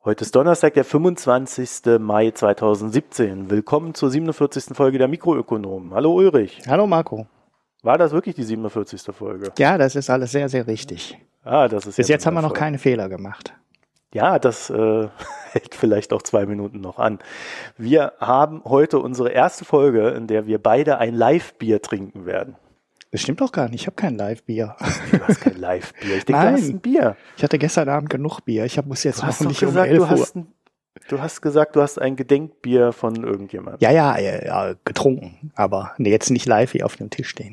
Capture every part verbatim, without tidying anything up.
Heute ist Donnerstag, der fünfundzwanzigster Mai zweitausendsiebzehn. Willkommen zur siebenundvierzigsten Folge der Mikroökonomen. Hallo Ulrich. Hallo Marco. War das wirklich die siebenundvierzigste Folge? Ja, das ist alles sehr, sehr richtig. Ah, das ist Bis ja jetzt haben wir noch keine Fehler gemacht. Ja, das äh, hält vielleicht auch zwei Minuten noch an. Wir haben heute unsere erste Folge, in der wir beide ein Live-Bier trinken werden. Das stimmt doch gar nicht, ich habe kein Live-Bier. Du hast kein Live-Bier, ich denke, Nein, du hast ein Bier. Ich hatte gestern Abend genug Bier, ich hab, muss jetzt du noch hast nicht gesagt, um elf du Uhr. Hast ein, du hast gesagt, du hast ein Gedenkbier von irgendjemandem. Ja, ja, ja, ja, getrunken, aber nee, jetzt nicht live hier auf dem Tisch stehen.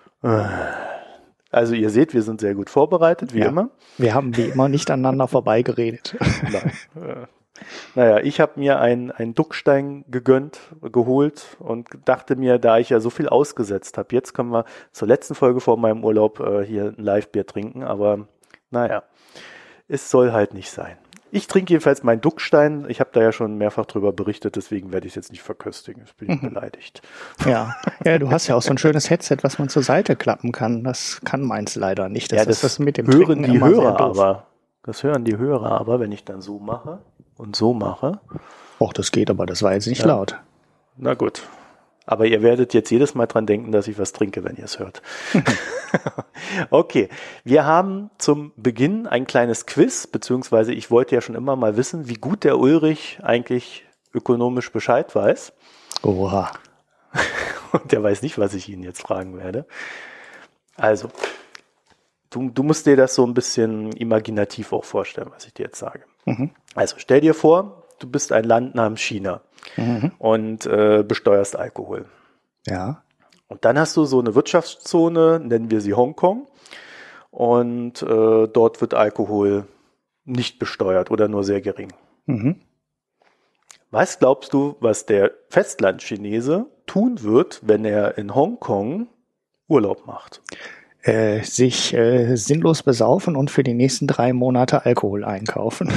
Also ihr seht, wir sind sehr gut vorbereitet, wie ja, immer. Wir haben wie immer nicht aneinander vorbeigeredet. Nein. Naja, ich habe mir einen Duckstein gegönnt, geholt und dachte mir, da ich ja so viel ausgesetzt habe, jetzt können wir zur letzten Folge vor meinem Urlaub äh, hier ein Live-Bier trinken, aber naja, es soll halt nicht sein. Ich trinke jedenfalls meinen Duckstein, ich habe da ja schon mehrfach drüber berichtet, deswegen werde ich es jetzt nicht verköstigen, jetzt bin ich mhm. beleidigt. Ja. ja, du hast ja auch so ein schönes Headset, was man zur Seite klappen kann, das kann meins leider nicht. Das ja, das, ist das mit dem hören Trinken die immer Hörer sehr doof. aber, das hören die Hörer aber, wenn ich dann so mache. Und so mache. Och, das geht, aber das war jetzt nicht ja. laut. Na gut. Aber ihr werdet jetzt jedes Mal dran denken, dass ich was trinke, wenn ihr es hört. Okay. Wir haben zum Beginn ein kleines Quiz, beziehungsweise ich wollte ja schon immer mal wissen, wie gut der Ulrich eigentlich ökonomisch Bescheid weiß. Oha. Und der weiß nicht, was ich ihn jetzt fragen werde. Also, du, du musst dir das so ein bisschen imaginativ auch vorstellen, was ich dir jetzt sage. Mhm. Also stell dir vor, du bist ein Land namens China mhm. und äh, besteuerst Alkohol. Ja. Und dann hast du so eine Wirtschaftszone, nennen wir sie Hongkong, und äh, dort wird Alkohol nicht besteuert oder nur sehr gering. Mhm. Was glaubst du, was der Festlandchinese tun wird, wenn er in Hongkong Urlaub macht? Äh, sich äh, sinnlos besaufen und für die nächsten drei Monate Alkohol einkaufen.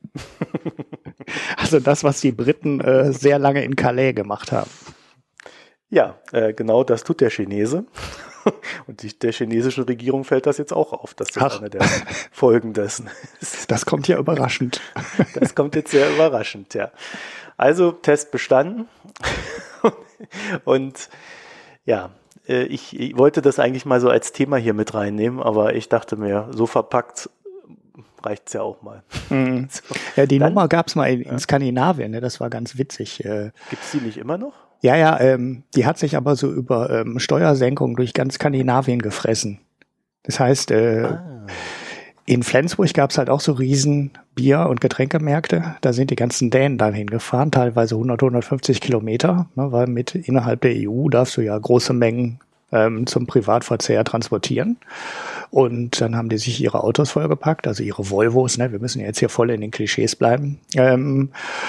Also das, was die Briten äh, sehr lange in Calais gemacht haben. Ja, äh, genau das tut der Chinese. Und die, der chinesischen Regierung fällt das jetzt auch auf, dass das Ach. eine der Folgen dessen ist. Das kommt ja überraschend. Das kommt jetzt sehr überraschend, ja. Also Test bestanden. Und ja, Ich, ich wollte das eigentlich mal so als Thema hier mit reinnehmen, aber ich dachte mir, so verpackt reicht's ja auch mal. Mhm. So. Ja, die Dann, Nummer gab's mal in, in Skandinavien, ne? Das war ganz witzig. Gibt's die nicht immer noch? Ja, ja, ähm, die hat sich aber so über ähm, Steuersenkung durch ganz Skandinavien gefressen. Das heißt, äh, ah. in Flensburg gab's halt auch so riesen Bier- und Getränkemärkte. Da sind die ganzen Dänen dann hingefahren, teilweise hundert, hundertfünfzig Kilometer, ne, weil mit innerhalb der E U darfst du ja große Mengen ähm, zum Privatverzehr transportieren. Und dann haben die sich ihre Autos vollgepackt, also ihre Volvos, ne, wir müssen jetzt hier voll in den Klischees bleiben. Ähm,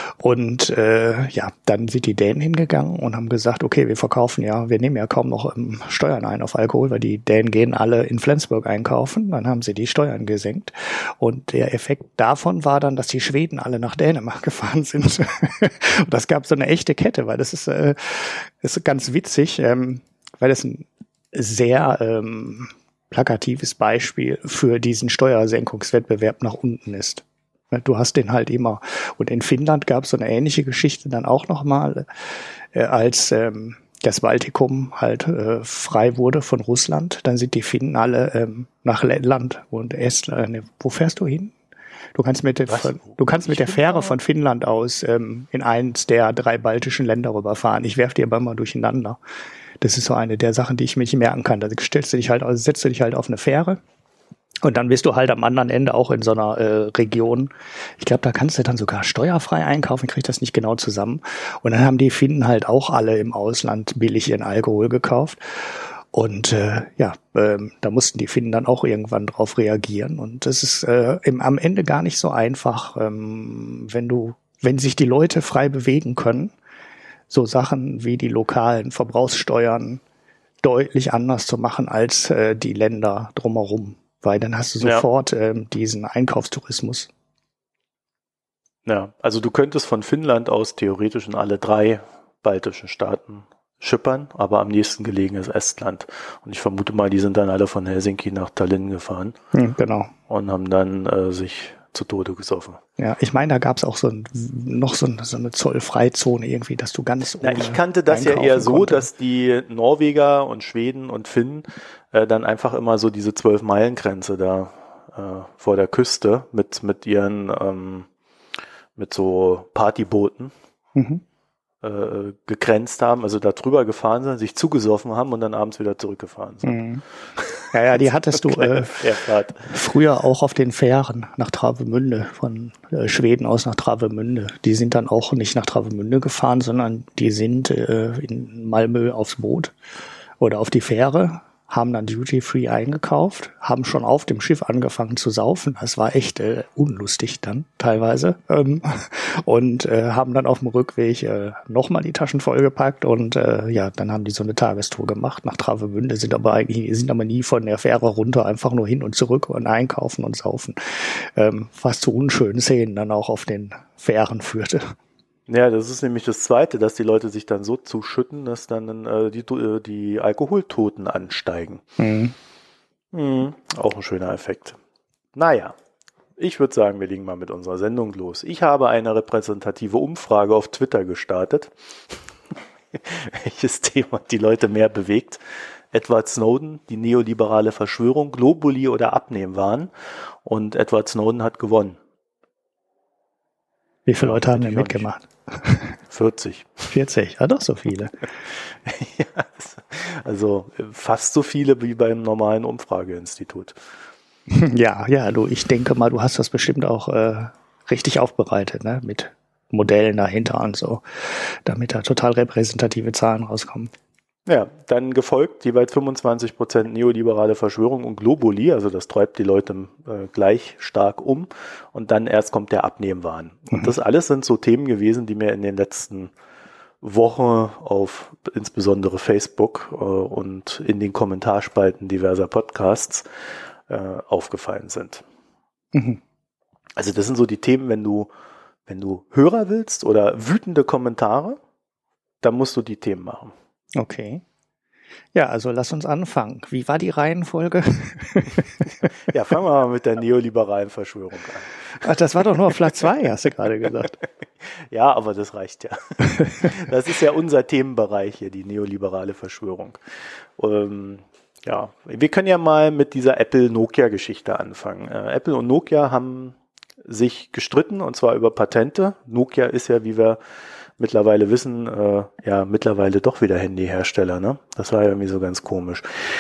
und äh, ja, dann sind die Dänen hingegangen und haben gesagt, okay, wir verkaufen ja, wir nehmen ja kaum noch ähm, Steuern ein auf Alkohol, weil die Dänen gehen alle in Flensburg einkaufen. Dann haben sie die Steuern gesenkt. Und der Effekt davon war dann, dass die Schweden alle nach Dänemark gefahren sind. Und das gab so eine echte Kette, weil das ist, äh, ist ganz witzig, ähm, weil das ein sehr ähm, plakatives Beispiel für diesen Steuersenkungswettbewerb nach unten ist. Du hast den halt immer. Und in Finnland gab es so eine ähnliche Geschichte dann auch nochmal, äh, als ähm, das Baltikum halt äh, frei wurde von Russland. Dann sind die Finnen alle ähm, nach Lettland und Estland. Äh, wo fährst du hin? Du kannst mit der, von, du kannst mit der Fähre von Finnland aus ähm, in eins der drei baltischen Länder rüberfahren. Ich werfe die aber immer durcheinander. Das ist so eine der Sachen, die ich mir nicht merken kann. Da stellst du dich halt, also setzt du dich halt auf eine Fähre und dann bist du halt am anderen Ende auch in so einer äh, Region. Ich glaube, da kannst du dann sogar steuerfrei einkaufen, ich krieg das nicht genau zusammen. Und dann haben die Finnen halt auch alle im Ausland billig ihren Alkohol gekauft. Und äh, ja, ähm, da mussten die Finnen dann auch irgendwann drauf reagieren. Und das ist äh, im, am Ende gar nicht so einfach, ähm, wenn du, wenn sich die Leute frei bewegen können, so Sachen wie die lokalen Verbrauchssteuern deutlich anders zu machen als äh, die Länder drumherum. Weil dann hast du sofort ja. ähm, diesen Einkaufstourismus. Ja, also du könntest von Finnland aus theoretisch in alle drei baltischen Staaten schippern, aber am nächsten gelegen ist Estland. Und ich vermute mal, die sind dann alle von Helsinki nach Tallinn gefahren. Hm, genau. Und haben dann äh, sich zu Tode gesoffen. Ja, ich meine, da gab es auch so ein, noch so, ein, so eine Zollfreizone irgendwie, dass du ganz ohne Na, ich kannte das ja eher so, konnte. Dass die Norweger und Schweden und Finnen äh, dann einfach immer so diese zwölf-Meilen-Grenze da äh, vor der Küste mit, mit ihren ähm, mit so Partybooten mhm. äh, gegrenzt haben, also da drüber gefahren sind, sich zugesoffen haben und dann abends wieder zurückgefahren sind. Mhm. Ja, ja, die hattest du äh, früher auch auf den Fähren nach Travemünde, von äh, Schweden aus nach Travemünde. Die sind dann auch nicht nach Travemünde gefahren, sondern die sind äh, in Malmö aufs Boot oder auf die Fähre, haben dann Duty-Free eingekauft, haben schon auf dem Schiff angefangen zu saufen. Das war echt äh, unlustig dann teilweise. Ähm, und äh, haben dann auf dem Rückweg äh, nochmal die Taschen vollgepackt und äh, ja, dann haben die so eine Tagestour gemacht nach Travemünde, sind aber eigentlich, sind aber nie von der Fähre runter, einfach nur hin und zurück und einkaufen und saufen. Ähm, was zu unschönen Szenen dann auch auf den Fähren führte. Ja, das ist nämlich das Zweite, dass die Leute sich dann so zuschütten, dass dann äh, die, äh, die Alkoholtoten ansteigen. Mhm. Mhm, auch ein schöner Effekt. Naja, ich würde sagen, wir legen mal mit unserer Sendung los. Ich habe eine repräsentative Umfrage auf Twitter gestartet. Welches Thema die Leute mehr bewegt? Edward Snowden, die neoliberale Verschwörung, Globuli oder Abnehmwahn. Und Edward Snowden hat gewonnen. Wie viele Leute haben denn mitgemacht? vierzig. vierzig, ah doch so viele. Ja, also fast so viele wie beim normalen Umfrageinstitut. Ja, ja, du, ich denke mal, du hast das bestimmt auch äh, richtig aufbereitet, ne? Mit Modellen dahinter und so, damit da total repräsentative Zahlen rauskommen. Ja, dann gefolgt jeweils fünfundzwanzig Prozent neoliberale Verschwörung und Globuli, also das treibt die Leute äh, gleich stark um und dann erst kommt der Abnehmwahn. Und mhm. das alles sind so Themen gewesen, die mir in den letzten Wochen auf insbesondere Facebook äh, und in den Kommentarspalten diverser Podcasts äh, aufgefallen sind. Mhm. Also das sind so die Themen, wenn du, wenn du Hörer willst oder wütende Kommentare, dann musst du die Themen machen. Okay. Ja, also lass uns anfangen. Wie war die Reihenfolge? Ja, fangen wir mal mit der neoliberalen Verschwörung an. Ach, das war doch nur auf Platz zwei, hast du gerade gesagt. Ja, aber das reicht ja. Das ist ja unser Themenbereich hier, die neoliberale Verschwörung. Ähm, ja, wir können ja mal mit dieser Apple-Nokia-Geschichte anfangen. Äh, Apple und Nokia haben sich gestritten, und zwar über Patente. Nokia ist ja, wie wir mittlerweile wissen, äh, ja, mittlerweile doch wieder Handyhersteller, ne? Das war ja irgendwie so ganz komisch.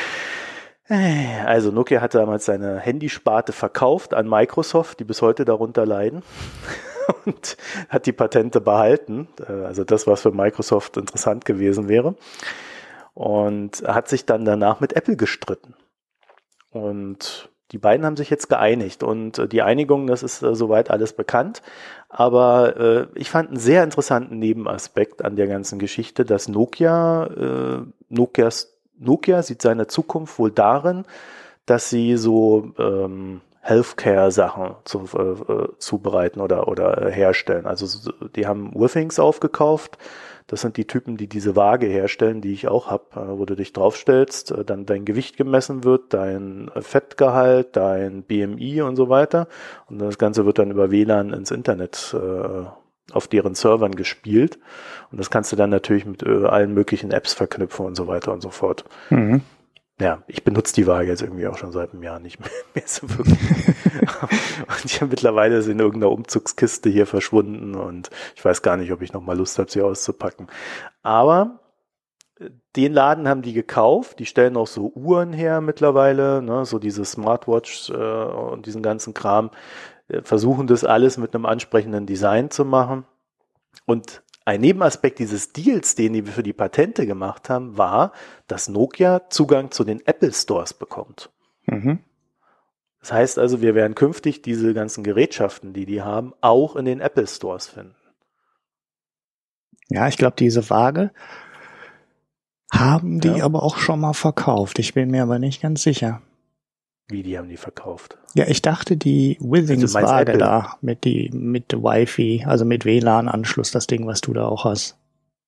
Also Nokia hat damals seine Handysparte verkauft an Microsoft, die bis heute darunter leiden, und hat die Patente behalten, also das, was für Microsoft interessant gewesen wäre, und hat sich dann danach mit Apple gestritten. Und die beiden haben sich jetzt geeinigt und äh, die Einigung, das ist äh, soweit alles bekannt, aber äh, ich fand einen sehr interessanten Nebenaspekt an der ganzen Geschichte, dass Nokia, äh, Nokias, Nokia sieht seine Zukunft wohl darin, dass sie so ähm, Healthcare-Sachen zu, äh, zubereiten oder, oder äh, herstellen. Also die haben Withings aufgekauft. Das sind die Typen, die diese Waage herstellen, die ich auch habe, wo du dich draufstellst, dann dein Gewicht gemessen wird, dein Fettgehalt, dein B M I und so weiter. Und das Ganze wird dann über W L A N ins Internet äh, auf deren Servern gespielt. Und das kannst du dann natürlich mit äh, allen möglichen Apps verknüpfen und so weiter und so fort. Mhm. Ja, ich benutze die Waage jetzt irgendwie auch schon seit einem Jahr nicht mehr, mehr so wirklich. Und ich habe mittlerweile ist in irgendeiner Umzugskiste hier verschwunden und ich weiß gar nicht, ob ich noch mal Lust habe, sie auszupacken. Aber den Laden haben die gekauft, die stellen auch so Uhren her mittlerweile, ne, so diese Smartwatch äh, und diesen ganzen Kram, äh, versuchen das alles mit einem ansprechenden Design zu machen. Und ein Nebenaspekt dieses Deals, den die für die Patente gemacht haben, war, dass Nokia Zugang zu den Apple Stores bekommt. Mhm. Das heißt also, wir werden künftig diese ganzen Gerätschaften, die die haben, auch in den Apple Stores finden. Ja, ich glaube, diese Waage haben die ja. aber auch schon mal verkauft. Ich bin mir aber nicht ganz sicher. Wie, die haben die verkauft? Ja, ich dachte, die Withings-Waage da mit die mit Wi-Fi, also mit W L A N-Anschluss, das Ding, was du da auch hast.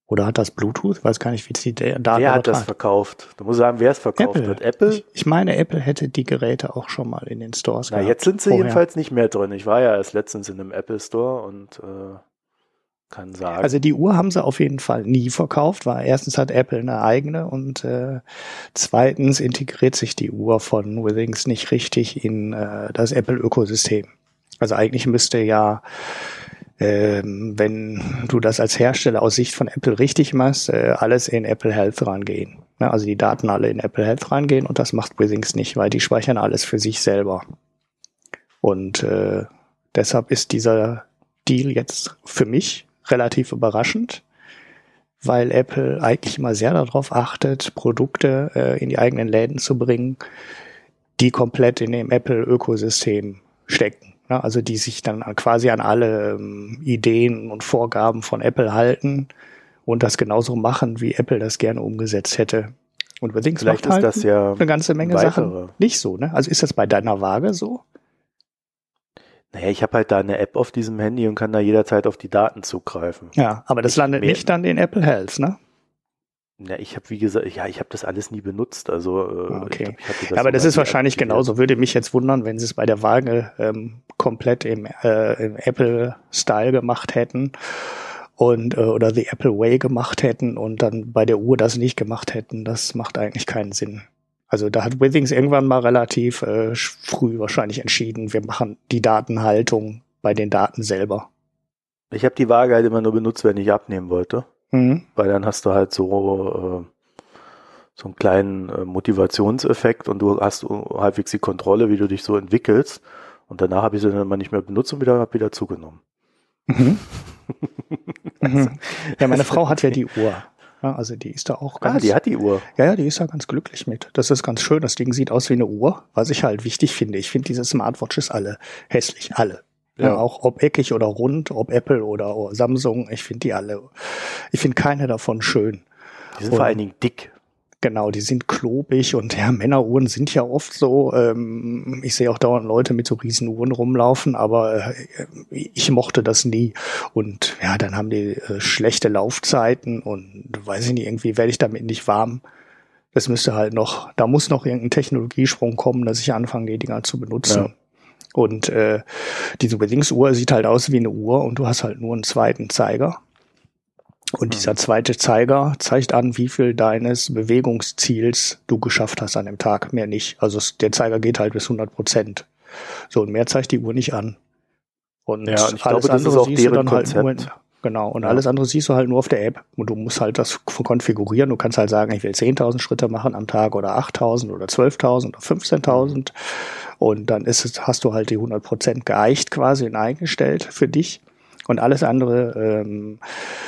Oder hat das Bluetooth? Ich weiß gar nicht, wie die Daten übertragen. Wer hat das verkauft? Du musst sagen, wer es verkauft Apple. hat. Apple? Ich, ich meine, Apple hätte die Geräte auch schon mal in den Stores Na, gehabt. jetzt sind sie vorher. jedenfalls nicht mehr drin. Ich war ja erst letztens in einem Apple Store und äh, kann sagen. Also die Uhr haben sie auf jeden Fall nie verkauft, weil erstens hat Apple eine eigene und äh, zweitens integriert sich die Uhr von Withings nicht richtig in äh, das Apple-Ökosystem. Also eigentlich müsste ja, ähm, wenn du das als Hersteller aus Sicht von Apple richtig machst, äh, alles in Apple Health reingehen. Ja, also die Daten alle in Apple Health reingehen und das macht Withings nicht, weil die speichern alles für sich selber. Und äh, deshalb ist dieser Deal jetzt für mich relativ überraschend, weil Apple eigentlich immer sehr darauf achtet, Produkte äh, in die eigenen Läden zu bringen, die komplett in dem Apple-Ökosystem stecken. Ja, also die sich dann quasi an alle ähm, Ideen und Vorgaben von Apple halten und das genauso machen, wie Apple das gerne umgesetzt hätte. Und Withings Vielleicht macht halt ist das ja eine ganze Menge weitere. Sachen nicht so. Ne? Also ist das bei deiner Waage so? Naja, ich habe halt da eine App auf diesem Handy und kann da jederzeit auf die Daten zugreifen. Ja, aber das Ich landet mehr- nicht dann in Apple Health, ne? Ja, ich habe, wie gesagt, ja, ich habe das alles nie benutzt. Also, äh, Ah, okay. ich glaub, ich hatte Ja, aber das sogar ist nie wahrscheinlich aktiviert. genauso. Würde mich jetzt wundern, wenn sie es bei der Waage ähm, komplett im, äh, im Apple-Style gemacht hätten und äh, oder the Apple Way gemacht hätten und dann bei der Uhr das nicht gemacht hätten. Das macht eigentlich keinen Sinn. Also da hat Withings irgendwann mal relativ äh, früh wahrscheinlich entschieden, wir machen die Datenhaltung bei den Daten selber. Ich habe die Waage halt immer nur benutzt, wenn ich abnehmen wollte. Mhm. Weil dann hast du halt so, äh, so einen kleinen äh, Motivationseffekt und du hast halbwegs die Kontrolle, wie du dich so entwickelst. Und danach habe ich sie dann mal nicht mehr benutzt und wieder, hab wieder zugenommen. Mhm. Mhm. Ja, meine Frau hat ja die Uhr. Ja, also die ist da auch ganz... Ah, die hat die Uhr. Ja, ja, die ist da ganz glücklich mit. Das ist ganz schön. Das Ding sieht aus wie eine Uhr, was ich halt wichtig finde. Ich finde diese Smartwatches alle hässlich, alle. Ja. Ja. Auch ob eckig oder rund, ob Apple oder, oder Samsung, ich finde die alle, ich finde keine davon schön. Die sind Und vor allen Dingen dick. Genau, die sind klobig und ja, Männeruhren sind ja oft so, ähm, ich sehe auch dauernd Leute mit so riesen Uhren rumlaufen, aber äh, ich mochte das nie. Und ja, dann haben die äh, schlechte Laufzeiten und weiß ich nicht, irgendwie werde ich damit nicht warm. Das müsste halt noch, da muss noch irgendein Technologiesprung kommen, dass ich anfange, die Dinger zu benutzen. Ja. Und äh, diese Withings-Uhr sieht halt aus wie eine Uhr und du hast halt nur einen zweiten Zeiger. Und dieser zweite Zeiger zeigt an, wie viel deines Bewegungsziels du geschafft hast an dem Tag, mehr nicht. Also es, der Zeiger geht halt bis hundert Prozent. So, und mehr zeigt die Uhr nicht an. Und, Ja, und ich alles glaube, das andere ist auch siehst du deren dann halt nur in, Konzept. genau, und Ja. alles andere siehst du halt nur auf der App. Und du musst halt das konfigurieren. Du kannst halt sagen, ich will zehntausend Schritte machen am Tag oder achttausend oder zwölftausend oder fünfzehntausend. Und dann ist es, hast du halt die hundert Prozent geeicht quasi und eingestellt für dich. Und alles andere, ähm,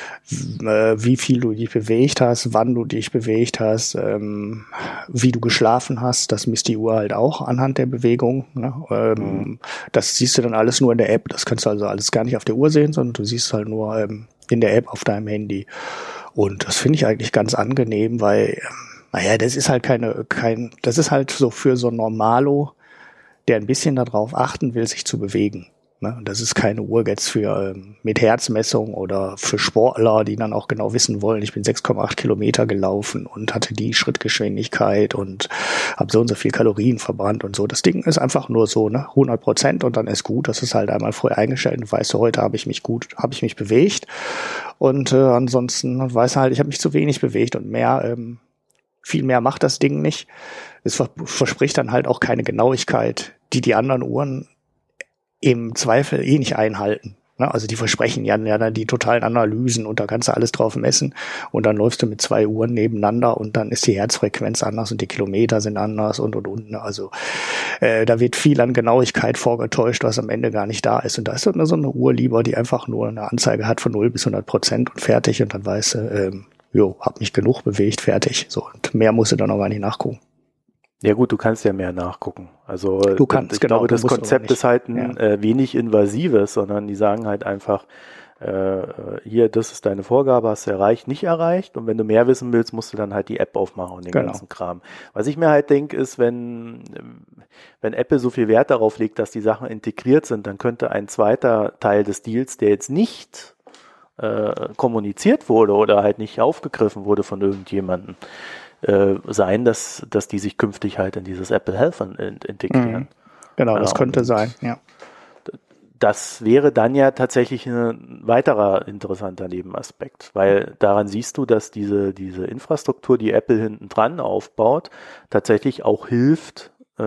wie viel du dich bewegt hast, wann du dich bewegt hast, ähm, wie du geschlafen hast, das misst die Uhr halt auch anhand der Bewegung. Ne? Ähm, mhm. Das siehst du dann alles nur in der App. Das kannst du also alles gar nicht auf der Uhr sehen, sondern du siehst halt nur ähm, in der App auf deinem Handy. Und das finde ich eigentlich ganz angenehm, weil, naja, das ist halt keine, kein, das ist halt so für so ein Normalo, der ein bisschen darauf achten will, sich zu bewegen. Das ist keine Uhr jetzt für ähm, mit Herzmessung oder für Sportler, die dann auch genau wissen wollen, ich bin sechs Komma acht Kilometer gelaufen und hatte die Schrittgeschwindigkeit und habe so und so viel Kalorien verbrannt und so. Das Ding ist einfach nur so, ne, hundert Prozent und dann ist gut. Das ist halt einmal vorher eingestellt und weißt du, heute habe ich mich gut, habe ich mich bewegt und äh, ansonsten weiß halt, ich habe mich zu wenig bewegt und mehr, ähm, viel mehr macht das Ding nicht. Es ver- verspricht dann halt auch keine Genauigkeit, die die anderen Uhren im Zweifel eh nicht einhalten. Also die versprechen ja, ja die totalen Analysen und da kannst du alles drauf messen und dann läufst du mit zwei Uhren nebeneinander und dann ist die Herzfrequenz anders und die Kilometer sind anders und und und. Also äh, da wird viel an Genauigkeit vorgetäuscht, was am Ende gar nicht da ist. Und da ist so eine, so eine Uhr lieber, die einfach nur eine Anzeige hat von null bis hundert Prozent und fertig und dann weißt du, ähm, jo, hab mich genug bewegt, fertig. So, und mehr musst du dann auch gar nicht nachgucken. Ja gut, du kannst ja mehr nachgucken. Also du kannst, ich genau, glaube, das Konzept ist halt ein ja. äh, wenig invasives, sondern die sagen halt einfach, äh, hier, das ist deine Vorgabe, hast du erreicht, nicht erreicht. Und wenn du mehr wissen willst, musst du dann halt die App aufmachen und den genau. ganzen Kram. Was ich mir halt denke, ist, wenn, wenn Apple so viel Wert darauf legt, dass die Sachen integriert sind, dann könnte ein zweiter Teil des Deals, der jetzt nicht äh, kommuniziert wurde oder halt nicht aufgegriffen wurde von irgendjemandem, äh, sein, dass, dass die sich künftig halt in dieses Apple Health in, integrieren. Mhm. Genau, das ja, könnte sein, ja. Das wäre dann ja tatsächlich ein weiterer interessanter Nebenaspekt, weil daran siehst du, dass diese, diese Infrastruktur, die Apple hinten dran aufbaut, tatsächlich auch hilft, äh,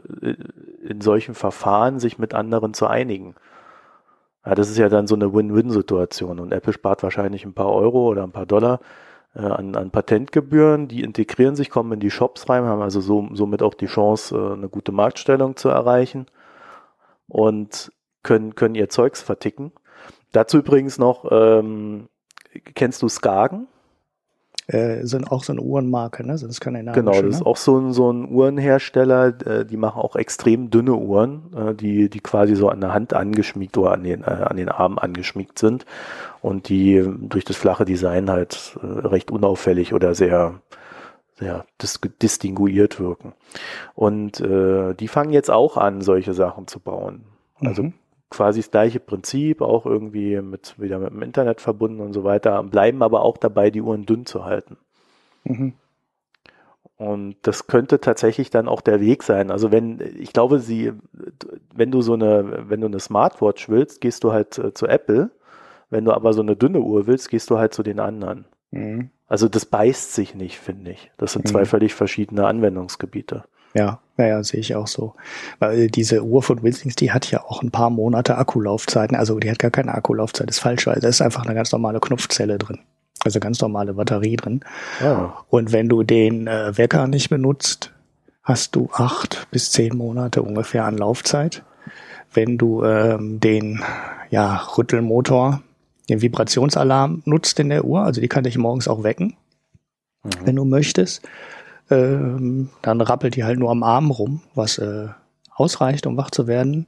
in solchen Verfahren sich mit anderen zu einigen. Ja, das ist ja dann so eine Win-Win-Situation und Apple spart wahrscheinlich ein paar Euro oder ein paar Dollar äh, an, an Patentgebühren, die integrieren sich, kommen in die Shops rein, haben also so, somit auch die Chance, äh, eine gute Marktstellung zu erreichen und können, können ihr Zeugs verticken. Dazu übrigens noch, ähm, kennst du Skagen? Äh, sind auch so eine Uhrenmarke, ne? Sind skandinavische, Genau, das ist ne? auch so ein, so ein Uhrenhersteller, äh, die machen auch extrem dünne Uhren, äh, die, die quasi so an der Hand angeschmiegt oder an den, äh, an den Armen angeschmiegt sind und die durch das flache Design halt äh, recht unauffällig oder sehr, sehr dis- distinguiert wirken. Und äh, die fangen jetzt auch an, solche Sachen zu bauen. Also Mhm. quasi das gleiche Prinzip, auch irgendwie mit, wieder mit dem Internet verbunden und so weiter, bleiben aber auch dabei, die Uhren dünn zu halten. Mhm. Und das könnte tatsächlich dann auch der Weg sein. Also wenn, ich glaube, sie, wenn du so eine, wenn du eine Smartwatch willst, gehst du halt äh, zu Apple. Wenn du aber so eine dünne Uhr willst, gehst du halt zu den anderen. Mhm. Also das beißt sich nicht, finde ich. Das sind zwei Mhm. völlig verschiedene Anwendungsgebiete. Ja, naja, sehe ich auch so. Weil diese Uhr von Withings, die hat ja auch ein paar Monate Akkulaufzeiten. Also die hat gar keine Akkulaufzeit, ist falsch, weil da ist einfach eine ganz normale Knopfzelle drin. Also ganz normale Batterie drin. Ja. Und wenn du den äh, Wecker nicht benutzt, hast du acht bis zehn Monate ungefähr an Laufzeit. Wenn du ähm, den ja, Rüttelmotor, den Vibrationsalarm nutzt in der Uhr, also die kann dich morgens auch wecken, Mhm. wenn du möchtest, ähm, dann rappelt die halt nur am Arm rum, was äh, ausreicht, um wach zu werden.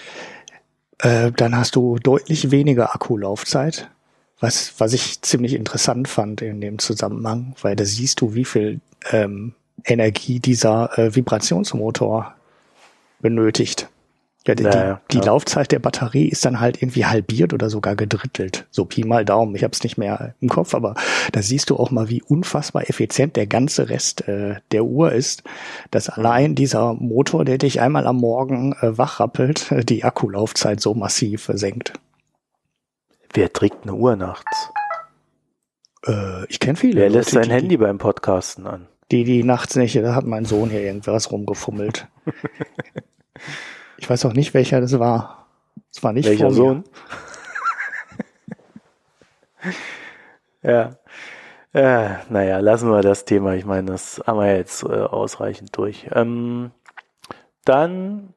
Äh, dann hast du deutlich weniger Akkulaufzeit, was, was ich ziemlich interessant fand in dem Zusammenhang, weil da siehst du, wie viel ähm, Energie dieser äh, Vibrationsmotor benötigt. Ja, die, Naja, die klar. Laufzeit der Batterie ist dann halt irgendwie halbiert oder sogar gedrittelt. So Pi mal Daumen, ich habe es nicht mehr im Kopf, aber da siehst du auch mal, wie unfassbar effizient der ganze Rest äh, der Uhr ist, dass allein dieser Motor, der dich einmal am Morgen äh, wachrappelt, äh, die Akkulaufzeit so massiv äh, senkt. Wer trägt eine Uhr nachts? Äh, ich kenne viele Wer Leute, lässt sein die, Handy beim Podcasten an? Die, die nachts nicht, da hat mein Sohn hier irgendwas rumgefummelt. Ich weiß auch nicht, welcher das war. Es war nicht Welcher vor Sohn? Ja. Äh, naja, lassen wir das Thema. Ich meine, das haben wir jetzt äh, ausreichend durch. Ähm, dann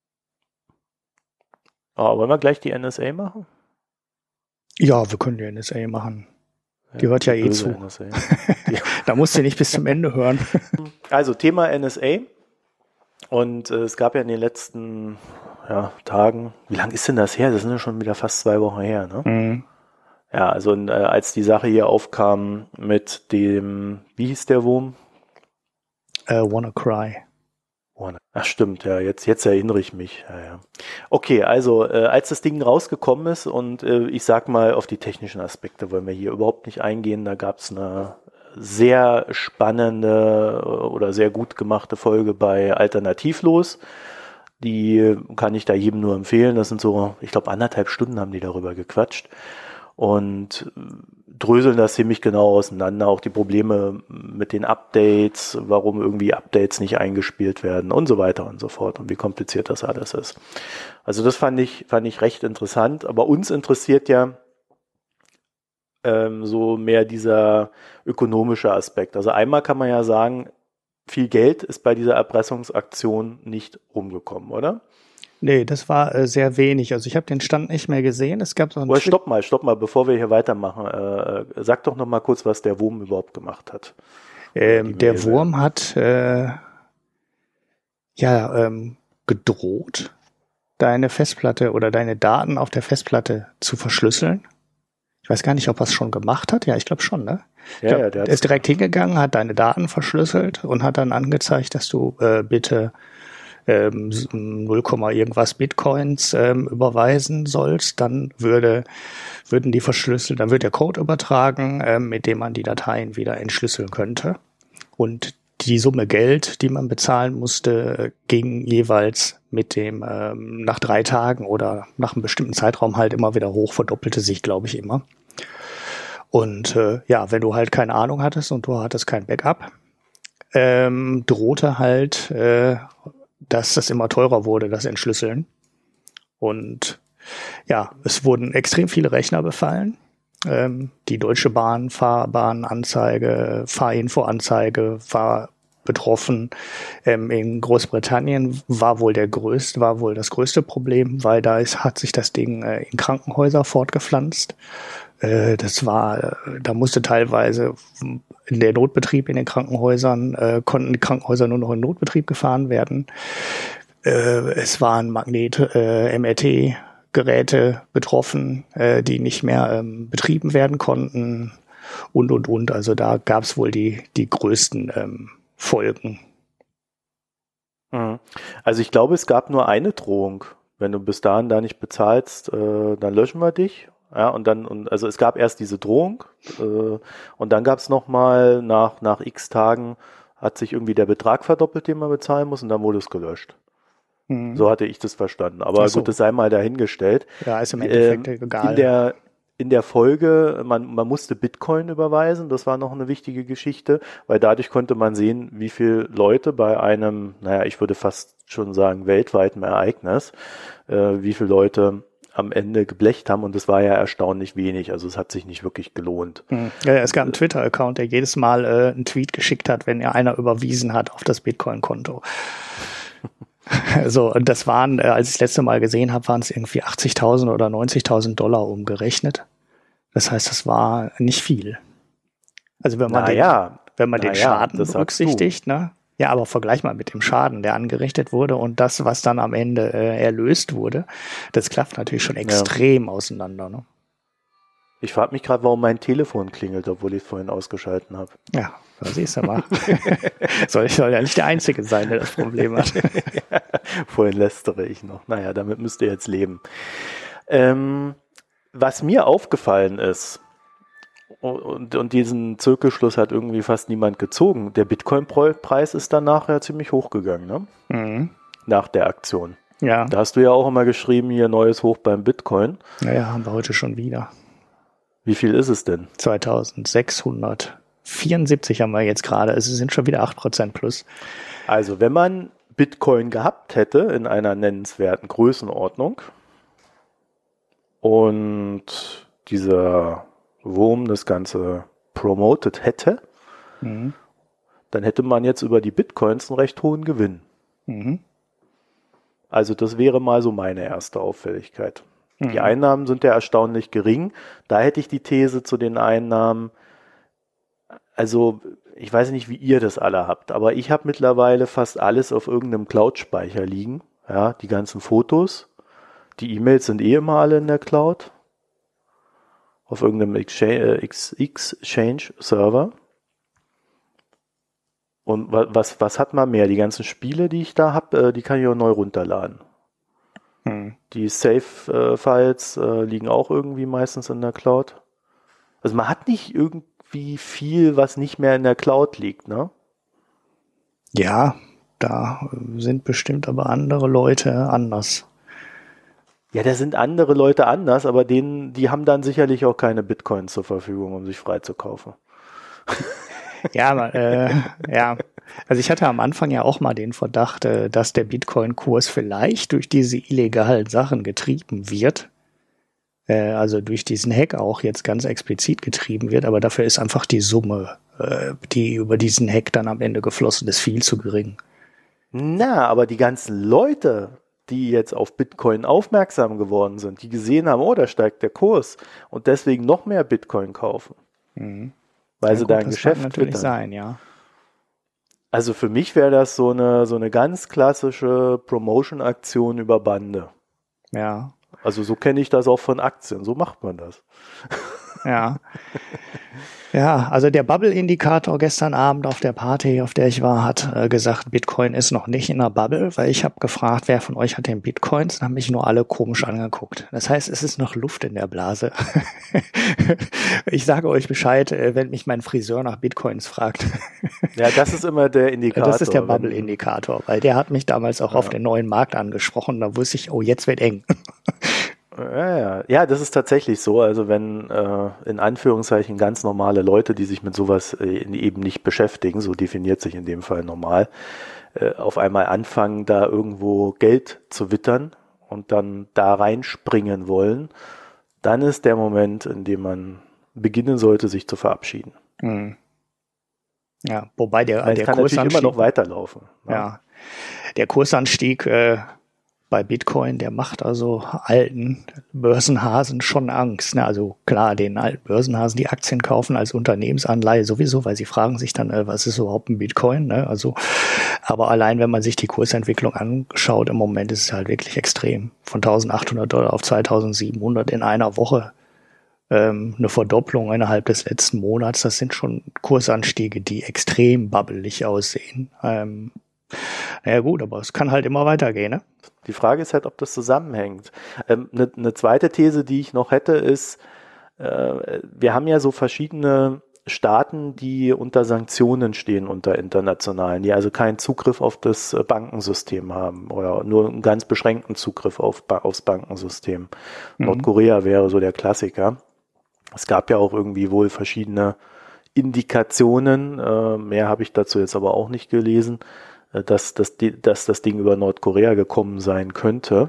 oh, wollen wir gleich die N S A machen? mir. Ja, wir können die N S A machen. Die hört ja eh böse zu. N S A. Da musst du nicht bis zum Ende hören. Also Thema N S A. Und äh, es gab ja in den letzten ja, Tagen, wie lange ist denn das her? Das sind ja schon wieder fast zwei Wochen her, ne? Mhm. Ja, also äh, als die Sache hier aufkam mit dem, wie hieß der Wurm? Uh, Wanna Cry. Ach stimmt, ja, jetzt, jetzt erinnere ich mich. Ja, ja. Okay, also äh, als das Ding rausgekommen ist und äh, ich sag mal, auf die technischen Aspekte wollen wir hier überhaupt nicht eingehen, da gab es eine sehr spannende oder sehr gut gemachte Folge bei Alternativlos. Die kann ich da jedem nur empfehlen. Das sind so, ich glaube, anderthalb Stunden haben die darüber gequatscht und dröseln das ziemlich genau auseinander. Auch die Probleme mit den Updates, warum irgendwie Updates nicht eingespielt werden und so weiter und so fort und wie kompliziert das alles ist. Also das fand ich, fand ich recht interessant. Aber uns interessiert ja ähm, so mehr dieser ökonomische Aspekt. Also einmal kann man ja sagen, viel Geld ist bei dieser Erpressungsaktion nicht rumgekommen, oder? Nee, das war äh, sehr wenig. Also ich habe den Stand nicht mehr gesehen. Es gab so einen Oh, stopp mal, stopp mal, bevor wir hier weitermachen. Äh, sag doch noch mal kurz, was der Wurm überhaupt gemacht hat. Ähm, der Wurm hat äh, ja ähm, gedroht, deine Festplatte oder deine Daten auf der Festplatte zu verschlüsseln. Ich weiß gar nicht, ob er es schon gemacht hat. Ja, ich glaube schon, ne? Ja, glaub, ja, der ist direkt hingegangen, hat deine Daten verschlüsselt und hat dann angezeigt, dass du äh, bitte ähm, null, irgendwas Bitcoins ähm, überweisen sollst, dann würde würden die verschlüsselt, dann wird der Code übertragen, ähm, mit dem man die Dateien wieder entschlüsseln könnte. Und die Summe Geld, die man bezahlen musste, ging jeweils mit dem ähm, nach drei Tagen oder nach einem bestimmten Zeitraum halt immer wieder hoch, verdoppelte sich, glaube ich, immer. Und äh, ja, wenn du halt keine Ahnung hattest und du hattest kein Backup, ähm, drohte halt, äh, dass das immer teurer wurde, das Entschlüsseln. Und ja, es wurden extrem viele Rechner befallen. Ähm, die Deutsche Bahn, Fahrbahnanzeige, Fahrinfoanzeige war betroffen. Ähm, in Großbritannien war wohl der größte, war wohl das größte Problem, weil da ist, hat sich das Ding äh, in Krankenhäuser fortgepflanzt. Äh, das war, da musste teilweise in der Notbetrieb in den Krankenhäusern, äh, konnten die Krankenhäuser nur noch in Notbetrieb gefahren werden. Äh, es waren Magnet, äh, M R T Geräte betroffen, äh, die nicht mehr ähm, betrieben werden konnten und, und, und. Also da gab es wohl die, die größten ähm, Folgen. Also ich glaube, es gab nur eine Drohung. Wenn du bis dahin da nicht bezahlst, äh, dann löschen wir dich. Ja, und dann, und also es gab erst diese Drohung äh, und dann gab es nochmal nach, nach x Tagen hat sich irgendwie der Betrag verdoppelt, den man bezahlen muss, und dann wurde es gelöscht. So hatte ich das verstanden. Aber so. gut, das sei mal dahingestellt. Ja, ist im Endeffekt ähm, egal. In der, in der Folge, man, man musste Bitcoin überweisen. Das war noch eine wichtige Geschichte, weil dadurch konnte man sehen, wie viele Leute bei einem, naja, ich würde fast schon sagen, weltweiten Ereignis, äh, wie viele Leute am Ende geblecht haben. Und das war ja erstaunlich wenig. Also es hat sich nicht wirklich gelohnt. Ja, es gab einen Twitter-Account, der jedes Mal äh, einen Tweet geschickt hat, wenn er einer überwiesen hat auf das Bitcoin-Konto. So, und das waren, äh, als ich das letzte Mal gesehen habe, waren es irgendwie achtzigtausend oder neunzigtausend Dollar umgerechnet. Das heißt, das war nicht viel. Also wenn man, den, ja, wenn man den ja, Schaden berücksichtigt, ne? Ja, aber vergleich mal mit dem Schaden, der angerichtet wurde und das, was dann am Ende äh, erlöst wurde, das klafft natürlich schon extrem ja. auseinander. Ne? Ich frage mich gerade, warum mein Telefon klingelt, obwohl ich es vorhin ausgeschalten habe. Ja, da siehst du mal. soll, ich soll ja nicht der Einzige sein, der das Problem hat. ja, vorhin lästere ich noch. Naja, damit müsst ihr jetzt leben. Ähm, was mir aufgefallen ist, und, und diesen Zirkelschluss hat irgendwie fast niemand gezogen, der Bitcoin-Preis ist dann nachher ziemlich hochgegangen, ne? Mhm. Nach der Aktion. Ja. Da hast du ja auch immer geschrieben, hier neues Hoch beim Bitcoin. Naja, haben wir heute schon wieder. Wie viel ist es denn? zweitausendsechshundertvierundsiebzig haben wir jetzt gerade. Es sind schon wieder acht Prozent plus. Also wenn man Bitcoin gehabt hätte in einer nennenswerten Größenordnung und dieser Wurm das Ganze promoted hätte, mhm. dann hätte man jetzt über die Bitcoins einen recht hohen Gewinn. Mhm. Also das wäre mal so meine erste Auffälligkeit. Mhm. Die Einnahmen sind ja erstaunlich gering. Da hätte ich die These zu den Einnahmen, also ich weiß nicht, wie ihr das alle habt, aber ich habe mittlerweile fast alles auf irgendeinem Cloud-Speicher liegen. Ja, die ganzen Fotos, die E-Mails sind eh immer alle in der Cloud. Auf irgendeinem Exchange-Server. Und was, was hat man mehr? Die ganzen Spiele, die ich da habe, die kann ich auch neu runterladen. Hm. Die Save-Files äh, liegen auch irgendwie meistens in der Cloud. Also man hat nicht irgendwie viel, was nicht mehr in der Cloud liegt, ne? Ja, da sind bestimmt aber andere Leute anders. Ja, da sind andere Leute anders, aber denen, die haben dann sicherlich auch keine Bitcoins zur Verfügung, um sich freizukaufen. Ja, aber, äh, ja. Also ich hatte am Anfang ja auch mal den Verdacht, äh, dass der Bitcoin-Kurs vielleicht durch diese illegalen Sachen getrieben wird. Äh, also durch diesen Hack auch jetzt ganz explizit getrieben wird, aber dafür ist einfach die Summe, äh, die über diesen Hack dann am Ende geflossen ist, viel zu gering. Na, aber die ganzen Leute, die jetzt auf Bitcoin aufmerksam geworden sind, die gesehen haben, oh, da steigt der Kurs und deswegen noch mehr Bitcoin kaufen. Mhm. Weil ja, sie gut, da ein Geschäft kann natürlich sein, ja. Also für mich wäre das so eine, so eine ganz klassische Promotion-Aktion über Bande. Ja. Also so kenne ich das auch von Aktien. So macht man das. Ja. Ja, also der Bubble-Indikator gestern Abend auf der Party, auf der ich war, hat äh, gesagt, Bitcoin ist noch nicht in der Bubble, weil ich habe gefragt, wer von euch hat den Bitcoins? Dann haben mich nur alle komisch angeguckt. Das heißt, es ist noch Luft in der Blase. Ich sage euch Bescheid, äh, wenn mich mein Friseur nach Bitcoins fragt. Ja, das ist immer der Indikator. Das ist der Bubble-Indikator, weil der hat mich damals auch ja. auf den neuen Markt angesprochen. Da wusste ich, oh, jetzt wird eng. Ja, ja. ja, das ist tatsächlich so. Also wenn äh, in Anführungszeichen ganz normale Leute, die sich mit sowas äh, eben nicht beschäftigen, so definiert sich in dem Fall normal, äh, auf einmal anfangen, da irgendwo Geld zu wittern und dann da reinspringen wollen, dann ist der Moment, in dem man beginnen sollte, sich zu verabschieden. Mhm. Ja, wobei der, Weil der kann Kursanstieg natürlich immer noch weiterlaufen. Ja, ja. Der Kursanstieg äh, bei Bitcoin, der macht also alten Börsenhasen schon Angst. Ne? Also klar, den alten Börsenhasen die Aktien kaufen als Unternehmensanleihe sowieso, weil sie fragen sich dann, äh, was ist überhaupt ein Bitcoin? Ne? Also, aber allein, wenn man sich die Kursentwicklung anschaut, im Moment ist es halt wirklich extrem. Von eintausendachthundert Dollar auf zweitausendsiebenhundert in einer Woche. Ähm, eine Verdopplung innerhalb des letzten Monats. Das sind schon Kursanstiege, die extrem bubbelig aussehen. Ähm, naja gut, aber es kann halt immer weitergehen, ne? Die Frage ist halt, ob das zusammenhängt. Ähm, eine, eine zweite These, die ich noch hätte, ist, äh, wir haben ja so verschiedene Staaten, die unter Sanktionen stehen, unter internationalen, die also keinen Zugriff auf das Bankensystem haben oder nur einen ganz beschränkten Zugriff auf, aufs Bankensystem. Mhm. Nordkorea wäre so der Klassiker. Es gab ja auch irgendwie wohl verschiedene Indikationen, äh, mehr habe ich dazu jetzt aber auch nicht gelesen, Dass, dass, die, dass das Ding über Nordkorea gekommen sein könnte.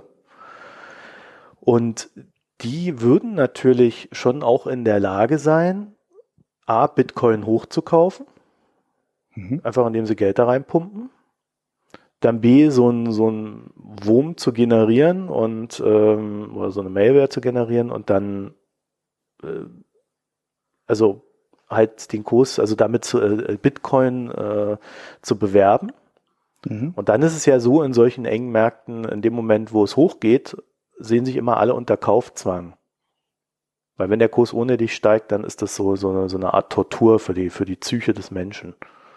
Und die würden natürlich schon auch in der Lage sein, A, Bitcoin hochzukaufen, mhm. einfach indem sie Geld da reinpumpen, dann B, so ein, so ein Wurm zu generieren und ähm, oder so eine Malware zu generieren und dann äh, also halt den Kurs, also damit zu, äh, Bitcoin äh, zu bewerben. Und dann ist es ja so, in solchen engen Märkten, in dem Moment, wo es hochgeht, sehen sich immer alle unter Kaufzwang. Weil wenn der Kurs ohne dich steigt, dann ist das so, so, eine, so eine Art Tortur für die, für die Psyche des Menschen.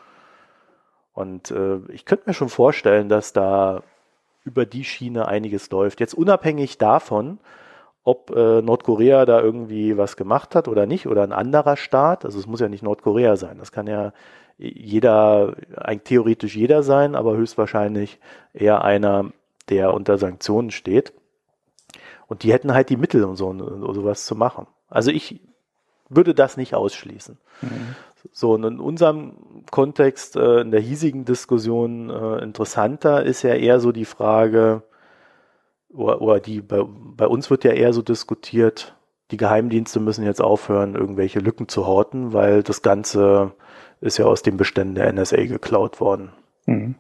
Und äh, ich könnte mir schon vorstellen, dass da über die Schiene einiges läuft. Jetzt unabhängig davon, ob äh, Nordkorea da irgendwie was gemacht hat oder nicht, oder ein anderer Staat, also es muss ja nicht Nordkorea sein, das kann ja jeder, eigentlich theoretisch jeder sein, aber höchstwahrscheinlich eher einer, der unter Sanktionen steht. Und die hätten halt die Mittel, um so um sowas zu machen. Also ich würde das nicht ausschließen. Mhm. So, und in unserem Kontext, äh, in der hiesigen Diskussion äh, interessanter ist ja eher so die Frage, oder, oder die, bei, bei uns wird ja eher so diskutiert, die Geheimdienste müssen jetzt aufhören, irgendwelche Lücken zu horten, weil das Ganze ist ja aus den Beständen der N S A geklaut worden. Mhm.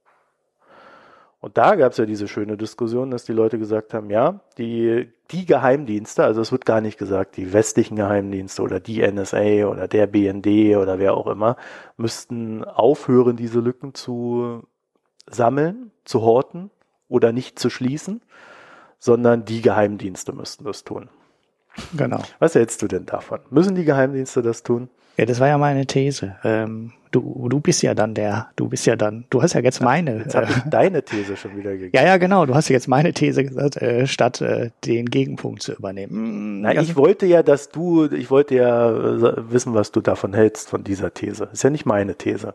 Und da gab es ja diese schöne Diskussion, dass die Leute gesagt haben, ja, die, die Geheimdienste, also es wird gar nicht gesagt, die westlichen Geheimdienste oder die N S A oder der B N D oder wer auch immer, müssten aufhören, diese Lücken zu sammeln, zu horten oder nicht zu schließen, sondern die Geheimdienste müssten das tun. Genau. Was hältst du denn davon? Müssen die Geheimdienste das tun? Ja, das war ja meine These. Ähm, du, du bist ja dann der, du bist ja dann, du hast ja jetzt meine. Jetzt habe ich äh, deine These schon wieder gegeben. Ja, ja, genau. Du hast jetzt meine These gesagt, äh, statt äh, den Gegenpunkt zu übernehmen. Na, ich wollte ja, dass du, ich wollte ja äh, wissen, was du davon hältst, von dieser These. Ist ja nicht meine These.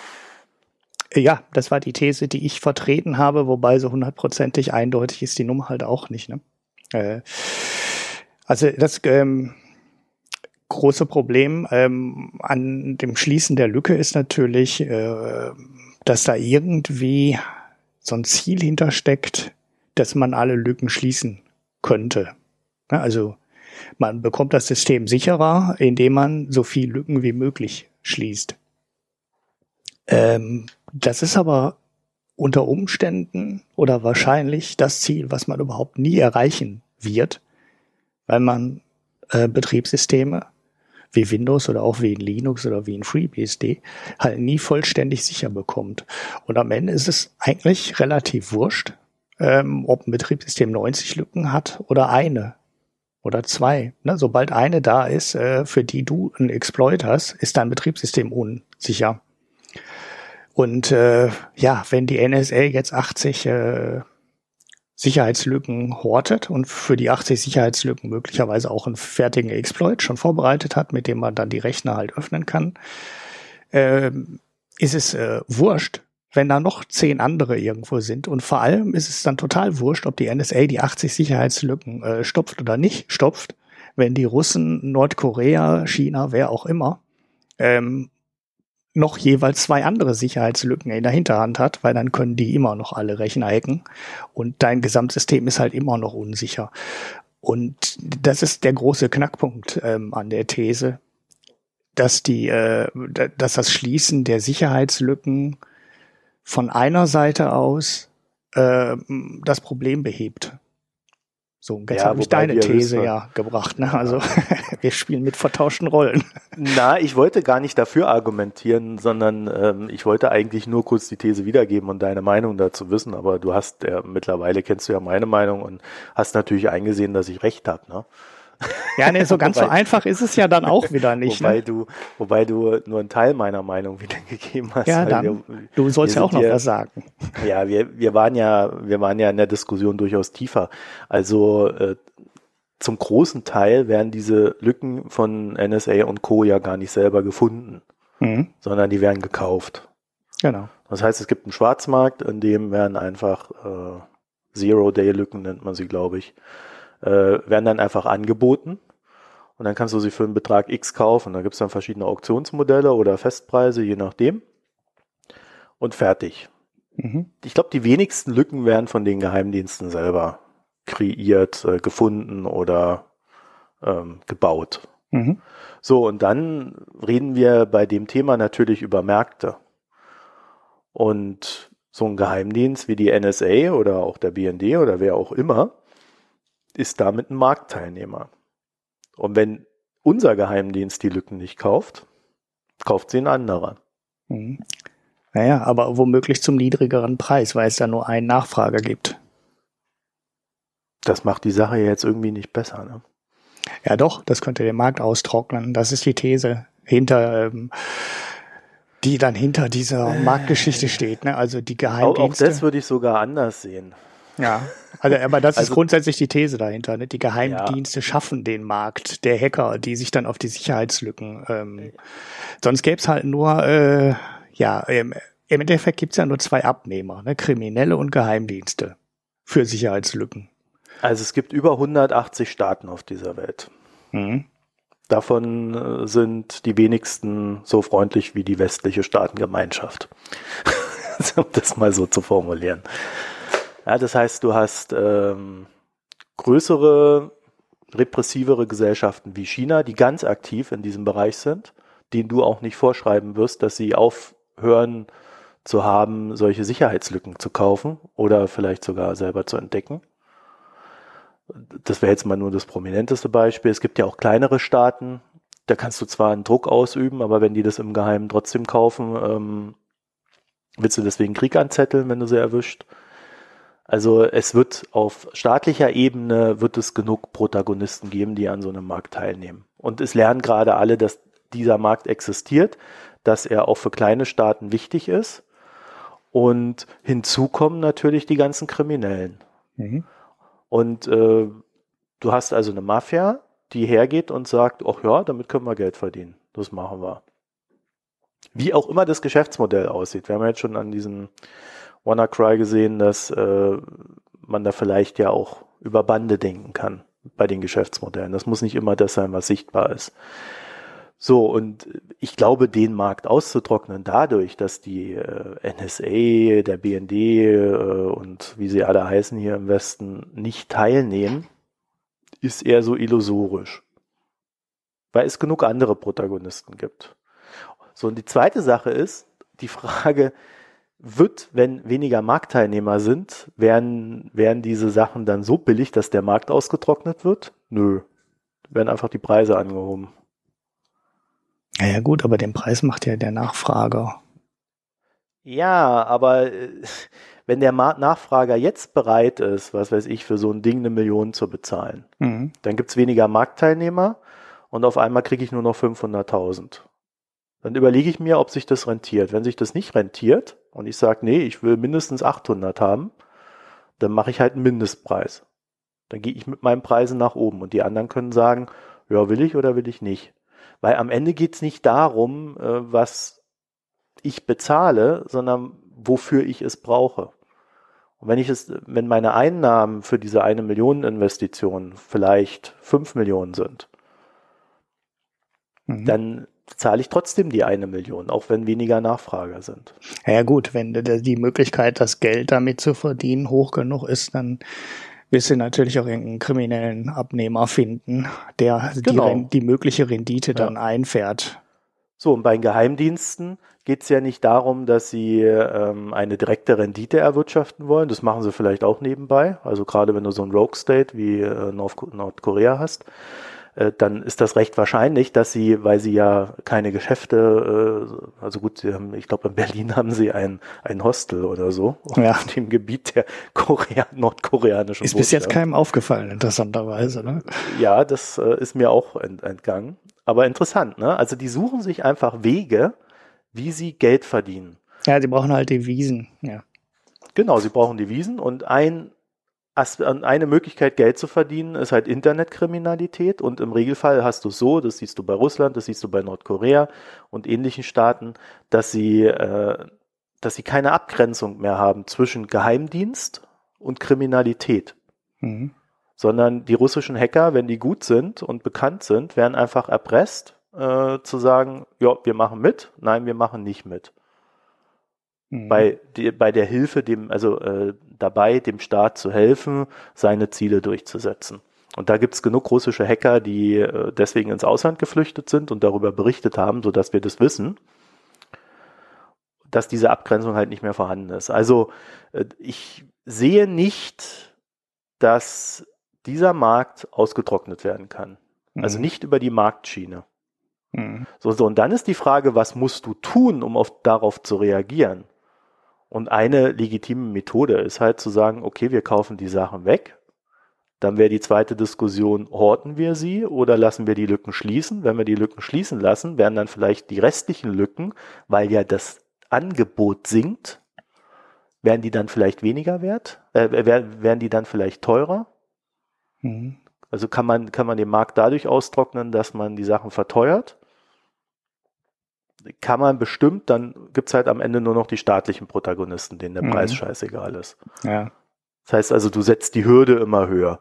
Ja, das war die These, die ich vertreten habe, wobei so hundertprozentig eindeutig ist die Nummer halt auch nicht. Ne? Äh, also das ähm, große Problem ähm, an dem Schließen der Lücke ist natürlich, äh, dass da irgendwie so ein Ziel hintersteckt, dass man alle Lücken schließen könnte. Ja, also man bekommt das System sicherer, indem man so viel Lücken wie möglich schließt. Ähm, das ist aber unter Umständen oder wahrscheinlich das Ziel, was man überhaupt nie erreichen wird, weil man äh, Betriebssysteme wie Windows oder auch wie in Linux oder wie in FreeBSD halt nie vollständig sicher bekommt. Und am Ende ist es eigentlich relativ wurscht, ähm, ob ein Betriebssystem neunzig Lücken hat oder eine oder zwei. Ne? Sobald eine da ist, äh, für die du einen Exploit hast, ist dein Betriebssystem unsicher. Und äh, ja, wenn die N S A jetzt achtzig äh, Sicherheitslücken hortet und für die achtzig Sicherheitslücken möglicherweise auch einen fertigen Exploit schon vorbereitet hat, mit dem man dann die Rechner halt öffnen kann, äh, ist es äh, wurscht, wenn da noch zehn andere irgendwo sind. Und vor allem ist es dann total wurscht, ob die N S A die achtzig Sicherheitslücken äh, stopft oder nicht stopft, wenn die Russen, Nordkorea, China, wer auch immer, ähm, noch jeweils zwei andere Sicherheitslücken in der Hinterhand hat, weil dann können die immer noch alle Rechner hacken und dein Gesamtsystem ist halt immer noch unsicher. Und das ist der große Knackpunkt ähm, an der These, dass die, äh, dass das Schließen der Sicherheitslücken von einer Seite aus äh, das Problem behebt. So, und jetzt Ja, habe ich wobei deine wir These wissen- ja gebracht. Ne? Also wir spielen mit vertauschten Rollen. Na, ich wollte gar nicht dafür argumentieren, sondern ähm, ich wollte eigentlich nur kurz die These wiedergeben und deine Meinung dazu wissen, aber du hast ja mittlerweile kennst du ja meine Meinung und hast natürlich eingesehen, dass ich recht habe, ne? Ja, nee, so ganz so Wobei- einfach ist es ja dann auch wieder nicht. wobei Ne? du, wobei du nur einen Teil meiner Meinung wiedergegeben hast. Ja, weil dann. wir- Du sollst wir ja auch sind noch hier- was sagen. Ja, wir, wir waren ja, wir waren ja in der Diskussion durchaus tiefer. Also äh, zum großen Teil werden diese Lücken von N S A und Co. ja gar nicht selber gefunden, Mhm. sondern die werden gekauft. Genau. Das heißt, es gibt einen Schwarzmarkt, in dem werden einfach äh, Zero-Day-Lücken, nennt man sie, glaube ich, äh, werden dann einfach angeboten. Und dann kannst du sie für einen Betrag X kaufen. Da gibt es dann verschiedene Auktionsmodelle oder Festpreise, je nachdem. Und fertig. Mhm. Ich glaube, die wenigsten Lücken werden von den Geheimdiensten selber kreiert, äh, gefunden oder ähm, gebaut. Mhm. So, und dann reden wir bei dem Thema natürlich über Märkte. Und so ein Geheimdienst wie die N S A oder auch der B N D oder wer auch immer, ist damit ein Marktteilnehmer. Und wenn unser Geheimdienst die Lücken nicht kauft, kauft sie ein anderer. Mhm. Naja, aber womöglich zum niedrigeren Preis, weil es da nur einen Nachfrager gibt. Das macht die Sache jetzt irgendwie nicht besser, ne? Ja doch, das könnte den Markt austrocknen. Das ist die These hinter, ähm, die dann hinter dieser Marktgeschichte steht. Ne? Also die Auch, auch Geheimdienste. das würde ich sogar anders sehen. Ja, also, aber das ist Also- grundsätzlich die These dahinter. Ne? Die Geheimdienste schaffen den Markt der Hacker, die sich dann auf die Sicherheitslücken. Ähm, sonst gäbe es halt nur, äh, ja, im, im Endeffekt gibt es ja nur zwei Abnehmer, ne? Kriminelle und Geheimdienste für Sicherheitslücken. Also es gibt über hundertachtzig Staaten auf dieser Welt. Mhm. Davon äh, sind die wenigsten so freundlich wie die westliche Staatengemeinschaft. Um das mal so zu formulieren. Ja, das heißt, du hast ähm, größere, repressivere Gesellschaften wie China, die ganz aktiv in diesem Bereich sind, denen du auch nicht vorschreiben wirst, dass sie aufhören zu haben, solche Sicherheitslücken zu kaufen oder vielleicht sogar selber zu entdecken. Das wäre jetzt mal nur das prominenteste Beispiel. Es gibt ja auch kleinere Staaten, da kannst du zwar einen Druck ausüben, aber wenn die das im Geheimen trotzdem kaufen, ähm, willst du deswegen Krieg anzetteln, wenn du sie erwischt. Also es wird auf staatlicher Ebene wird es genug Protagonisten geben, die an so einem Markt teilnehmen. Und es lernen gerade alle, dass dieser Markt existiert, dass er auch für kleine Staaten wichtig ist. Und hinzu kommen natürlich die ganzen Kriminellen. Mhm. Und äh, du hast also eine Mafia, die hergeht und sagt, ach ja, damit können wir Geld verdienen. Das machen wir. Wie auch immer das Geschäftsmodell aussieht. Wir haben ja jetzt schon an diesem WannaCry gesehen, dass äh, man da vielleicht ja auch über Bande denken kann bei den Geschäftsmodellen. Das muss nicht immer das sein, was sichtbar ist. So, und ich glaube, den Markt auszutrocknen dadurch, dass die äh, N S A, der B N D äh, und wie sie alle heißen hier im Westen nicht teilnehmen, ist eher so illusorisch. Weil es genug andere Protagonisten gibt. So, und die zweite Sache ist die Frage, wird, wenn weniger Marktteilnehmer sind, werden, werden diese Sachen dann so billig, dass der Markt ausgetrocknet wird? Nö. Werden einfach die Preise angehoben. Ja gut, aber den Preis macht ja der Nachfrager. Ja, aber äh, wenn der Ma- Nachfrager jetzt bereit ist, was weiß ich, für so ein Ding eine Million zu bezahlen, mhm. dann gibt es weniger Marktteilnehmer und auf einmal kriege ich nur noch fünfhunderttausend. Dann überlege ich mir, ob sich das rentiert. Wenn sich das nicht rentiert und ich sage, nee, ich will mindestens achthundert haben, dann mache ich halt einen Mindestpreis. Dann gehe ich mit meinen Preisen nach oben und die anderen können sagen, ja, will ich oder will ich nicht. Weil am Ende geht es nicht darum, äh, was ich bezahle, sondern wofür ich es brauche. Und wenn ich es, wenn meine Einnahmen für diese eine Million Investition vielleicht fünf Millionen sind, mhm. dann zahle ich trotzdem die eine Million, auch wenn weniger Nachfrager sind. Ja gut, wenn die Möglichkeit, das Geld damit zu verdienen, hoch genug ist, dann wirst du natürlich auch irgendeinen kriminellen Abnehmer finden, der genau. die, die mögliche Rendite ja. dann einfährt. So, und bei den Geheimdiensten geht es ja nicht darum, dass sie ähm, eine direkte Rendite erwirtschaften wollen. Das machen sie vielleicht auch nebenbei. Also gerade wenn du so ein Rogue State wie äh, Nord- Nordkorea hast, äh, dann ist das recht wahrscheinlich, dass sie, weil sie ja keine Geschäfte, äh, also gut, sie haben, ich glaube in Berlin haben sie ein, ein Hostel oder so ja. auf dem Gebiet der Korea, nordkoreanischen Ist bis jetzt keinem aufgefallen, interessanterweise. Ne? Ja, das äh, ist mir auch ent, entgangen. Aber interessant, ne? Also die suchen sich einfach Wege, wie sie Geld verdienen. Ja, sie brauchen halt Devisen, ja. Genau, sie brauchen Devisen und ein, eine Möglichkeit, Geld zu verdienen, ist halt Internetkriminalität und im Regelfall hast du es so, das siehst du bei Russland, das siehst du bei Nordkorea und ähnlichen Staaten, dass sie, äh, dass sie keine Abgrenzung mehr haben zwischen Geheimdienst und Kriminalität. Mhm. Sondern die russischen Hacker, wenn die gut sind und bekannt sind, werden einfach erpresst, äh, zu sagen, ja, wir machen mit, nein, wir machen nicht mit. Mhm. Bei, die, bei der Hilfe, dem, also äh, dabei, dem Staat zu helfen, seine Ziele durchzusetzen. Und da gibt es genug russische Hacker, die äh, deswegen ins Ausland geflüchtet sind und darüber berichtet haben, sodass wir das wissen, dass diese Abgrenzung halt nicht mehr vorhanden ist. Also äh, ich sehe nicht, dass dieser Markt ausgetrocknet werden kann. Also mhm. nicht über die Marktschiene. Mhm. So, so, und dann ist die Frage, was musst du tun, um auf, darauf zu reagieren? Und eine legitime Methode ist halt zu sagen, okay, wir kaufen die Sachen weg. Dann wäre die zweite Diskussion, horten wir sie oder lassen wir die Lücken schließen? Wenn wir die Lücken schließen lassen, werden dann vielleicht die restlichen Lücken, weil ja das Angebot sinkt, werden die dann vielleicht weniger wert? Äh, werden die dann vielleicht teurer? Mhm. Also kann man, kann man den Markt dadurch austrocknen, dass man die Sachen verteuert? Kann man bestimmt, dann gibt es halt am Ende nur noch die staatlichen Protagonisten, denen der mhm. Preis scheißegal ist. Ja. Das heißt also, du setzt die Hürde immer höher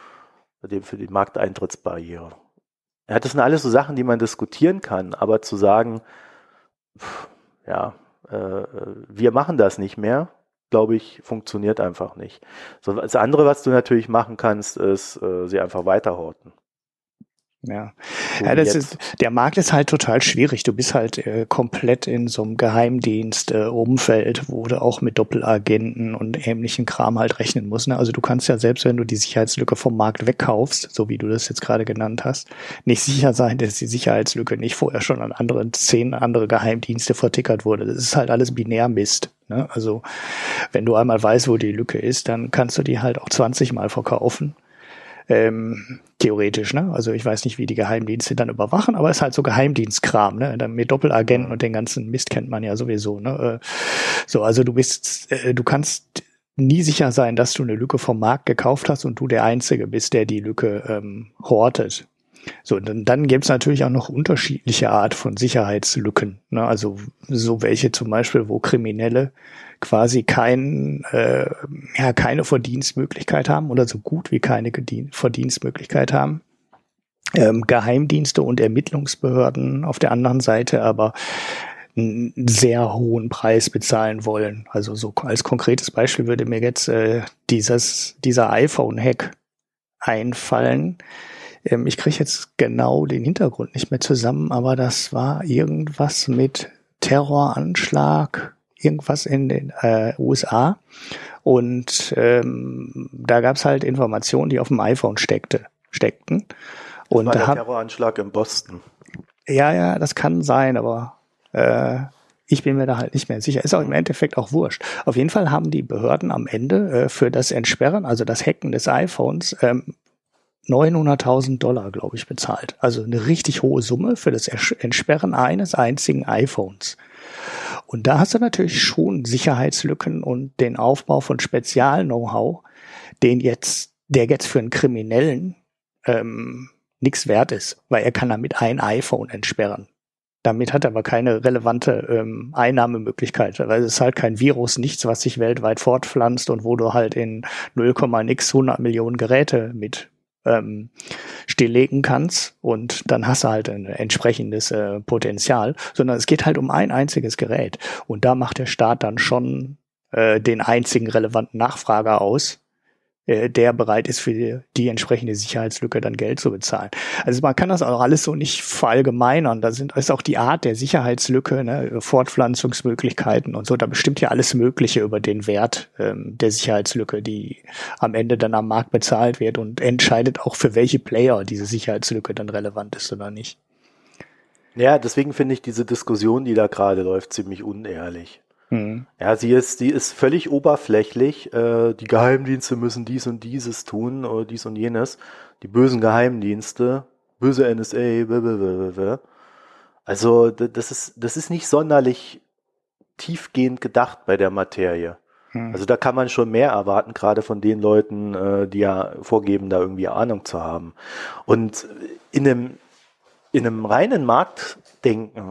für die Markteintrittsbarriere. Ja, das sind alles so Sachen, die man diskutieren kann, aber zu sagen, pff, ja, äh, wir machen das nicht mehr, glaube ich, funktioniert einfach nicht. So, das andere, was du natürlich machen kannst, ist, äh, sie einfach weiterhorten. Ja, so ja das ist, der Markt ist halt total schwierig. Du bist halt äh, komplett in so einem Geheimdienst-Umfeld, äh, wo du auch mit Doppelagenten und ähnlichen Kram halt rechnen musst. Ne? Also du kannst ja selbst, wenn du die Sicherheitslücke vom Markt wegkaufst, so wie du das jetzt gerade genannt hast, nicht sicher sein, dass die Sicherheitslücke nicht vorher schon an anderen zehn andere Geheimdienste vertickert wurde. Das ist halt alles Binärmist. Ne? Also wenn du einmal weißt, wo die Lücke ist, dann kannst du die halt auch zwanzig Mal verkaufen. Ähm, theoretisch, ne? Also ich weiß nicht, wie die Geheimdienste dann überwachen, aber es ist halt so Geheimdienstkram, ne? Dann mit Doppelagenten und den ganzen Mist kennt man ja sowieso, ne? So, also du bist, äh, du kannst nie sicher sein, dass du eine Lücke vom Markt gekauft hast und du der Einzige bist, der die Lücke ähm, hortet. So, dann, dann gibt es natürlich auch noch unterschiedliche Art von Sicherheitslücken, ne? Also so welche zum Beispiel, wo Kriminelle quasi kein, äh, ja, keine Verdienstmöglichkeit haben oder so gut wie keine Gedien- Verdienstmöglichkeit haben. Ähm, Geheimdienste und Ermittlungsbehörden auf der anderen Seite aber einen sehr hohen Preis bezahlen wollen. Also so als konkretes Beispiel würde mir jetzt äh, dieses dieser iPhone-Hack einfallen. Ähm, ich kriege jetzt genau den Hintergrund nicht mehr zusammen, aber das war irgendwas mit Terroranschlag, irgendwas in den äh, U S A und ähm, da gab es halt Informationen, die auf dem iPhone steckte, steckten. Das und war da der hab, Terroranschlag in Boston. Ja, ja, das kann sein, aber äh, Ich bin mir da halt nicht mehr sicher. Ist auch im Endeffekt auch wurscht. Auf jeden Fall haben die Behörden am Ende äh, für das Entsperren, also das Hacken des iPhones, ähm, neunhunderttausend Dollar, glaube ich, bezahlt. Also eine richtig hohe Summe für das Entsperren eines einzigen iPhones. Und da hast du natürlich schon Sicherheitslücken und den Aufbau von Spezial-Know-how, den jetzt, der jetzt für einen Kriminellen ähm, nichts wert ist, weil er kann damit ein iPhone entsperren. Damit hat er aber keine relevante ähm, Einnahmemöglichkeit, weil es ist halt kein Virus, nichts, was sich weltweit fortpflanzt und wo du halt in null Komma nix hundert Millionen Geräte mit ähm, stilllegen kannst und dann hast du halt ein entsprechendes äh, Potenzial, sondern es geht halt um ein einziges Gerät und da macht der Staat dann schon äh, den einzigen relevanten Nachfrager aus, der bereit ist, für die, die entsprechende Sicherheitslücke dann Geld zu bezahlen. Also man kann das auch alles so nicht verallgemeinern. Da sind, ist auch die Art der Sicherheitslücke, ne, Fortpflanzungsmöglichkeiten und so. Da bestimmt ja alles Mögliche über den Wert ähm, der Sicherheitslücke, die am Ende dann am Markt bezahlt wird und entscheidet auch, für welche Player diese Sicherheitslücke dann relevant ist oder nicht. Ja, deswegen finde ich diese Diskussion, die da gerade läuft, ziemlich unehrlich. Mhm. Ja, sie ist, sie ist völlig oberflächlich. Äh, die Geheimdienste müssen dies und dieses tun oder dies und jenes. Die bösen Geheimdienste, böse N S A, blablabla. Also das ist, das ist nicht sonderlich tiefgehend gedacht bei der Materie. Mhm. Also da kann man schon mehr erwarten, gerade von den Leuten, äh, die ja vorgeben, da irgendwie Ahnung zu haben. Und in einem, in einem reinen Marktdenken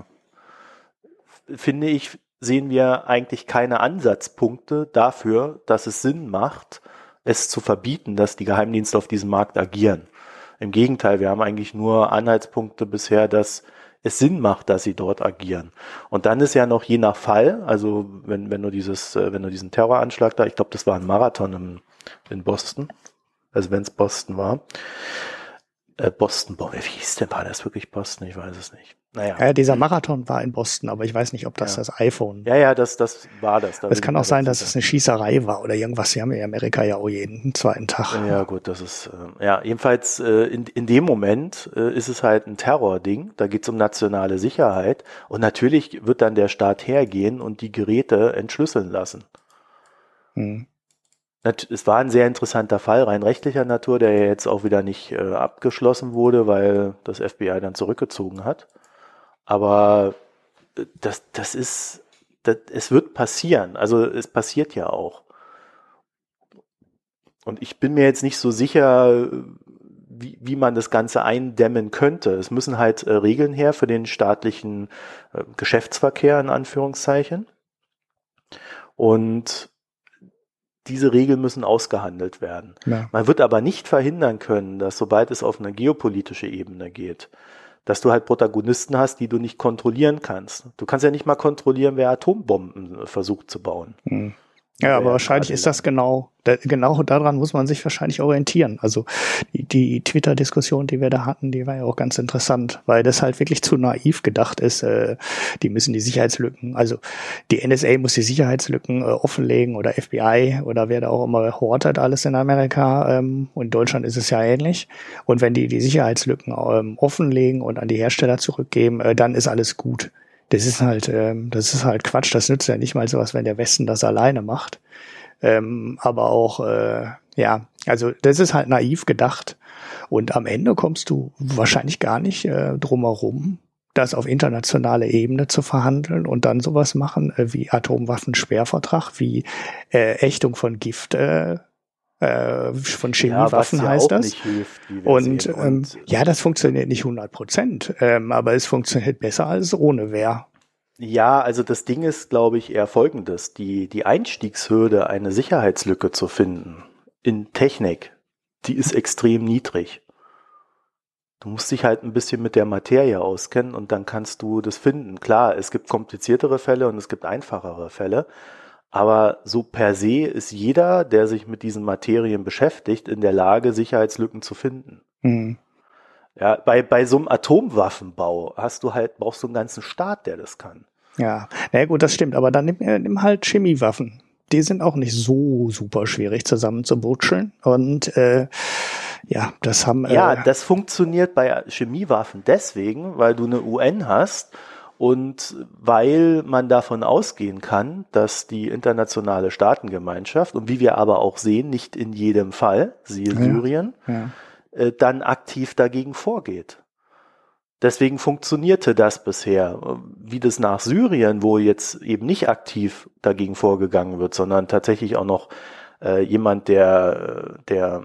finde ich, sehen wir eigentlich keine Ansatzpunkte dafür, dass es Sinn macht, es zu verbieten, dass die Geheimdienste auf diesem Markt agieren. Im Gegenteil, wir haben eigentlich nur Anhaltspunkte bisher, dass es Sinn macht, dass sie dort agieren. Und dann ist ja noch je nach Fall, also wenn, wenn du dieses, wenn du diesen Terroranschlag da, ich glaube, das war ein Marathon im, in Boston, also wenn es Boston war, äh, Boston, boah, wie hieß denn, war das wirklich Boston? Ich weiß es nicht. Naja. Ja, dieser Marathon war in Boston, aber ich weiß nicht, ob das ja. das iPhone. Ja, ja, das, das war das. Da es kann auch sein, dass es eine Schießerei war oder irgendwas. Sie haben ja in Amerika ja auch jeden zweiten Tag. Ja, gut, das ist, äh, ja, jedenfalls äh, in, in dem Moment äh, ist es halt ein Terrording. Da geht es um nationale Sicherheit. Und natürlich wird dann der Staat hergehen und die Geräte entschlüsseln lassen. Hm. Es war ein sehr interessanter Fall, rein rechtlicher Natur, der ja jetzt auch wieder nicht äh, abgeschlossen wurde, weil das F B I dann zurückgezogen hat. Aber das, das ist, das, es wird passieren. Also es passiert ja auch. Und ich bin mir jetzt nicht so sicher, wie, wie man das Ganze eindämmen könnte. Es müssen halt äh, Regeln her für den staatlichen äh, Geschäftsverkehr, in Anführungszeichen. Und diese Regeln müssen ausgehandelt werden. Ja. Man wird aber nicht verhindern können, dass sobald es auf eine geopolitische Ebene geht, dass du halt Protagonisten hast, die du nicht kontrollieren kannst. Du kannst ja nicht mal kontrollieren, wer Atombomben versucht zu bauen. Hm. Ja, aber wahrscheinlich ist das genau, da, genau daran muss man sich wahrscheinlich orientieren. Also die, die Twitter-Diskussion, die wir da hatten, die war ja auch ganz interessant, weil das halt wirklich zu naiv gedacht ist. Äh, die müssen die Sicherheitslücken, also die N S A muss die Sicherheitslücken äh, offenlegen oder F B I oder wer da auch immer hortet alles in Amerika. Ähm, und in Deutschland ist es ja ähnlich. Und wenn die die Sicherheitslücken ähm, offenlegen und an die Hersteller zurückgeben, äh, dann ist alles gut. Das ist halt, ähm, das ist halt Quatsch. Das nützt ja nicht mal sowas, wenn der Westen das alleine macht. Ähm, aber auch, äh, ja, also das ist halt naiv gedacht. Und am Ende kommst du wahrscheinlich gar nicht äh, drum herum, das auf internationaler Ebene zu verhandeln und dann sowas machen äh, wie Atomwaffensperrvertrag, wie äh, Ächtung von Gift. Äh, Äh, von Chemiewaffen ja, heißt das. Hilft, und ähm, ja, das funktioniert nicht hundert Prozent, ähm, aber es funktioniert besser als ohne Wehr. Ja, also das Ding ist, glaube ich, eher folgendes. Die, die Einstiegshürde, eine Sicherheitslücke zu finden in Technik, die ist extrem niedrig. Du musst dich halt ein bisschen mit der Materie auskennen und dann kannst du das finden. Klar, es gibt kompliziertere Fälle und es gibt einfachere Fälle. Aber so per se ist jeder, der sich mit diesen Materien beschäftigt, in der Lage, Sicherheitslücken zu finden. Mhm. Ja, bei, bei so einem Atomwaffenbau hast du halt, brauchst du einen ganzen Staat, der das kann. Ja, na ja, gut, das stimmt. Aber dann nimm, nimm halt Chemiewaffen. Die sind auch nicht so super schwierig zusammenzubutscheln. Und äh, ja, das haben... Äh, ja, das funktioniert bei Chemiewaffen deswegen, weil du eine U N hast Und weil man davon ausgehen kann, dass die internationale Staatengemeinschaft, und wie wir aber auch sehen, nicht in jedem Fall, siehe Ja, Syrien, ja. äh, dann aktiv dagegen vorgeht. Deswegen funktionierte das bisher. Wie das nach Syrien, wo jetzt eben nicht aktiv dagegen vorgegangen wird, sondern tatsächlich auch noch äh, jemand, der, der,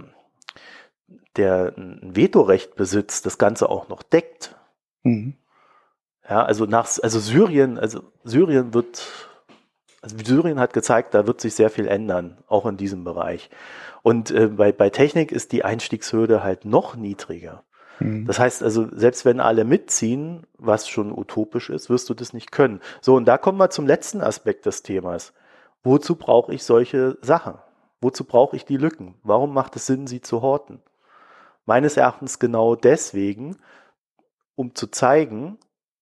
der ein Vetorecht besitzt, das Ganze auch noch deckt. Mhm. Ja, also nach, also Syrien, also Syrien wird, also Syrien hat gezeigt, da wird sich sehr viel ändern, auch in diesem Bereich. Und äh, bei, bei Technik ist die Einstiegshürde halt noch niedriger. Mhm. Das heißt also, selbst wenn alle mitziehen, was schon utopisch ist, wirst du das nicht können. So, und da kommen wir zum letzten Aspekt des Themas. Wozu brauche ich solche Sachen? Wozu brauche ich die Lücken? Warum macht es Sinn, sie zu horten? Meines Erachtens genau deswegen, um zu zeigen,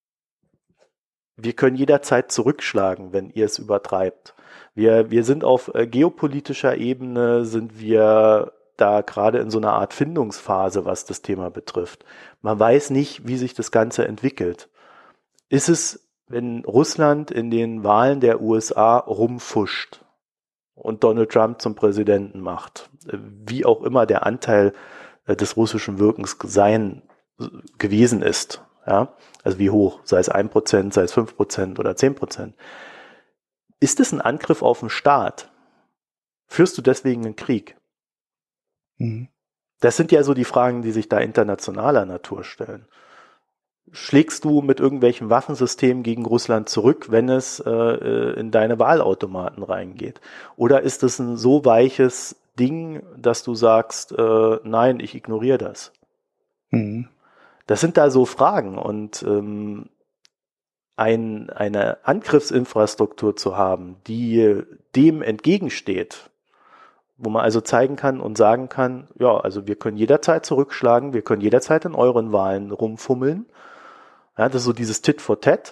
wir können jederzeit zurückschlagen, wenn ihr es übertreibt. Wir, wir sind auf äh, geopolitischer Ebene, sind wir da gerade in so einer Art Findungsphase, was das Thema betrifft. Man weiß nicht, wie sich das Ganze entwickelt. Ist es, wenn Russland in den Wahlen der U S A rumfuscht und Donald Trump zum Präsidenten macht, wie auch immer der Anteil äh, des russischen Wirkens sein gewesen ist, ja, also wie hoch, sei es ein Prozent, sei es fünf Prozent oder zehn Prozent. Ist es ein Angriff auf den Staat? Führst du deswegen einen Krieg? Mhm. Das sind ja so die Fragen, die sich da internationaler Natur stellen. Schlägst du mit irgendwelchen Waffensystemen gegen Russland zurück, wenn es äh, in deine Wahlautomaten reingeht? Oder ist es ein so weiches Ding, dass du sagst, äh, nein, ich ignoriere das? Mhm. Das sind da so Fragen und ähm, ein, eine Angriffsinfrastruktur zu haben, die dem entgegensteht, wo man also zeigen kann und sagen kann, ja, also wir können jederzeit zurückschlagen, wir können jederzeit in euren Wahlen rumfummeln. Ja, das ist so dieses Tit for Tat.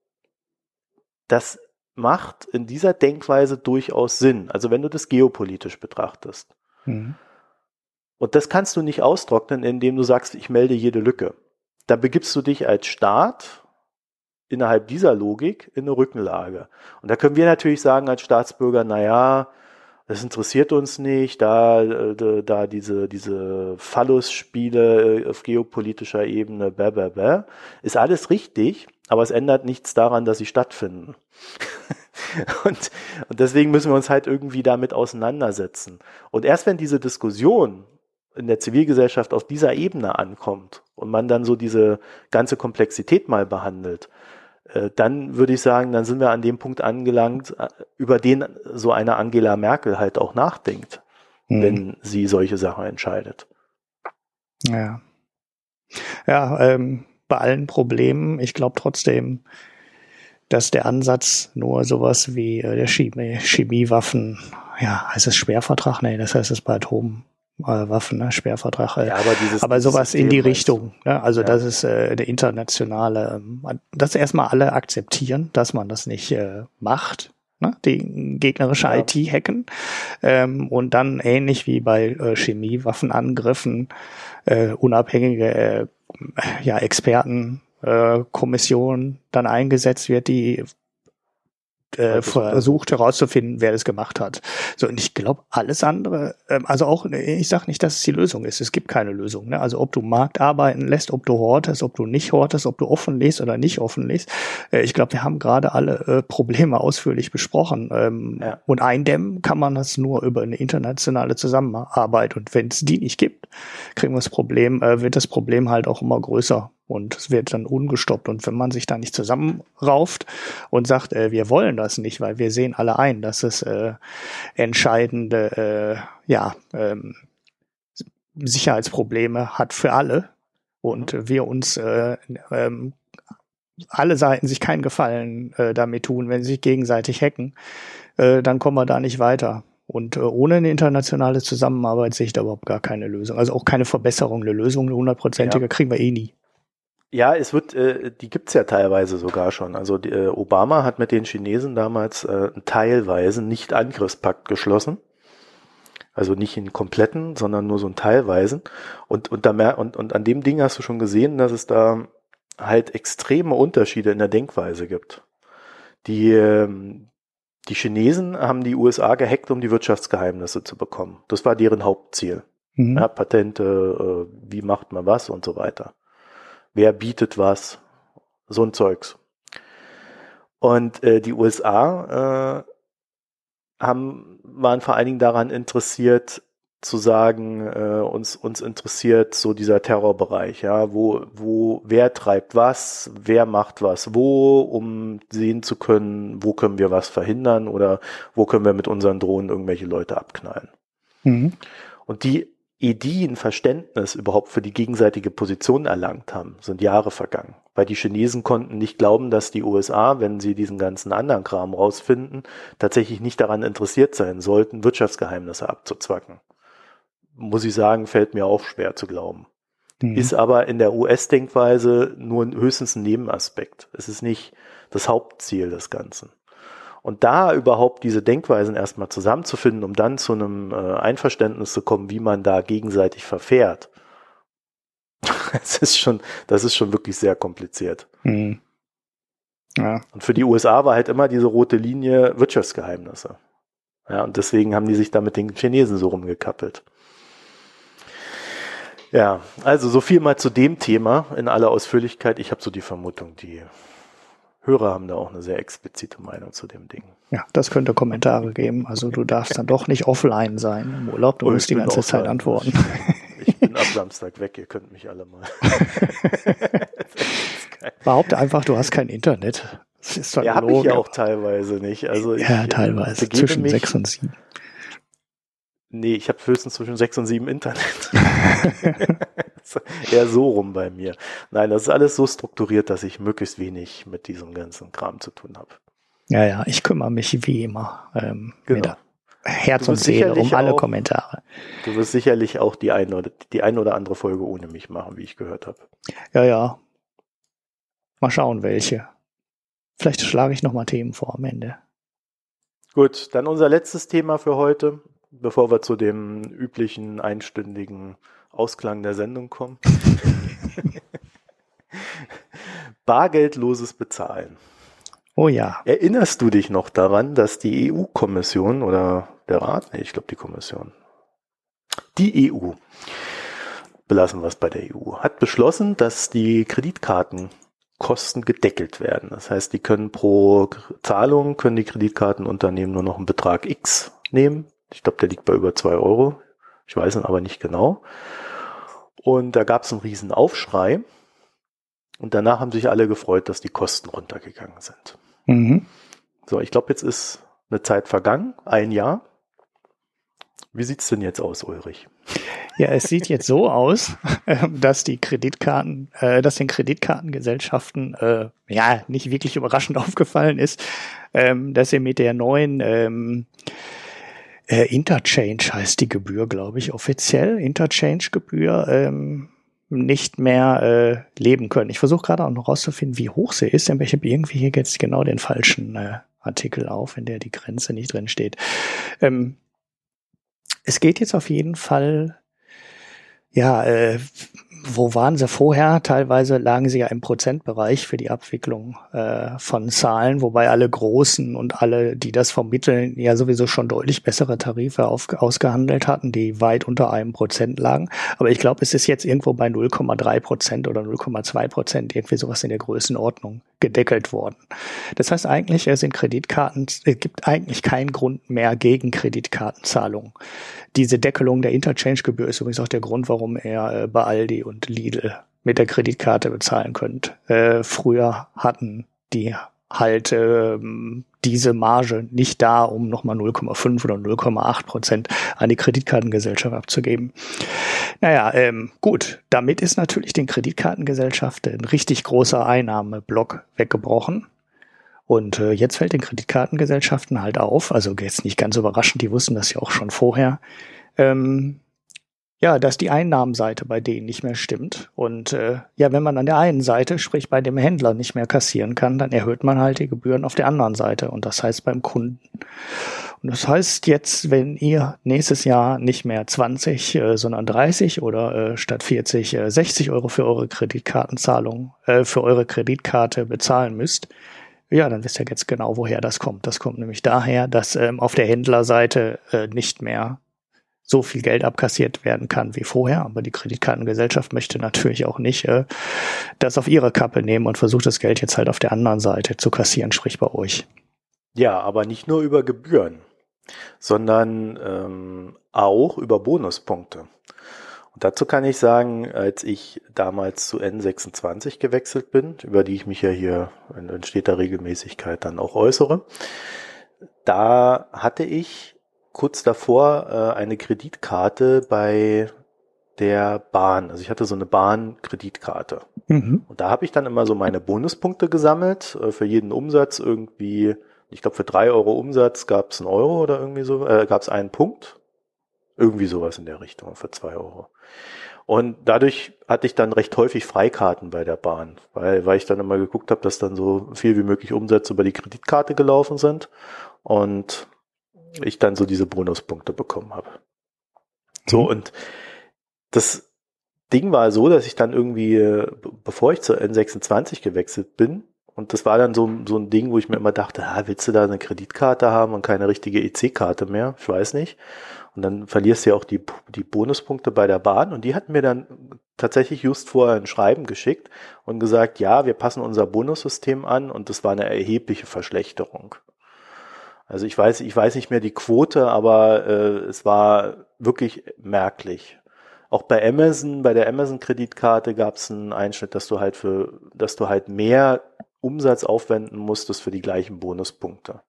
Das macht in dieser Denkweise durchaus Sinn, also wenn du das geopolitisch betrachtest. Mhm. Und das kannst du nicht austrocknen, indem du sagst, ich melde jede Lücke. Da begibst du dich als Staat innerhalb dieser Logik in eine Rückenlage. Und da können wir natürlich sagen als Staatsbürger, naja, das interessiert uns nicht, da, da, da diese, diese Phallus-Spiele auf geopolitischer Ebene, bäh, bäh, bäh, ist alles richtig, aber es ändert nichts daran, dass sie stattfinden. und, und deswegen müssen wir uns halt irgendwie damit auseinandersetzen. Und erst wenn diese Diskussion in der Zivilgesellschaft auf dieser Ebene ankommt und man dann so diese ganze Komplexität mal behandelt, dann würde ich sagen, dann sind wir an dem Punkt angelangt, über den so eine Angela Merkel halt auch nachdenkt, mhm. wenn sie solche Sachen entscheidet. Ja, ja ähm, bei allen Problemen, ich glaube trotzdem, dass der Ansatz nur sowas wie äh, der Chemie, Chemiewaffen, ja, heißt es Sperrvertrag? Nee, das heißt es bei Atom. Waffen, ne? Sperrvertrag. Äh, ja, aber, dieses, aber sowas System in die Richtung. Ne? Also ja. das ist äh, der internationale, äh, dass erstmal alle akzeptieren, dass man das nicht äh, macht, ne? Die gegnerische ja. I T hacken. Ähm, und dann ähnlich wie bei äh, Chemiewaffenangriffen äh, unabhängige äh, ja, Expertenkommission äh, dann eingesetzt wird, die Äh, versucht herauszufinden, wer das gemacht hat. So, und ich glaube, alles andere, ähm, also auch, ich sage nicht, dass es die Lösung ist. Es gibt keine Lösung. Ne? Also ob du Markt arbeiten lässt, ob du hortest, ob du nicht hortest, ob du offen liest oder nicht offen liest. Äh, ich glaube, wir haben gerade alle äh, Probleme ausführlich besprochen. Ähm, ja. Und eindämmen kann man das nur über eine internationale Zusammenarbeit. Und wenn es die nicht gibt, kriegen wir das Problem, äh, wird das Problem halt auch immer größer. Und es wird dann ungestoppt. Und wenn man sich da nicht zusammenrauft und sagt, äh, wir wollen das nicht, weil wir sehen alle ein, dass es äh, entscheidende äh, ja, ähm, Sicherheitsprobleme hat für alle und mhm. wir uns äh, ähm, alle Seiten sich keinen Gefallen äh, damit tun, wenn sie sich gegenseitig hacken, äh, dann kommen wir da nicht weiter. Und äh, ohne eine internationale Zusammenarbeit sehe ich da überhaupt gar keine Lösung. Also auch keine Verbesserung. Eine Lösung, eine hundertprozentige ja. kriegen wir eh nie. Ja, es wird, äh, die gibt's ja teilweise sogar schon. Also die, äh, Obama hat mit den Chinesen damals äh, teilweise nicht Angriffspakt geschlossen. Also nicht in kompletten, sondern nur so einen teilweisen. Und und da mehr, und und an dem Ding hast du schon gesehen, dass es da halt extreme Unterschiede in der Denkweise gibt. Die, ähm, die Chinesen haben die U S A gehackt, um die Wirtschaftsgeheimnisse zu bekommen. Das war deren Hauptziel. Mhm. Ja, Patente, äh, wie macht man was und so weiter. Wer bietet was? So ein Zeugs. Und äh, die U S A äh, haben, waren vor allen Dingen daran interessiert, zu sagen, äh, uns uns interessiert so dieser Terrorbereich, ja, wo wo wer treibt was, wer macht was wo, um sehen zu können, wo können wir was verhindern oder wo können wir mit unseren Drohnen irgendwelche Leute abknallen. Mhm. Und die die ein Verständnis überhaupt für die gegenseitige Position erlangt haben, sind Jahre vergangen. Weil die Chinesen konnten nicht glauben, dass die U S A, wenn sie diesen ganzen anderen Kram rausfinden, tatsächlich nicht daran interessiert sein sollten, Wirtschaftsgeheimnisse abzuzwacken. Muss ich sagen, fällt mir auch schwer zu glauben. Mhm. Ist aber in der U S-Denkweise nur höchstens ein Nebenaspekt. Es ist nicht das Hauptziel des Ganzen. Und da überhaupt diese Denkweisen erstmal zusammenzufinden, um dann zu einem äh, Einverständnis zu kommen, wie man da gegenseitig verfährt, das ist schon, das ist schon wirklich sehr kompliziert. Mhm. Ja. Und für die U S A war halt immer diese rote Linie Wirtschaftsgeheimnisse. Ja, und deswegen haben die sich da mit den Chinesen so rumgekappelt. Ja, also so viel mal zu dem Thema in aller Ausführlichkeit. Ich habe so die Vermutung, die Hörer haben da auch eine sehr explizite Meinung zu dem Ding. Ja, das könnte Kommentare geben. Also du darfst dann doch nicht offline sein im Urlaub. Du oh, musst die ganze offline. Zeit antworten. Ich, ich bin ab Samstag weg. Ihr könnt mich alle mal. Behaupte einfach, du hast kein Internet. Das ist ja, habe ich ja auch teilweise nicht. Also ja, ich, teilweise. Zwischen mich, sechs und sieben. Nee, ich habe höchstens zwischen sechs und sieben Internet. Eher so rum bei mir. Nein, das ist alles so strukturiert, dass ich möglichst wenig mit diesem ganzen Kram zu tun habe. Ja, ja, ich kümmere mich wie immer ähm, genau. mit Herz und Seele um alle auch, Kommentare. Du wirst sicherlich auch die eine oder die eine oder andere Folge ohne mich machen, wie ich gehört habe. Ja, ja. Mal schauen, welche. Vielleicht schlage ich nochmal Themen vor am Ende. Gut, dann unser letztes Thema für heute, bevor wir zu dem üblichen einstündigen Ausklang der Sendung kommen. Bargeldloses Bezahlen. Oh ja. Erinnerst du dich noch daran, dass die E U-Kommission oder der Rat, nee, ich glaube die Kommission, die E U, belassen wir es bei der E U, hat beschlossen, dass die Kreditkartenkosten gedeckelt werden. Das heißt, die können pro Zahlung, können die Kreditkartenunternehmen nur noch einen Betrag X nehmen. Ich glaube, der liegt bei über zwei Euro. Ich weiß ihn aber nicht genau. Und da gab es einen riesen Aufschrei. Und danach haben sich alle gefreut, dass die Kosten runtergegangen sind. Mhm. So, ich glaube, jetzt ist eine Zeit vergangen, ein Jahr. Wie sieht's denn jetzt aus, Ulrich? Ja, es sieht jetzt so aus, dass die Kreditkarten, äh, dass den Kreditkartengesellschaften äh, ja nicht wirklich überraschend aufgefallen ist, ähm, dass sie mit der neuen ähm, äh, Interchange heißt die Gebühr, glaube ich, offiziell Interchange-Gebühr ähm, nicht mehr äh, leben können. Ich versuche gerade auch noch rauszufinden, wie hoch sie ist, denn ich habe irgendwie hier jetzt genau den falschen äh, Artikel auf, in der die Grenze nicht drin steht. Ähm, es geht jetzt auf jeden Fall, ja, äh, wo waren sie vorher? Teilweise lagen sie ja im Prozentbereich für die Abwicklung äh, von Zahlen, wobei alle Großen und alle, die das vermitteln, ja sowieso schon deutlich bessere Tarife auf, ausgehandelt hatten, die weit unter einem Prozent lagen. Aber ich glaube, es ist jetzt irgendwo bei null Komma drei Prozent oder null Komma zwei Prozent, irgendwie sowas in der Größenordnung gedeckelt worden. Das heißt eigentlich, es sind Kreditkarten, es gibt eigentlich keinen Grund mehr gegen Kreditkartenzahlungen. Diese Deckelung der Interchange-Gebühr ist übrigens auch der Grund, warum er äh, bei Aldi und Lidl mit der Kreditkarte bezahlen könnt. Äh, früher hatten die halt äh, diese Marge nicht da, um nochmal null Komma fünf oder null Komma acht Prozent an die Kreditkartengesellschaft abzugeben. Naja, ähm, gut, damit ist natürlich den Kreditkartengesellschaften ein richtig großer Einnahmeblock weggebrochen. Und äh, jetzt fällt den Kreditkartengesellschaften halt auf, also jetzt nicht ganz überraschend, die wussten das ja auch schon vorher, ähm, Ja, dass die Einnahmenseite bei denen nicht mehr stimmt. Und äh, ja, wenn man an der einen Seite, sprich bei dem Händler, nicht mehr kassieren kann, dann erhöht man halt die Gebühren auf der anderen Seite. Und das heißt beim Kunden. Und das heißt jetzt, wenn ihr nächstes Jahr nicht mehr zwanzig, äh, sondern dreißig oder äh, statt vierzig, äh, sechzig Euro für eure Kreditkartenzahlung, äh, für eure Kreditkarte bezahlen müsst, ja, dann wisst ihr jetzt genau, woher das kommt. Das kommt nämlich daher, dass ähm, auf der Händlerseite äh, nicht mehr so viel Geld abkassiert werden kann wie vorher. Aber die Kreditkartengesellschaft möchte natürlich auch nicht äh, das auf ihre Kappe nehmen und versucht das Geld jetzt halt auf der anderen Seite zu kassieren, sprich bei euch. Ja, aber nicht nur über Gebühren, sondern ähm, auch über Bonuspunkte. Und dazu kann ich sagen, als ich damals zu N sechsundzwanzig gewechselt bin, über die ich mich ja hier in, in steter Regelmäßigkeit dann auch äußere, da hatte ich kurz davor äh, eine Kreditkarte bei der Bahn. Also ich hatte so eine Bahn-Kreditkarte. Mhm. Und da habe ich dann immer so meine Bonuspunkte gesammelt. Äh, für jeden Umsatz irgendwie, ich glaube für drei Euro Umsatz gab es einen Euro oder irgendwie so, äh, gab es einen Punkt. Irgendwie sowas in der Richtung für zwei Euro. Und dadurch hatte ich dann recht häufig Freikarten bei der Bahn, weil, weil ich dann immer geguckt habe, dass dann so viel wie möglich Umsätze über die Kreditkarte gelaufen sind. Und ich dann so diese Bonuspunkte bekommen habe. So, mhm. Und das Ding war so, dass ich dann irgendwie, bevor ich zur N sechsundzwanzig gewechselt bin, und das war dann so, so ein Ding, wo ich mir immer dachte, ah, willst du da eine Kreditkarte haben und keine richtige E C-Karte mehr? Ich weiß nicht. Und dann verlierst du ja auch die, die Bonuspunkte bei der Bahn. Und die hatten mir dann tatsächlich just vorher ein Schreiben geschickt und gesagt, ja, wir passen unser Bonussystem an, und das war eine erhebliche Verschlechterung. Also ich weiß, ich weiß nicht mehr die Quote, aber äh, es war wirklich merklich. Auch bei Amazon, bei der Amazon-Kreditkarte gab es einen Einschnitt, dass du halt für, dass du halt mehr Umsatz aufwenden musstest für die gleichen Bonuspunkte.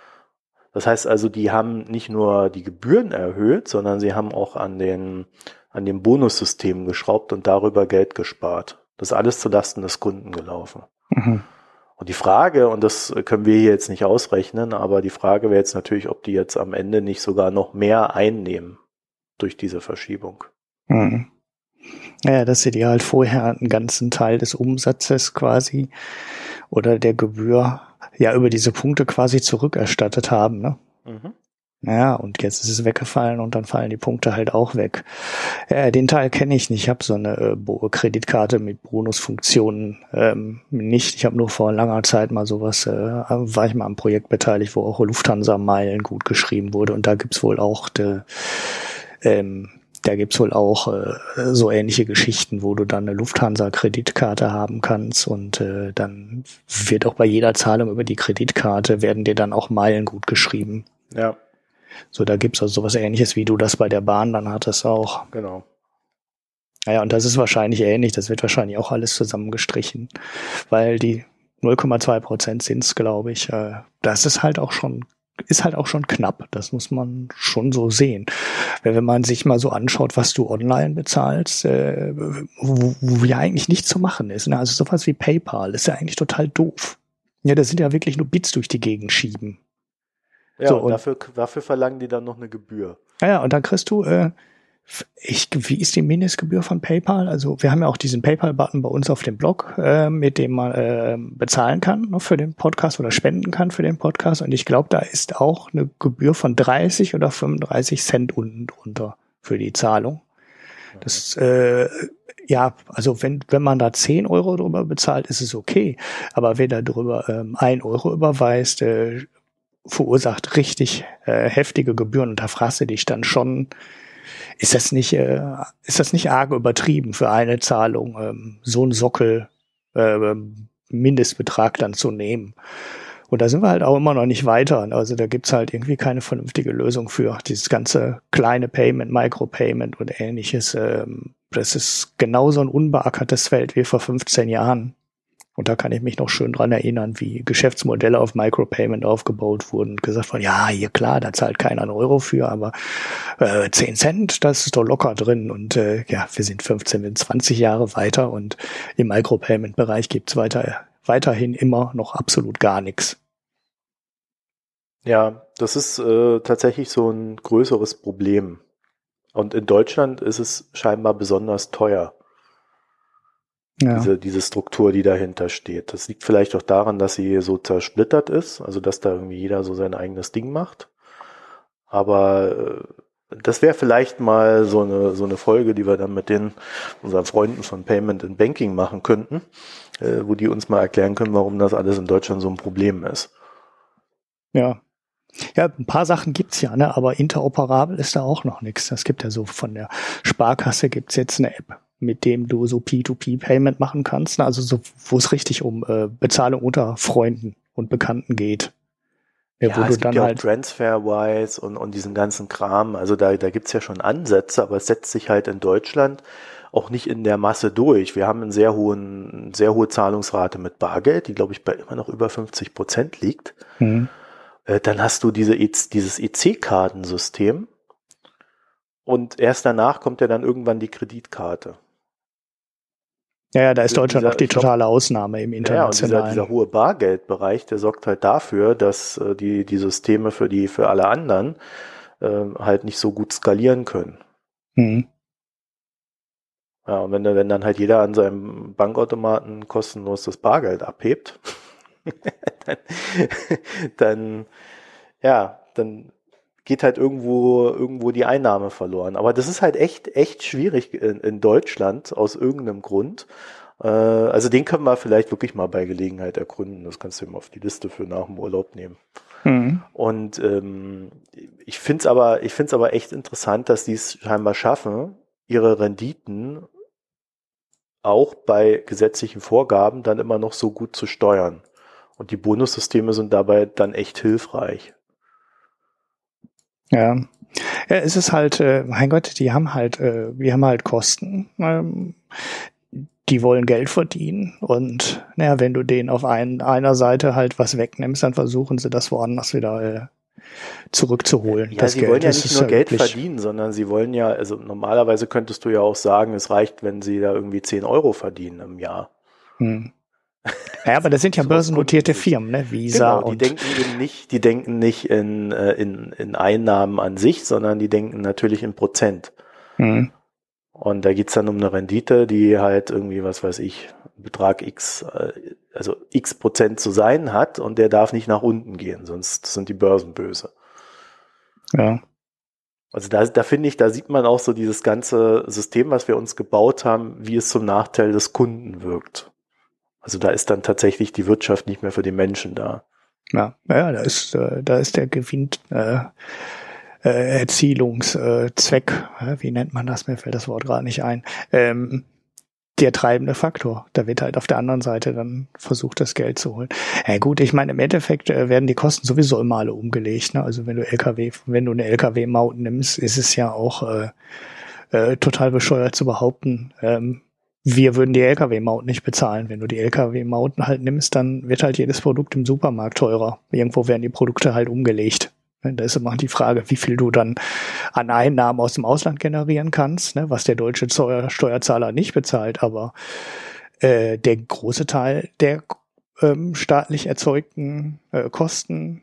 Das heißt also, die haben nicht nur die Gebühren erhöht, sondern sie haben auch an den, an dem Bonussystem geschraubt und darüber Geld gespart. Das ist alles zulasten des Kunden gelaufen. Mhm. Und die Frage, und das können wir hier jetzt nicht ausrechnen, aber die Frage wäre jetzt natürlich, ob die jetzt am Ende nicht sogar noch mehr einnehmen durch diese Verschiebung. Hm. Ja, dass sie dir halt vorher einen ganzen Teil des Umsatzes quasi oder der Gebühr ja über diese Punkte quasi zurückerstattet haben, ne? Mhm. Ja, und jetzt ist es weggefallen und dann fallen die Punkte halt auch weg. Ja, den Teil kenne ich nicht. Ich habe so eine äh, Kreditkarte mit Bonusfunktionen ähm, nicht. Ich habe nur vor langer Zeit mal sowas, äh, war ich mal am Projekt beteiligt, wo auch Lufthansa-Meilen gut geschrieben wurde. Und da gibt's wohl auch de, ähm, da gibt's wohl auch äh, so ähnliche Geschichten, wo du dann eine Lufthansa-Kreditkarte haben kannst und äh, dann wird auch bei jeder Zahlung über die Kreditkarte werden dir dann auch Meilen gut geschrieben. Ja. So, da gibt's also sowas Ähnliches, wie du das bei der Bahn dann hattest auch. Genau. Naja, und das ist wahrscheinlich ähnlich. Das wird wahrscheinlich auch alles zusammengestrichen, weil die null Komma zwei Prozent sind's, glaube ich. Das ist halt auch schon, ist halt auch schon knapp. Das muss man schon so sehen. Wenn man sich mal so anschaut, was du online bezahlst, wo, wo ja eigentlich nichts zu machen ist. Also sowas wie PayPal ist ja eigentlich total doof. Ja, da sind ja wirklich nur Bits durch die Gegend schieben. Ja, so, und dafür, dafür verlangen die dann noch eine Gebühr. Ja, ja, und dann kriegst du, äh, ich, wie ist die Mindestgebühr von PayPal? Also wir haben ja auch diesen PayPal-Button bei uns auf dem Blog, äh, mit dem man äh, bezahlen kann, ne, für den Podcast oder spenden kann für den Podcast. Und ich glaube, da ist auch eine Gebühr von dreißig oder fünfunddreißig Cent unten drunter für die Zahlung. Das, äh, ja, also wenn wenn man da zehn Euro drüber bezahlt, ist es okay. Aber wer da drüber ähm, ein Euro überweist, äh, verursacht richtig äh, heftige Gebühren, und da fragst du dich dann schon, ist das nicht, äh, ist das nicht arg übertrieben für eine Zahlung, ähm, so einen Sockel äh, Mindestbetrag dann zu nehmen? Und da sind wir halt auch immer noch nicht weiter. Also da gibt's halt irgendwie keine vernünftige Lösung für dieses ganze kleine Payment, Micropayment und ähnliches. Ähm, das ist genauso ein unbeackertes Feld wie vor fünfzehn Jahren. Und da kann ich mich noch schön dran erinnern, wie Geschäftsmodelle auf Micropayment aufgebaut wurden und gesagt von, ja, hier klar, da zahlt keiner einen Euro für, aber äh, zehn Cent, das ist doch locker drin. Und äh, ja, wir sind fünfzehn, wir sind zwanzig Jahre weiter und im Micropayment-Bereich gibt's weiter, weiterhin immer noch absolut gar nichts. Ja, das ist äh, tatsächlich so ein größeres Problem. Und in Deutschland ist es scheinbar besonders teuer. Ja. Diese, diese Struktur, die dahinter steht. Das liegt vielleicht auch daran, dass sie so zersplittert ist, also dass da irgendwie jeder so sein eigenes Ding macht. Aber äh, das wäre vielleicht mal so eine so eine Folge, die wir dann mit den unseren Freunden von Payment and Banking machen könnten, äh, wo die uns mal erklären können, warum das alles in Deutschland so ein Problem ist. Ja. Ja, ein paar Sachen gibt's ja, ne, aber interoperabel ist da auch noch nichts. Es gibt ja so von der Sparkasse gibt's jetzt eine App, mit dem du so P to P Payment machen kannst, ne, also so, wo es richtig um äh, Bezahlung unter Freunden und Bekannten geht. Ja, ja, wo es du gibt dann ja halt auch Transferwise und, und diesen ganzen Kram, also da, da gibt's ja schon Ansätze, aber es setzt sich halt in Deutschland auch nicht in der Masse durch. Wir haben eine sehr hohen, sehr hohe Zahlungsrate mit Bargeld, die glaube ich bei immer noch über fünfzig Prozent liegt. Mhm. Dann hast du diese e- dieses E C-Kartensystem und erst danach kommt ja dann irgendwann die Kreditkarte. Ja, ja, da ist Deutschland dieser, auch die totale glaub, Ausnahme im internationalen. Ja, und dieser, dieser hohe Bargeldbereich, der sorgt halt dafür, dass äh, die die Systeme für die für alle anderen äh, halt nicht so gut skalieren können. Mhm. Ja, und wenn, wenn dann halt jeder an seinem Bankautomaten kostenlos das Bargeld abhebt, dann, dann, ja, dann geht halt irgendwo, irgendwo die Einnahme verloren. Aber das ist halt echt, echt schwierig in, in Deutschland aus irgendeinem Grund. Äh, also den können wir vielleicht wirklich mal bei Gelegenheit ergründen. Das kannst du immer auf die Liste für nach dem Urlaub nehmen. Mhm. Und ähm, ich finde es aber, ich finde es aber echt interessant, dass die es scheinbar schaffen, ihre Renditen auch bei gesetzlichen Vorgaben dann immer noch so gut zu steuern. Und die Bonussysteme sind dabei dann echt hilfreich. Ja, ja, es ist halt, äh, mein Gott, die haben halt, äh, wir haben halt Kosten, ähm, die wollen Geld verdienen und naja, wenn du denen auf ein, einer Seite halt was wegnimmst, dann versuchen sie das woanders wieder äh, zurückzuholen. Ja, das sie Geld, wollen ja nicht nur ja Geld üblich. verdienen, sondern sie wollen ja, also normalerweise könntest du ja auch sagen, es reicht, wenn sie da irgendwie zehn Euro verdienen im Jahr. Hm. Ja, aber das sind ja börsennotierte Firmen, ne? Visa genau, die und denken eben nicht, die denken nicht in, in, in Einnahmen an sich, sondern die denken natürlich in Prozent. Mhm. Und da geht's dann um eine Rendite, die halt irgendwie, was weiß ich, Betrag X, also X Prozent zu sein hat und der darf nicht nach unten gehen, sonst sind die Börsen böse. Ja. Also da, da finde ich, da sieht man auch so dieses ganze System, was wir uns gebaut haben, wie es zum Nachteil des Kunden wirkt. Also da ist dann tatsächlich die Wirtschaft nicht mehr für den Menschen da. Ja, ja, da ist, äh, da ist der Gewinn, äh, äh, Erzielungszweck, äh, wie nennt man das? Mir fällt das Wort gerade nicht ein. Ähm, der treibende Faktor. Da wird halt auf der anderen Seite dann versucht, das Geld zu holen. Ja gut, ich meine, im Endeffekt äh, werden die Kosten sowieso immer alle umgelegt. Ne? Also wenn du L K W, wenn du eine L K W-Maut nimmst, ist es ja auch äh, äh, total bescheuert zu behaupten, ähm, wir würden die L K W-Maut nicht bezahlen. Wenn du die L K W-Maut halt nimmst, dann wird halt jedes Produkt im Supermarkt teurer. Irgendwo werden die Produkte halt umgelegt. Da ist immer die Frage, wie viel du dann an Einnahmen aus dem Ausland generieren kannst, ne, was der deutsche Steuerzahler nicht bezahlt. Aber äh, der große Teil der ähm, staatlich erzeugten äh, Kosten,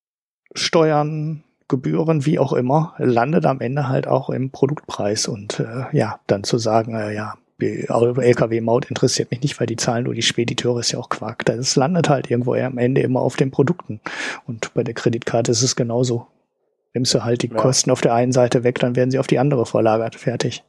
Steuern, Gebühren, wie auch immer, landet am Ende halt auch im Produktpreis. Und äh, ja, dann zu sagen, äh, ja, L K W-Maut interessiert mich nicht, weil die zahlen nur die Spediteure, ist ja auch Quark. Das landet halt irgendwo am Ende immer auf den Produkten. Und bei der Kreditkarte ist es genauso. Nimmst du halt die ja. Kosten auf der einen Seite weg, dann werden sie auf die andere verlagert. Fertig.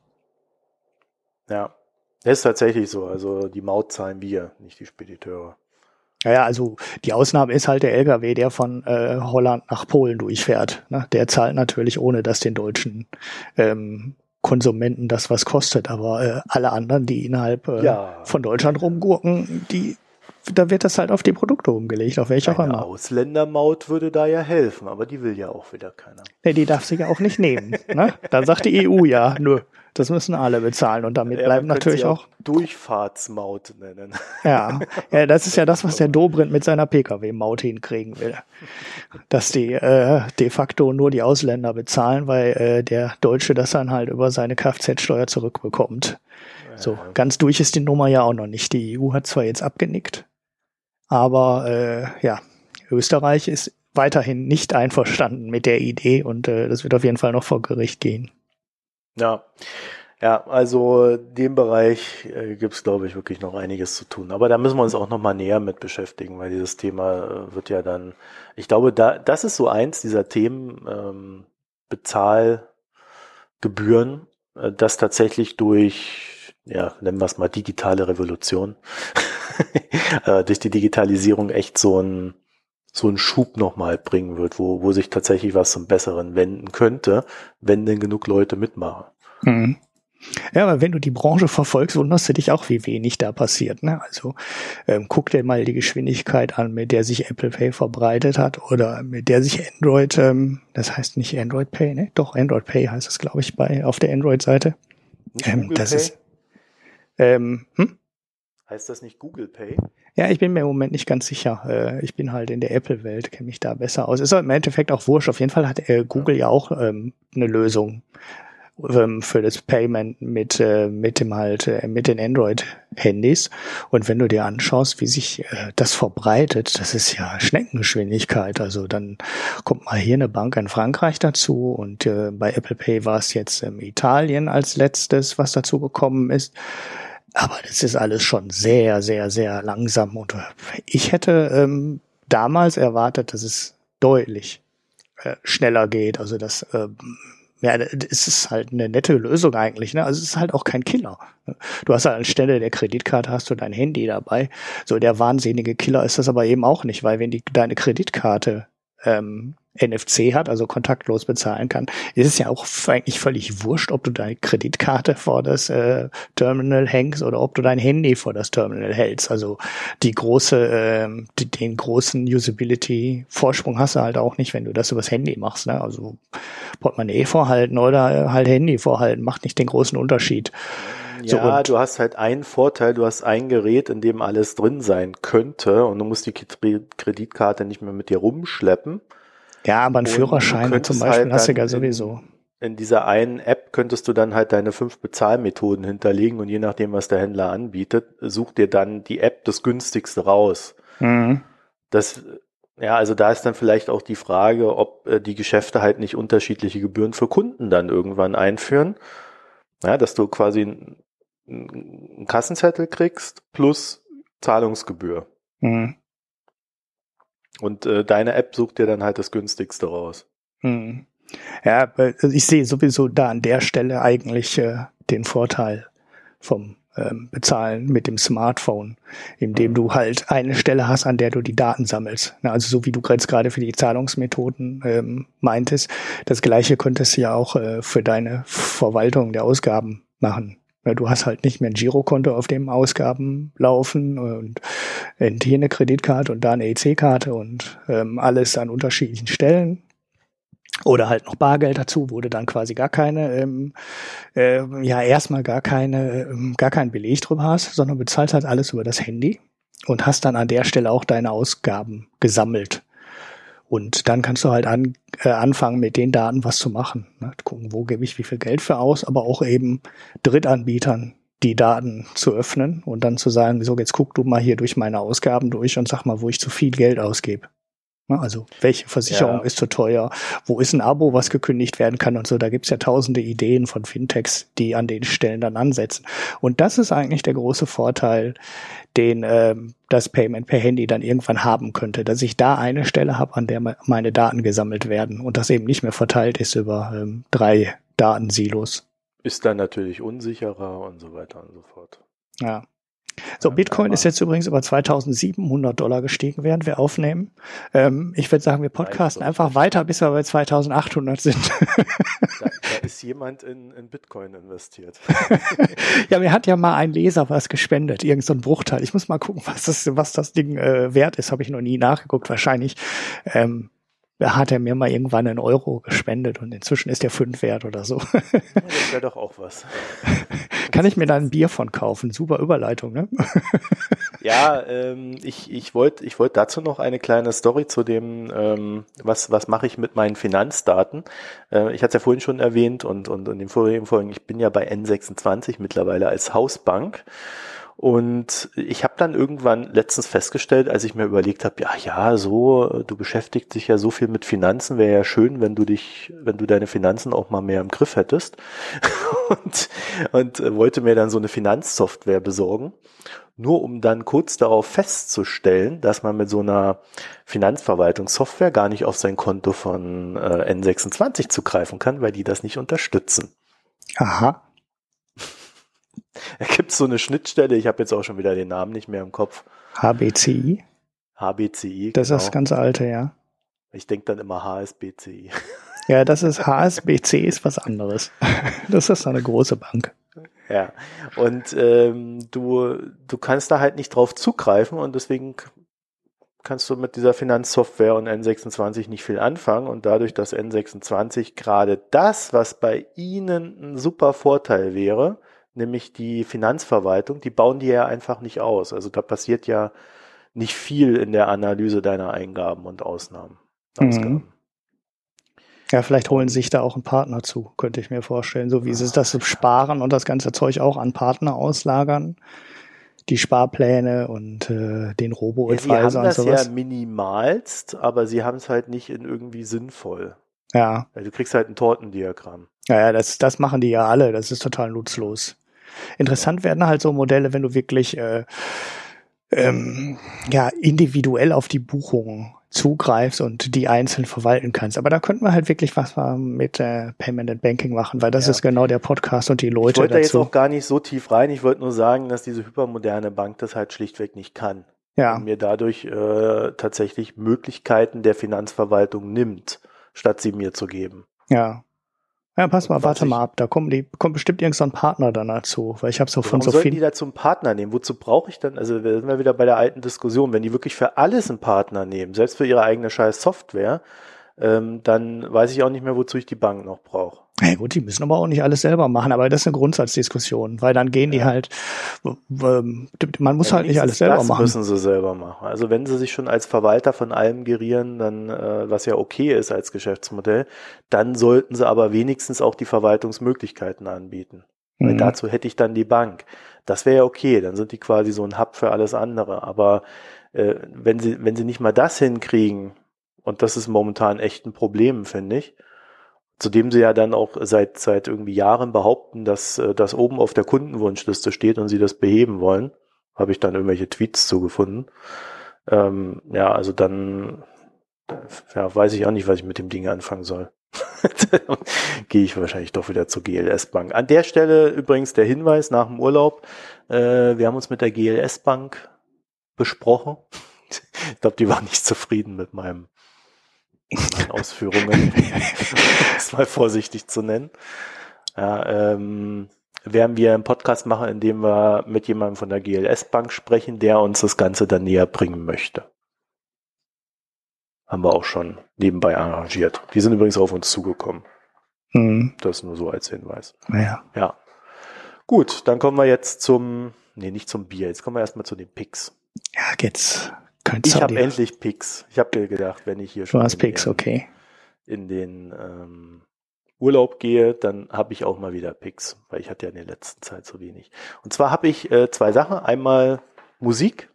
Ja, das ist tatsächlich so. Also die Maut zahlen wir, nicht die Spediteure. Ja, ja, also die Ausnahme ist halt der L K W, der von äh, Holland nach Polen durchfährt. Ne? Der zahlt natürlich, ohne dass den deutschen ähm, Konsumenten das was kostet, aber äh, alle anderen, die innerhalb äh, ja. von Deutschland rumgurken, die, da wird das halt auf die Produkte umgelegt, auf welche auch immer. Eine Ausländermaut würde da ja helfen, aber die will ja auch wieder keiner. Nee, die darf sie ja auch nicht nehmen. Ne? Dann sagt die E U ja, nö, das müssen alle bezahlen und damit ja, bleiben natürlich auch, auch Durchfahrtsmaut nennen. Ja, ja, das ist ja das, was der Dobrindt mit seiner P K W-Maut hinkriegen will. Dass die äh, de facto nur die Ausländer bezahlen, weil äh, der Deutsche das dann halt über seine Kfz-Steuer zurückbekommt. So, ganz durch ist die Nummer ja auch noch nicht. Die E U hat zwar jetzt abgenickt, aber äh, ja, Österreich ist weiterhin nicht einverstanden mit der Idee und äh, das wird auf jeden Fall noch vor Gericht gehen. Ja, ja, also dem Bereich äh, gibt es, glaube ich, wirklich noch einiges zu tun. Aber da müssen wir uns auch noch mal näher mit beschäftigen, weil dieses Thema äh, wird ja dann, ich glaube, da das ist so eins dieser Themen, ähm, Bezahlgebühren, äh, das tatsächlich durch, ja, nennen wir es mal digitale Revolution, äh, durch die Digitalisierung echt so ein so einen Schub nochmal bringen wird, wo, wo sich tatsächlich was zum Besseren wenden könnte, wenn denn genug Leute mitmachen. Mhm. Ja, aber wenn du die Branche verfolgst, wunderst du dich auch, wie wenig da passiert. Ne? Also ähm, guck dir mal die Geschwindigkeit an, mit der sich Apple Pay verbreitet hat oder mit der sich Android, ähm, das heißt nicht Android Pay, ne? Doch, Android Pay heißt es, glaube ich, bei auf der Android-Seite. Ähm, das Pay? ist ähm, hm? Heißt das nicht Google Pay? Ja, ich bin mir im Moment nicht ganz sicher. Äh, ich bin halt in der Apple-Welt, kenne mich da besser aus. Ist im Endeffekt auch wurscht. Auf jeden Fall hat äh, Google ja, ja auch ähm, eine Lösung für das Payment mit äh, mit dem halt äh, mit den Android-Handys. Und wenn du dir anschaust, wie sich äh, das verbreitet, das ist ja Schneckengeschwindigkeit. Also dann kommt mal hier eine Bank in Frankreich dazu und äh, bei Apple Pay war es jetzt ähm, Italien als letztes, was dazu gekommen ist. Aber das ist alles schon sehr, sehr, sehr langsam. Und ich hätte ähm, damals erwartet, dass es deutlich äh, schneller geht. Also das ähm, ja, es ist halt eine nette Lösung eigentlich, ne? Also es ist halt auch kein Killer. Du hast halt anstelle der Kreditkarte hast du dein Handy dabei. So der wahnsinnige Killer ist das aber eben auch nicht, weil wenn die deine Kreditkarte ähm, N F C hat, also kontaktlos bezahlen kann, ist es ja auch eigentlich völlig wurscht, ob du deine Kreditkarte vor das äh, Terminal hängst oder ob du dein Handy vor das Terminal hältst. Also die große, äh, die, den großen Usability-Vorsprung hast du halt auch nicht, wenn du das übers Handy machst. Ne? Also Portemonnaie vorhalten oder halt Handy vorhalten macht nicht den großen Unterschied. Ja, so, du hast halt einen Vorteil, du hast ein Gerät, in dem alles drin sein könnte und du musst die Kreditkarte nicht mehr mit dir rumschleppen. Ja, aber einen Führerschein zum Beispiel halt hast du ja sowieso. In, in dieser einen App könntest du dann halt deine fünf Bezahlmethoden hinterlegen und je nachdem, was der Händler anbietet, such dir dann die App das günstigste raus. Mhm. Das, ja, also da ist dann vielleicht auch die Frage, ob äh, die Geschäfte halt nicht unterschiedliche Gebühren für Kunden dann irgendwann einführen. Ja, dass du quasi einen, einen Kassenzettel kriegst plus Zahlungsgebühr. Mhm. Und äh, deine App sucht dir dann halt das günstigste raus. Mhm. Ja, ich sehe sowieso da an der Stelle eigentlich äh, den Vorteil vom ähm, Bezahlen mit dem Smartphone, indem du halt eine Stelle hast, an der du die Daten sammelst. Na, also so wie du jetzt gerade für die Zahlungsmethoden ähm, meintest, das Gleiche könntest du ja auch äh, für deine Verwaltung der Ausgaben machen. Du hast halt nicht mehr ein Girokonto, auf dem Ausgaben laufen und hier eine Kreditkarte und da eine E C-Karte und ähm, alles an unterschiedlichen Stellen. Oder halt noch Bargeld dazu, wo du dann quasi gar keine, ähm, äh, ja erstmal gar keine, ähm, gar keinen Beleg drüber hast, sondern bezahlst halt alles über das Handy und hast dann an der Stelle auch deine Ausgaben gesammelt. Und dann kannst du halt an, äh, anfangen, mit den Daten was zu machen. Ne? Gucken, wo gebe ich wie viel Geld für aus, aber auch eben Drittanbietern die Daten zu öffnen und dann zu sagen, so jetzt guck du mal hier durch meine Ausgaben durch und sag mal, wo ich zu viel Geld ausgebe. Also welche Versicherung ja. ist zu teuer, wo ist ein Abo, was gekündigt werden kann und so. Da gibt's ja tausende Ideen von Fintechs, die an den Stellen dann ansetzen. Und das ist eigentlich der große Vorteil, den ähm, das Payment per Handy dann irgendwann haben könnte, dass ich da eine Stelle habe, an der meine Daten gesammelt werden und das eben nicht mehr verteilt ist über ähm, drei Datensilos. Ist dann natürlich unsicherer und so weiter und so fort. Ja. So, Bitcoin ist jetzt übrigens über zweitausendsiebenhundert Dollar gestiegen, während wir aufnehmen. Ähm, ich würde sagen, wir podcasten Nein, einfach weiter, bis wir bei zweitausendachthundert sind. Da, da ist jemand in, in Bitcoin investiert. Ja, mir hat ja mal ein Leser was gespendet, irgend so ein Bruchteil. Ich muss mal gucken, was das, was das Ding äh, wert ist. Habe ich noch nie nachgeguckt. Wahrscheinlich ähm, hat er mir mal irgendwann einen Euro gespendet und inzwischen ist der fünf wert oder so. Ja, das wäre doch auch was. Kann ich mir da ein Bier von kaufen? Super Überleitung, ne? Ja, ähm, ich ich wollte ich wollte dazu noch eine kleine Story zu dem, ähm, was was mache ich mit meinen Finanzdaten. Äh, ich hatte es ja vorhin schon erwähnt und und in den vorigen Folgen, ich bin ja bei N sechsundzwanzig mittlerweile als Hausbank. Und ich habe dann irgendwann letztens festgestellt, als ich mir überlegt habe, ja, ja, so, du beschäftigst dich ja so viel mit Finanzen, wäre ja schön, wenn du dich, wenn du deine Finanzen auch mal mehr im Griff hättest. und, und wollte mir dann so eine Finanzsoftware besorgen, nur um dann kurz darauf festzustellen, dass man mit so einer Finanzverwaltungssoftware gar nicht auf sein Konto von äh, N sechsundzwanzig zugreifen kann, weil die das nicht unterstützen. Aha. Da gibt es so eine Schnittstelle, ich habe jetzt auch schon wieder den Namen nicht mehr im Kopf. H B C I? H B C I, Das genau. ist das ganz alte, ja. Ich denke dann immer H S B C I. Ja, das ist H S B C, ist was anderes. Das ist eine große Bank. Ja, und ähm, du, du kannst da halt nicht drauf zugreifen und deswegen kannst du mit dieser Finanzsoftware und N sechsundzwanzig nicht viel anfangen und dadurch, dass N sechsundzwanzig gerade das, was bei ihnen ein super Vorteil wäre, nämlich die Finanzverwaltung, die bauen die ja einfach nicht aus. Also da passiert ja nicht viel in der Analyse deiner Eingaben und Ausnahmen. Ausgaben. Mhm. Ja, vielleicht holen sich da auch einen Partner zu, könnte ich mir vorstellen. So wie sie das sparen und das ganze Zeug auch an Partner auslagern. Die Sparpläne und äh, den Robo-Advisor ja, sie haben und das sowas. ja minimalst, aber sie haben es halt nicht in irgendwie sinnvoll. Ja. Also du kriegst halt ein Tortendiagramm. Ja, ja, das, das machen die ja alle. Das ist total nutzlos. Interessant werden halt so Modelle, wenn du wirklich äh, ähm, ja individuell auf die Buchungen zugreifst und die einzeln verwalten kannst. Aber da könnten wir halt wirklich was mit äh, Payment and Banking machen, weil das ja. ist genau der Podcast und die Leute Ich wollte da jetzt dazu. auch gar nicht so tief rein. Ich wollte nur sagen, dass diese hypermoderne Bank das halt schlichtweg nicht kann. Ja. Und mir dadurch äh, tatsächlich Möglichkeiten der Finanzverwaltung nimmt, statt sie mir zu geben. Ja. Ja, pass mal, Was warte ich, mal ab. Da kommt, die, kommt bestimmt irgend so ein Partner dann dazu, weil ich habe so von warum so sollten vielen. die dazu einen Partner nehmen? Wozu brauche ich dann? Also da sind wir wieder bei der alten Diskussion. Wenn die wirklich für alles einen Partner nehmen, selbst für ihre eigene scheiß Software, ähm, dann weiß ich auch nicht mehr, wozu ich die Bank noch brauche. Ja gut, die müssen aber auch nicht alles selber machen, aber das ist eine Grundsatzdiskussion, weil dann gehen die ja. halt, man muss ja, halt nicht alles selber das machen. Das müssen sie selber machen. Also wenn sie sich schon als Verwalter von allem gerieren, dann, äh, was ja okay ist als Geschäftsmodell, dann sollten sie aber wenigstens auch die Verwaltungsmöglichkeiten anbieten. Mhm. Weil dazu hätte ich dann die Bank. Das wäre ja okay, dann sind die quasi so ein Hub für alles andere. Aber äh, wenn sie, wenn sie nicht mal das hinkriegen, und das ist momentan echt ein Problem, finde ich, zudem sie ja dann auch seit seit irgendwie Jahren behaupten, dass das oben auf der Kundenwunschliste steht und sie das beheben wollen, habe ich dann irgendwelche Tweets zugefunden. Ähm, ja, also dann ja, weiß ich auch nicht, was ich mit dem Ding anfangen soll. Gehe ich wahrscheinlich doch wieder zur G L S Bank. An der Stelle übrigens der Hinweis nach dem Urlaub. Äh, wir haben uns mit der G L S Bank besprochen. Ich glaube, die war nicht zufrieden mit meinem Ausführungen, das mal vorsichtig zu nennen. Ja, ähm, werden wir einen Podcast machen, in dem wir mit jemandem von der G L S Bank sprechen, der uns das Ganze dann näher bringen möchte. Haben wir auch schon nebenbei arrangiert. Die sind übrigens auf uns zugekommen. Mhm. Das nur so als Hinweis. Ja. Ja. Gut, dann kommen wir jetzt zum, nee, nicht zum Bier, jetzt kommen wir erstmal zu den Picks. Ja, jetzt. Ich habe endlich Picks. Ich habe mir gedacht, wenn ich hier schon du hast Picks, den, okay. in den ähm, Urlaub gehe, dann habe ich auch mal wieder Picks, weil ich hatte ja in der letzten Zeit so wenig. Und zwar habe ich äh, zwei Sachen. Einmal Musik.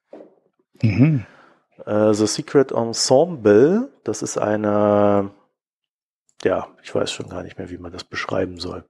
Mhm. Äh, The Secret Ensemble. Das ist eine, ja, ich weiß schon gar nicht mehr, wie man das beschreiben soll.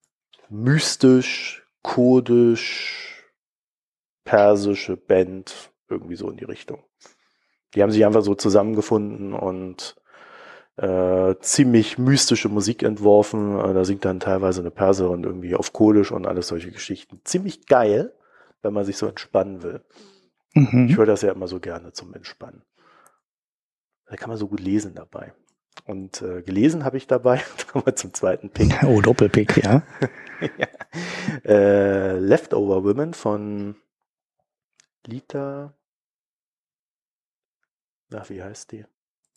Mystisch, kodisch, persische Band. Irgendwie so in die Richtung. Die haben sich einfach so zusammengefunden und äh, ziemlich mystische Musik entworfen. Äh, da singt dann teilweise eine Perserin irgendwie auf Kurdisch und alles solche Geschichten. Ziemlich geil, wenn man sich so entspannen will. Mhm. Ich höre das ja immer so gerne zum Entspannen. Da kann man so gut lesen dabei. Und äh, gelesen habe ich dabei, da kommen wir zum zweiten Pick. Oh, Doppelpick, ja. ja. Äh, Leftover Women von Lita. Ach, wie heißt die?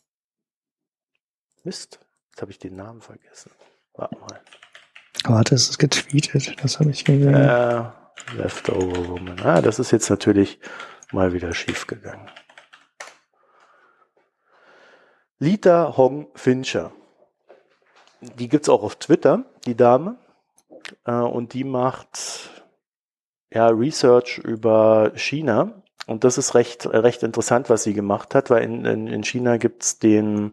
Mist, jetzt habe ich den Namen vergessen. Warte mal. Warte, es ist getweetet, das habe ich gesehen. Äh, Leftover Woman. Ah, das ist jetzt natürlich mal wieder schief gegangen. Lita Hong Fincher. Die gibt's auch auf Twitter, die Dame. Äh, und die macht ja, Research über China. Und das ist recht, recht interessant, was sie gemacht hat, weil in, in, in China gibt's den,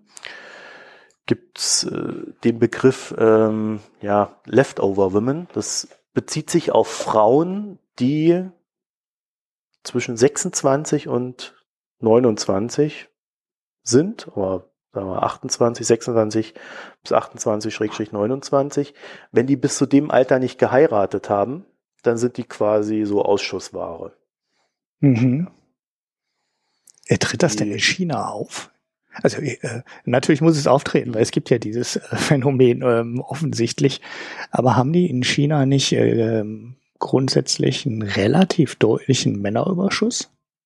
gibt's äh, den Begriff ähm, ja, Leftover Women. Das bezieht sich auf Frauen, die zwischen sechsundzwanzig und neunundzwanzig sind, oder sagen wir achtundzwanzig, sechsundzwanzig bis achtundzwanzig, Schrägstrich neunundzwanzig. Wenn die bis zu dem Alter nicht geheiratet haben, dann sind die quasi so Ausschussware. Mhm. Äh, tritt das Die- denn in China auf? Also äh, natürlich muss es auftreten, weil es gibt ja dieses äh, Phänomen ähm, offensichtlich. Aber haben die in China nicht äh, grundsätzlich einen relativ deutlichen Männerüberschuss?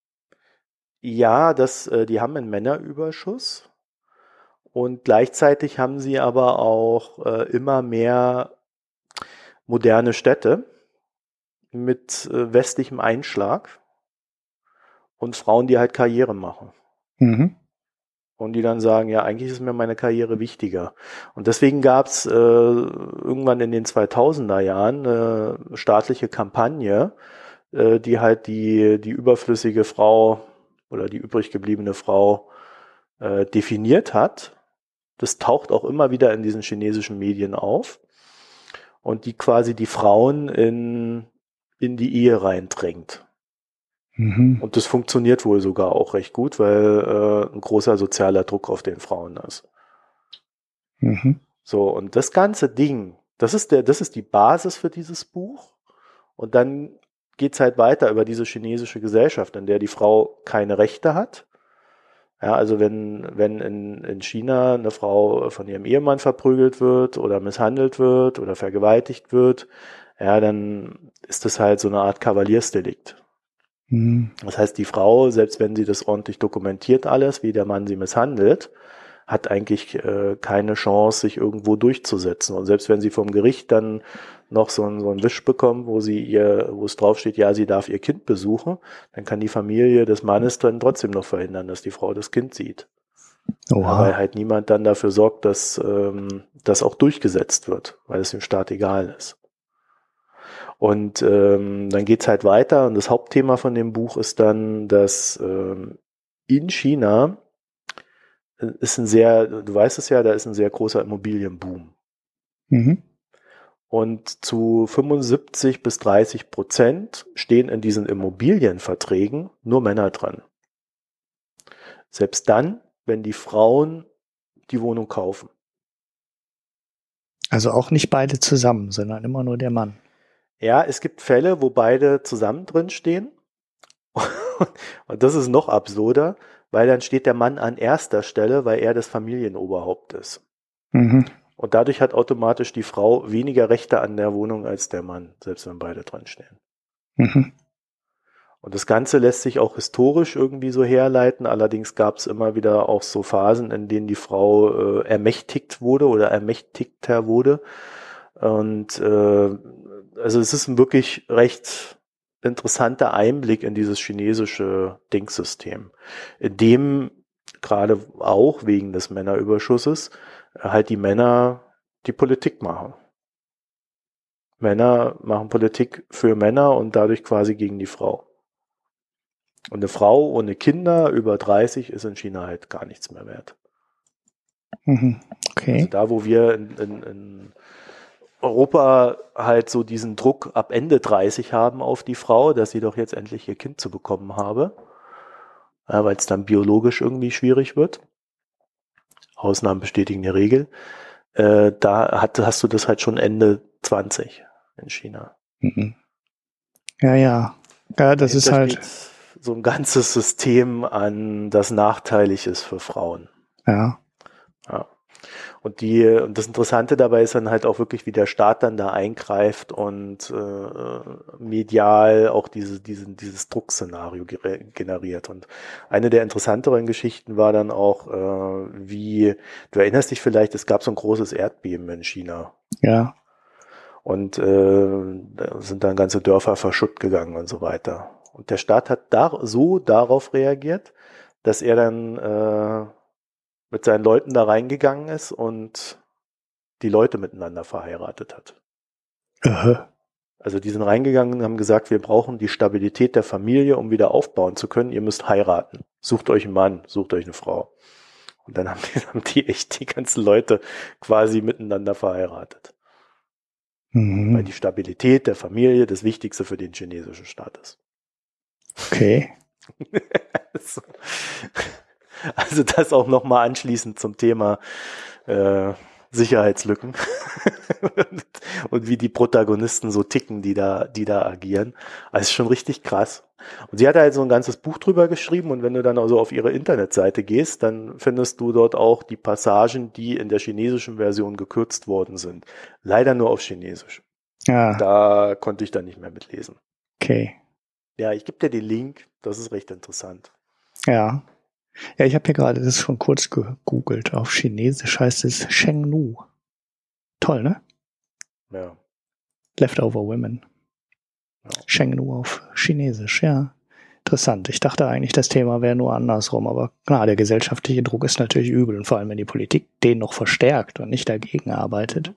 Ja, das, äh, die haben einen Männerüberschuss und gleichzeitig haben sie aber auch äh, immer mehr moderne Städte mit äh, westlichem Einschlag und Frauen, die halt Karriere machen. Mhm. Und die dann sagen, ja, eigentlich ist mir meine Karriere wichtiger. Und deswegen gab es äh, irgendwann in den zweitausender Jahren eine staatliche Kampagne, äh, die halt die, die überflüssige Frau oder die übrig gebliebene Frau äh, definiert hat. Das taucht auch immer wieder in diesen chinesischen Medien auf. Und die quasi die Frauen in, in die Ehe reindrängt. Mhm. Und das funktioniert wohl sogar auch recht gut, weil äh, ein großer sozialer Druck auf den Frauen ist. Mhm. So, und das ganze Ding, das ist der, das ist die Basis für dieses Buch. Und dann geht's halt weiter über diese chinesische Gesellschaft, in der die Frau keine Rechte hat. Ja, also wenn, wenn in, in China eine Frau von ihrem Ehemann verprügelt wird oder misshandelt wird oder vergewaltigt wird, ja, dann ist das halt so eine Art Kavaliersdelikt. Mhm. Das heißt, die Frau, selbst wenn sie das ordentlich dokumentiert alles, wie der Mann sie misshandelt, hat eigentlich äh, keine Chance, sich irgendwo durchzusetzen. Und selbst wenn sie vom Gericht dann noch so einen, so einen Wisch bekommt, wo sie ihr, wo es draufsteht, ja, sie darf ihr Kind besuchen, dann kann die Familie des Mannes dann trotzdem noch verhindern, dass die Frau das Kind sieht. Ja, weil Oha. halt niemand dann dafür sorgt, dass ähm, das auch durchgesetzt wird, weil es dem Staat egal ist. Und ähm, dann geht's halt weiter und das Hauptthema von dem Buch ist dann, dass ähm, in China äh, ist ein sehr, du weißt es ja, da ist ein sehr großer Immobilienboom. Mhm. Und zu fünfundsiebzig bis dreißig Prozent stehen in diesen Immobilienverträgen nur Männer dran. Selbst dann, wenn die Frauen die Wohnung kaufen. Also auch nicht beide zusammen, sondern immer nur der Mann. Ja, es gibt Fälle, wo beide zusammen drin stehen. Und das ist noch absurder, weil dann steht der Mann an erster Stelle, weil er das Familienoberhaupt ist. Mhm. Und dadurch hat automatisch die Frau weniger Rechte an der Wohnung als der Mann, selbst wenn beide dran stehen. Mhm. Und das Ganze lässt sich auch historisch irgendwie so herleiten. Allerdings gab es immer wieder auch so Phasen, in denen die Frau äh, ermächtigt wurde oder ermächtigter wurde. Und äh, also es ist ein wirklich recht interessanter Einblick in dieses chinesische Denksystem, in dem gerade auch wegen des Männerüberschusses äh, halt die Männer die Politik machen. Männer machen Politik für Männer und dadurch quasi gegen die Frau. Und eine Frau ohne Kinder über dreißig ist in China halt gar nichts mehr wert. Mhm. Also Okay. da, wo wir in, in, in Europa halt so diesen Druck ab Ende dreißig haben auf die Frau, dass sie doch jetzt endlich ihr Kind zu bekommen habe, ja, weil es dann biologisch irgendwie schwierig wird. Ausnahmen bestätigen die Regel. Äh, da hat, hast du das halt schon Ende zwanzig in China. Mhm. Ja, ja. Ja, das ist Dahinter halt, steht so ein ganzes System an, das nachteilig ist für Frauen. ja. Ja. Und die, und das Interessante dabei ist dann halt auch wirklich, wie der Staat dann da eingreift und äh, medial auch diese, diesen, dieses Druckszenario ge- generiert. Und eine der interessanteren Geschichten war dann auch, äh, wie, du erinnerst dich vielleicht, es gab so ein großes Erdbeben in China. Ja. Und äh, da sind dann ganze Dörfer verschütt gegangen und so weiter. Und der Staat hat da, so darauf reagiert, dass er dann äh, mit seinen Leuten da reingegangen ist und die Leute miteinander verheiratet hat. Äh. Also die sind reingegangen und haben gesagt, wir brauchen die Stabilität der Familie, um wieder aufbauen zu können. Ihr müsst heiraten. Sucht euch einen Mann, sucht euch eine Frau. Und dann haben die, haben die echt die ganzen Leute quasi miteinander verheiratet. Mhm. Weil die Stabilität der Familie das Wichtigste für den chinesischen Staat ist. Okay. so. Also das auch nochmal anschließend zum Thema äh, Sicherheitslücken und wie die Protagonisten so ticken, die da, die da agieren. Also schon richtig krass. Und sie hat halt so ein ganzes Buch drüber geschrieben und wenn du dann also auf ihre Internetseite gehst, dann findest du dort auch die Passagen, die in der chinesischen Version gekürzt worden sind. Leider nur auf Chinesisch. Ja. Da konnte ich dann nicht mehr mitlesen. Okay. Ja, ich gebe dir den Link, das ist recht interessant. Ja. Ja, ich habe hier gerade das schon kurz gegoogelt. Auf Chinesisch heißt es Shengnu. Toll, ne? Ja. Leftover Women. Ja. Shengnu auf Chinesisch, ja. Interessant. Ich dachte eigentlich, das Thema wäre nur andersrum, aber klar, der gesellschaftliche Druck ist natürlich übel und vor allem, wenn die Politik den noch verstärkt und nicht dagegen arbeitet.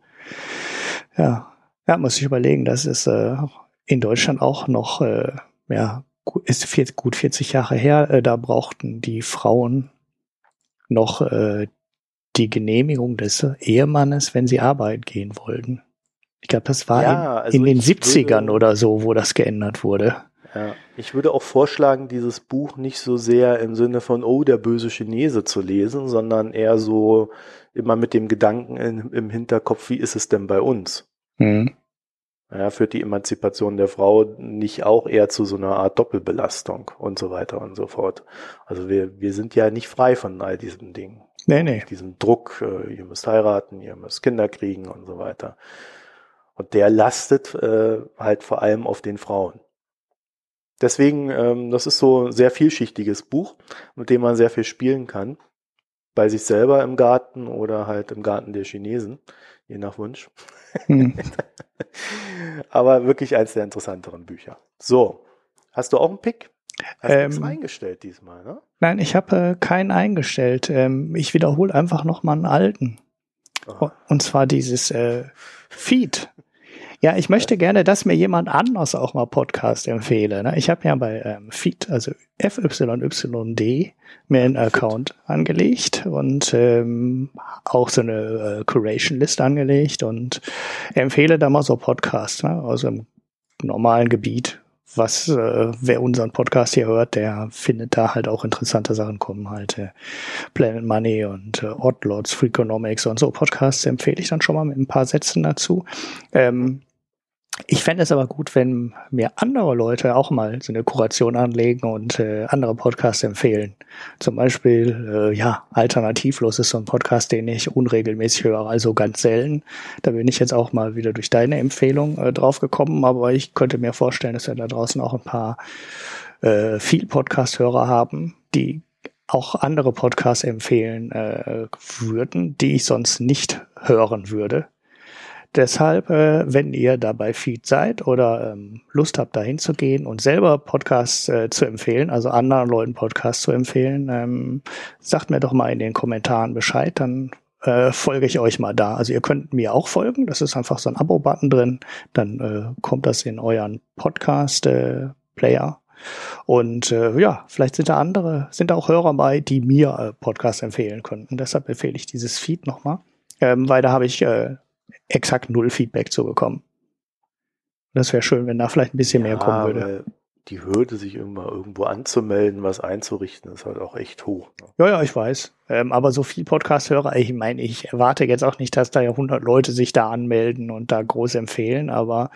Ja, ja, muss ich überlegen, das ist äh, in Deutschland auch noch, äh, ja, ist vier, gut vierzig Jahre her, äh, da brauchten die Frauen noch äh, die Genehmigung des Ehemannes, wenn sie arbeiten gehen wollten. Ich glaube, das war ja, in, also in den ich siebzigern würde, oder so, wo das geändert wurde. Ja, ich würde auch vorschlagen, dieses Buch nicht so sehr im Sinne von, oh, der böse Chinese zu lesen, sondern eher so immer mit dem Gedanken in, im Hinterkopf, wie ist es denn bei uns? Mhm. Ja, führt die Emanzipation der Frau nicht auch eher zu so einer Art Doppelbelastung und so weiter und so fort. Also wir, wir sind ja nicht frei von all diesen Dingen. Nee, nee. Diesem Druck, äh, ihr müsst heiraten, ihr müsst Kinder kriegen und so weiter. Und der lastet äh, halt vor allem auf den Frauen. Deswegen, ähm, das ist so ein sehr vielschichtiges Buch, mit dem man sehr viel spielen kann. Bei sich selber im Garten oder halt im Garten der Chinesen, je nach Wunsch. Hm. Aber wirklich eins der interessanteren Bücher. So, hast du auch einen Pick? Hast Ähm, nichts eingestellt diesmal, ne? Nein, ich habe äh, keinen eingestellt. Ähm, ich wiederhole einfach nochmal einen alten. Oh. Und zwar dieses äh, Feed. Ja, ich möchte gerne, dass mir jemand anders auch mal Podcast empfehle. Ne? Ich habe ja bei ähm, Feed, also F Y Y D, mir einen Account angelegt und ähm, auch so eine äh, Curation-List angelegt und empfehle da mal so Podcasts, ne? Also im normalen Gebiet. Was, äh, wer unseren Podcast hier hört, der findet da halt auch interessante Sachen kommen, halt äh, Planet Money und äh, Oddlots, Freakonomics und so Podcasts empfehle ich dann schon mal mit ein paar Sätzen dazu. Ähm, ich fände es aber gut, wenn mir andere Leute auch mal so eine Kuration anlegen und äh, andere Podcasts empfehlen. Zum Beispiel, äh, ja, Alternativlos ist so ein Podcast, den ich unregelmäßig höre, also ganz selten. Da bin ich jetzt auch mal wieder durch deine Empfehlung äh, drauf gekommen, aber ich könnte mir vorstellen, dass wir da draußen auch ein paar äh, viel Podcast-Hörer haben, die auch andere Podcasts empfehlen äh, würden, die ich sonst nicht hören würde. Deshalb, äh, wenn ihr dabei Feed seid oder ähm, Lust habt, dahin zu gehen und selber Podcasts äh, zu empfehlen, also anderen Leuten Podcasts zu empfehlen, ähm, sagt mir doch mal in den Kommentaren Bescheid, dann äh, folge ich euch mal da. Also ihr könnt mir auch folgen, das ist einfach so ein Abo-Button drin, dann äh, kommt das in euren Podcast-Player. Äh, Und äh, ja, vielleicht sind da andere, sind da auch Hörer bei, die mir äh, Podcasts empfehlen könnten. Deshalb empfehle ich dieses Feed nochmal, ähm, weil da habe ich äh, exakt null Feedback zu bekommen. Das wäre schön, wenn da vielleicht ein bisschen ja, mehr kommen würde. Weil die Hürde, sich immer irgendwo anzumelden, was einzurichten, ist halt auch echt hoch. Ne? Ja, ja, ich weiß. Ähm, aber so viel Podcast-Hörer, ich meine, ich erwarte jetzt auch nicht, dass da ja hundert Leute sich da anmelden und da groß empfehlen, aber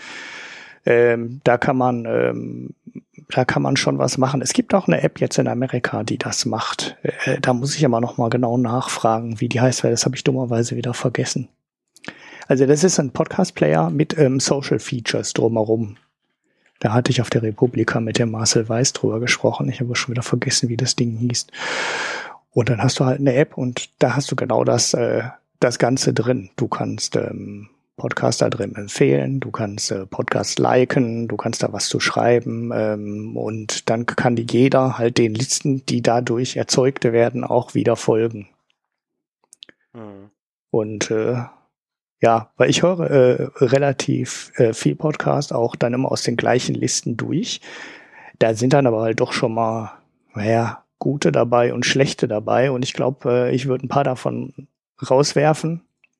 ähm, da kann man ähm, da kann man schon was machen. Es gibt auch eine App jetzt in Amerika, die das macht. Äh, da muss ich aber noch mal genau nachfragen, wie die heißt, weil das habe ich dummerweise wieder vergessen. Also das ist ein Podcast-Player mit ähm, Social Features drumherum. Da hatte ich auf der Republika mit dem Marcel Weiß drüber gesprochen. Ich habe schon wieder vergessen, wie das Ding hieß. Und dann hast du halt eine App und da hast du genau das äh, das Ganze drin. Du kannst ähm, Podcaster drin empfehlen, du kannst äh, Podcasts liken, du kannst da was zu schreiben ähm, und dann kann die jeder halt den Listen, die dadurch erzeugte werden, auch wieder folgen. Mhm. Und äh, Ja, weil ich höre äh, relativ äh, viel Podcast, auch dann immer aus den gleichen Listen durch. Da sind dann aber halt doch schon mal, naja, gute dabei und schlechte dabei. Und ich glaube, äh, ich würde ein paar davon rauswerfen,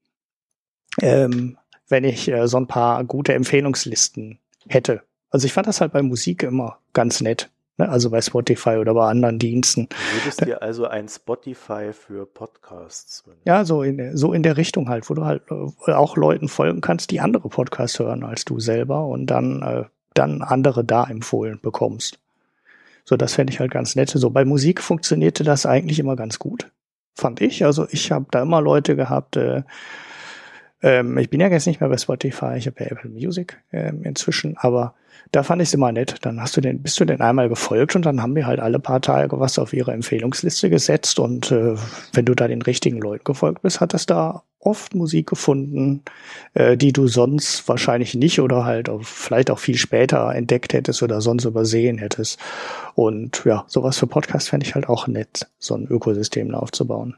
ähm, wenn ich äh, so ein paar gute Empfehlungslisten hätte. Also ich fand das halt bei Musik immer ganz nett, ne? Also bei Spotify oder bei anderen Diensten. Du würdest dir also ein Spotify für Podcasts wünschen? Ja, so in, so in der Richtung halt, wo du halt äh, auch Leuten folgen kannst, die andere Podcasts hören als du selber und dann, äh, dann andere da empfohlen bekommst. So, das fände ich halt ganz nett. So, bei Musik funktionierte das eigentlich immer ganz gut, fand ich. Also ich habe da immer Leute gehabt, äh, ähm, ich bin ja jetzt nicht mehr bei Spotify, ich habe ja Apple Music ähm, inzwischen, aber da fand ich es immer nett. Dann hast du den, bist du den einmal gefolgt und dann haben wir halt alle paar Tage was auf ihre Empfehlungsliste gesetzt und äh, wenn du da den richtigen Leuten gefolgt bist, hat das da oft Musik gefunden, äh, die du sonst wahrscheinlich nicht oder halt auch, vielleicht auch viel später entdeckt hättest oder sonst übersehen hättest. Und ja, sowas für Podcast fände ich halt auch nett, so ein Ökosystem aufzubauen.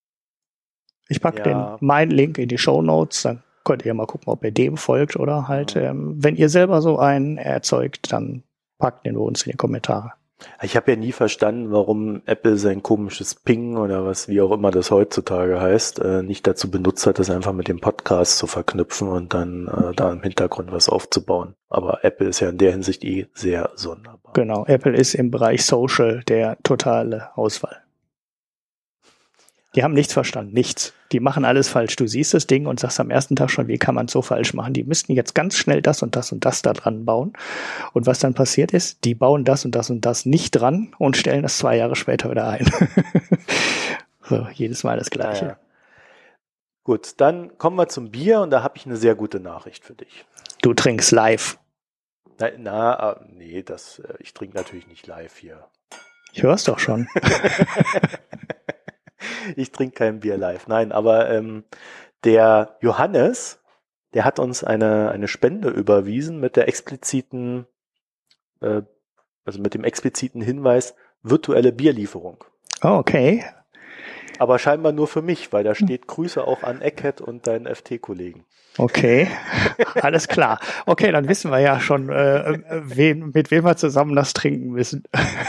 Ich packe Ja. den meinen Link in die Shownotes, dann könnt ihr mal gucken, ob ihr dem folgt oder halt, ja. ähm, wenn ihr selber so einen erzeugt, dann packt den bei uns in die Kommentare. Ich habe ja nie verstanden, warum Apple sein komisches Ping oder was, wie auch immer das heutzutage heißt, äh, nicht dazu benutzt hat, das einfach mit dem Podcast zu verknüpfen und dann äh, da im Hintergrund was aufzubauen. Aber Apple ist ja in der Hinsicht eh sehr sonderbar. Genau, Apple ist im Bereich Social der totale Ausfall. Die haben nichts verstanden, nichts. Die machen alles falsch. Du siehst das Ding und sagst am ersten Tag schon, wie kann man es so falsch machen? Die müssten jetzt ganz schnell das und das und das da dran bauen. Und was dann passiert ist, die bauen das und das und das nicht dran und stellen das zwei Jahre später wieder ein. So, jedes Mal das Gleiche. Ja, ja. Gut, dann kommen wir zum Bier und da habe ich eine sehr gute Nachricht für dich. Du trinkst live. Na, na nee, das, ich trinke natürlich nicht live hier. Ich hör's doch schon. Ich trinke kein Bier live. Nein, aber ähm, der Johannes, der hat uns eine eine Spende überwiesen mit der expliziten, äh, also mit dem expliziten Hinweis virtuelle Bierlieferung. Oh, okay. Aber scheinbar nur für mich, weil da steht Grüße auch an Eckhead und deinen F T-Kollegen. Okay, alles klar. Okay, dann wissen wir ja schon, äh, wen, mit wem wir zusammen das trinken müssen.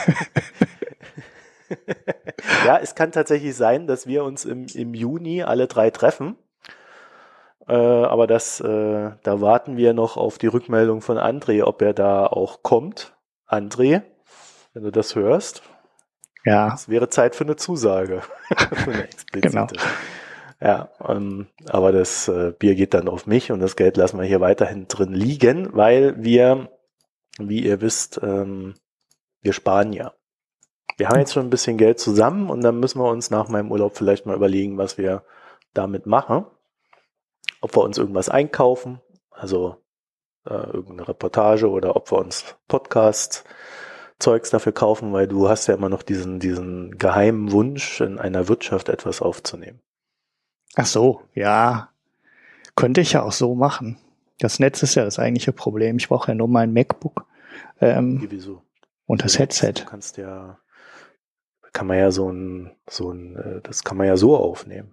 Ja, es kann tatsächlich sein, dass wir uns im, im Juni alle drei treffen. Äh, aber das, äh, da warten wir noch auf die Rückmeldung von André, ob er da auch kommt. André, wenn du das hörst. Ja. Es wäre Zeit für eine Zusage. Für eine explizite. Genau. Ja, ähm, aber das äh, Bier geht dann auf mich und das Geld lassen wir hier weiterhin drin liegen, weil wir, wie ihr wisst, ähm, wir sparen ja. Wir haben jetzt schon ein bisschen Geld zusammen und dann müssen wir uns nach meinem Urlaub vielleicht mal überlegen, was wir damit machen. Ob wir uns irgendwas einkaufen, also äh, irgendeine Reportage oder ob wir uns Podcast-Zeugs dafür kaufen, weil du hast ja immer noch diesen, diesen geheimen Wunsch, in einer Wirtschaft etwas aufzunehmen. Ach so, ja. Könnte ich ja auch so machen. Das Netz ist ja das eigentliche Problem. Ich brauche ja nur mein MacBook ähm, Wieso? und das Headset. Du kannst ja, kann man ja so ein, so ein, das kann man ja so aufnehmen.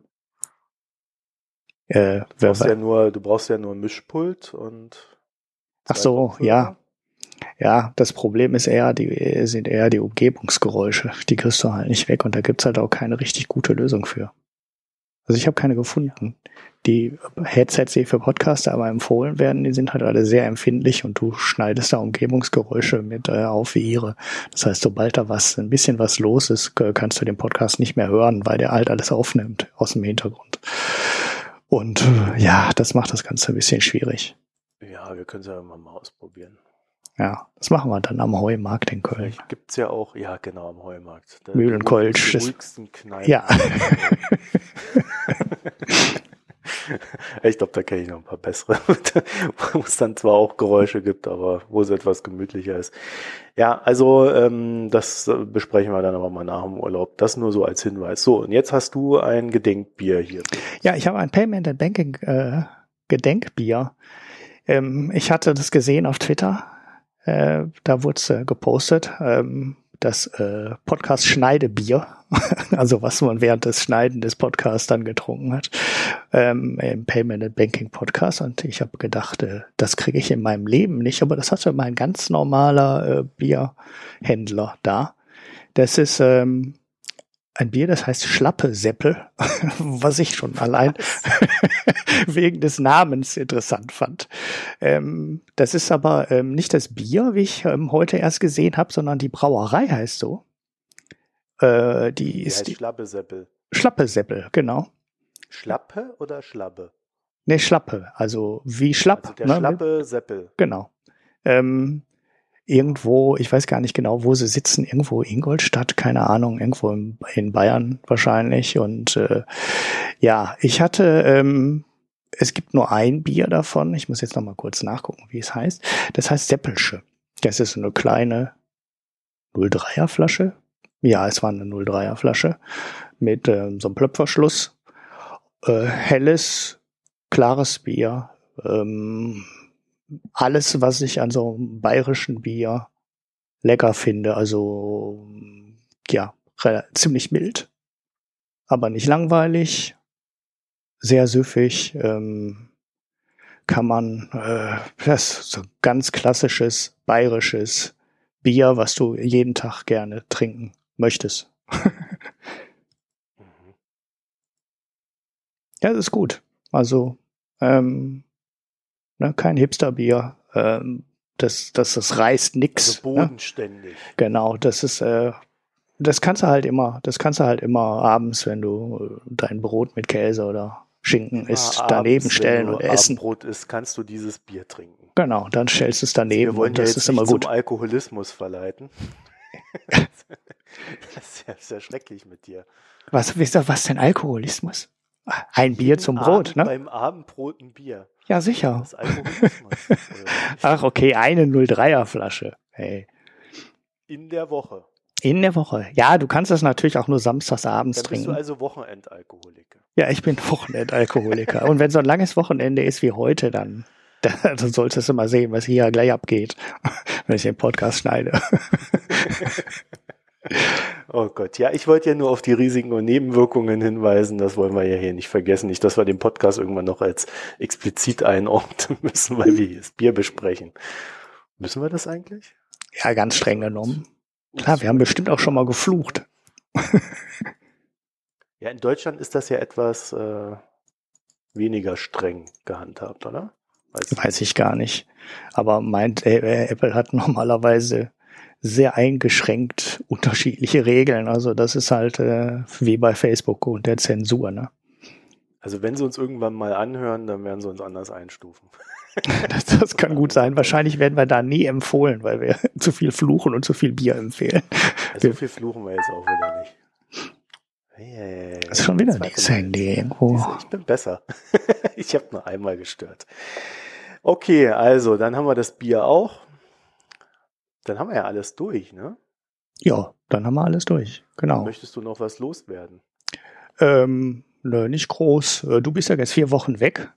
Äh, du, brauchst ja nur, du brauchst ja nur ein Mischpult und ach so, Kopfhörer. Ja. Ja, das Problem ist eher, die sind eher die Umgebungsgeräusche. Die kriegst du halt nicht weg und da gibt's halt auch keine richtig gute Lösung für. Also ich habe keine gefunden. Die Headsets, die für Podcaster aber empfohlen werden, die sind halt alle sehr empfindlich und du schneidest da Umgebungsgeräusche mit äh, auf wie ihre. Das heißt, sobald da was, ein bisschen was los ist, kannst du den Podcast nicht mehr hören, weil der halt alles aufnimmt aus dem Hintergrund. Und äh, ja, das macht das Ganze ein bisschen schwierig. Ja, wir können es ja immer mal ausprobieren. Ja, das machen wir dann am Heumarkt in Köln. Vielleicht gibt's ja auch, ja genau, am Heumarkt. Mühlenkolsch. Die ruhigsten Kneipen. Ja. Ich glaube, da kenne ich noch ein paar bessere, wo es dann zwar auch Geräusche gibt, aber wo es etwas gemütlicher ist. Ja, also ähm, das besprechen wir dann aber mal nach dem Urlaub. Das nur so als Hinweis. So, und jetzt hast du ein Gedenkbier hier. Ja, ich habe ein Payment and Banking äh, Gedenkbier. Ähm, ich hatte das gesehen auf Twitter. Äh, da wurde es äh, gepostet. Ähm, das äh, Podcast-Schneidebier, also was man während des Schneiden des Podcasts dann getrunken hat, ähm, im Payment and Banking Podcast. Und ich habe gedacht, äh, das kriege ich in meinem Leben nicht, aber das hatte mein ganz normaler äh, Bierhändler da. Das ist ähm, ein Bier, das heißt Schlappe Seppel, was ich schon allein wegen des Namens interessant fand. Ähm, das ist aber ähm, nicht das Bier, wie ich ähm, heute erst gesehen habe, sondern die Brauerei heißt so. Äh, die die ist heißt die Schlappe Seppel. Schlappe Seppel, genau. Schlappe oder Schlabbe? Ne, Schlappe, also wie Schlapp. Also der ne? Schlappe Seppel. Genau. Ähm, irgendwo, ich weiß gar nicht genau, wo sie sitzen, irgendwo Ingolstadt, keine Ahnung, irgendwo in, in Bayern wahrscheinlich. Und äh, ja, ich hatte, ähm, es gibt nur ein Bier davon, ich muss jetzt noch mal kurz nachgucken, wie es heißt. Das heißt Seppelsche. Das ist so eine kleine null Komma dreier Flasche. Ja, es war eine null Komma dreier Flasche mit ähm, so einem Plöpferschluss. Äh, helles, klares Bier. Ähm, alles, was ich an so einem bayerischen Bier lecker finde. Also, ja, ziemlich mild, aber nicht langweilig, sehr süffig, ähm, kann man, äh, das ist so ganz klassisches bayerisches Bier, was du jeden Tag gerne trinken möchtest. Mhm. Ja, das ist gut. Also, ähm, ne, kein Hipsterbier. Ähm, das, das, das reißt nix. Also bodenständig. Ne? Genau, das ist, äh, das kannst du halt immer, das kannst du halt immer abends, wenn du dein Brot mit Käse oder Schinken Immer isst, abends, daneben stellen wenn du und essen. Abendbrot isst, kannst du dieses Bier trinken. Genau, dann stellst du es daneben Wir wollen und ja das jetzt ist immer nicht gut. zum Alkoholismus verleiten. Das ist ja sehr schrecklich mit dir. Was, wisst ihr, was denn Alkoholismus? Ein Bier Jeden zum Abend Brot, ne? Beim Abendbrot ein Bier. Ja, sicher. Das ist Alkoholismus. Oder nicht? Ach, okay, eine null Komma dreier Flasche. Hey. In der Woche. In der Woche. Ja, du kannst das natürlich auch nur samstags abends Dann bist trinken. du also Wochenendalkoholiker. Ja, ich bin Wochenendalkoholiker. Und wenn so ein langes Wochenende ist wie heute, dann, dann solltest du mal sehen, was hier gleich abgeht, wenn ich den Podcast schneide. Oh Gott, ja, ich wollte ja nur auf die Risiken und Nebenwirkungen hinweisen. Das wollen wir ja hier nicht vergessen. Nicht, dass wir den Podcast irgendwann noch als explizit einordnen müssen, weil wir hier das Bier besprechen. Müssen wir das eigentlich? Ja, ganz streng genommen. Klar, wir haben bestimmt auch schon mal geflucht. Ja, in Deutschland ist das ja etwas äh, weniger streng gehandhabt, oder? Weiß, Weiß ich gar nicht. Aber meint, äh, Apple hat normalerweise sehr eingeschränkt unterschiedliche Regeln. Also das ist halt äh, wie bei Facebook und der Zensur, ne? Also wenn sie uns irgendwann mal anhören, dann werden sie uns anders einstufen. Das, das kann gut sein. Wahrscheinlich werden wir da nie empfohlen, weil wir zu viel fluchen und zu viel Bier empfehlen. Also so viel fluchen wir jetzt auch wieder nicht. Hey, das ist schon wieder das Handy irgendwo. Ich bin besser. Ich habe nur einmal gestört. Okay, also dann haben wir das Bier auch. Dann haben wir ja alles durch, ne? Ja, dann haben wir alles durch. Genau. Möchtest du noch was loswerden? Ähm, nö, nicht groß. Du bist ja jetzt vier Wochen weg.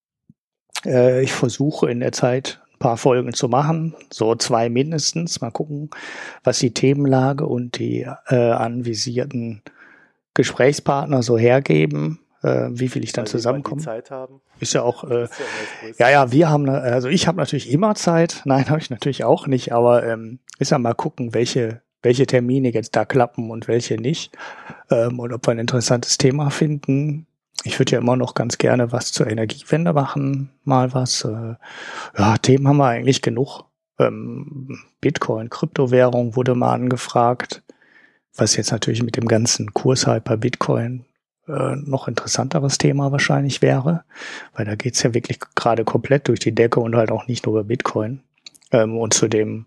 Äh, ich versuche in der Zeit ein paar Folgen zu machen, so zwei mindestens. Mal gucken, was die Themenlage und die äh, anvisierten Gesprächspartner so hergeben, äh, wie viel ich dann Weil zusammenkomme. Die Zeit haben. Ist ja auch, äh, ist ja, ja, ja, wir haben, also ich habe natürlich immer Zeit. Nein, habe ich natürlich auch nicht, aber ähm, ist ja mal gucken, welche welche Termine jetzt da klappen und welche nicht. Ähm, und ob wir ein interessantes Thema finden. Ich würde ja immer noch ganz gerne was zur Energiewende machen, mal was. Äh, ja, Themen haben wir eigentlich genug. Ähm, Bitcoin, Kryptowährung wurde mal angefragt, was jetzt natürlich mit dem ganzen Kurshype bei Bitcoin äh, noch interessanteres Thema wahrscheinlich wäre, weil da geht's ja wirklich gerade komplett durch die Decke und halt auch nicht nur über Bitcoin. Ähm, und zu dem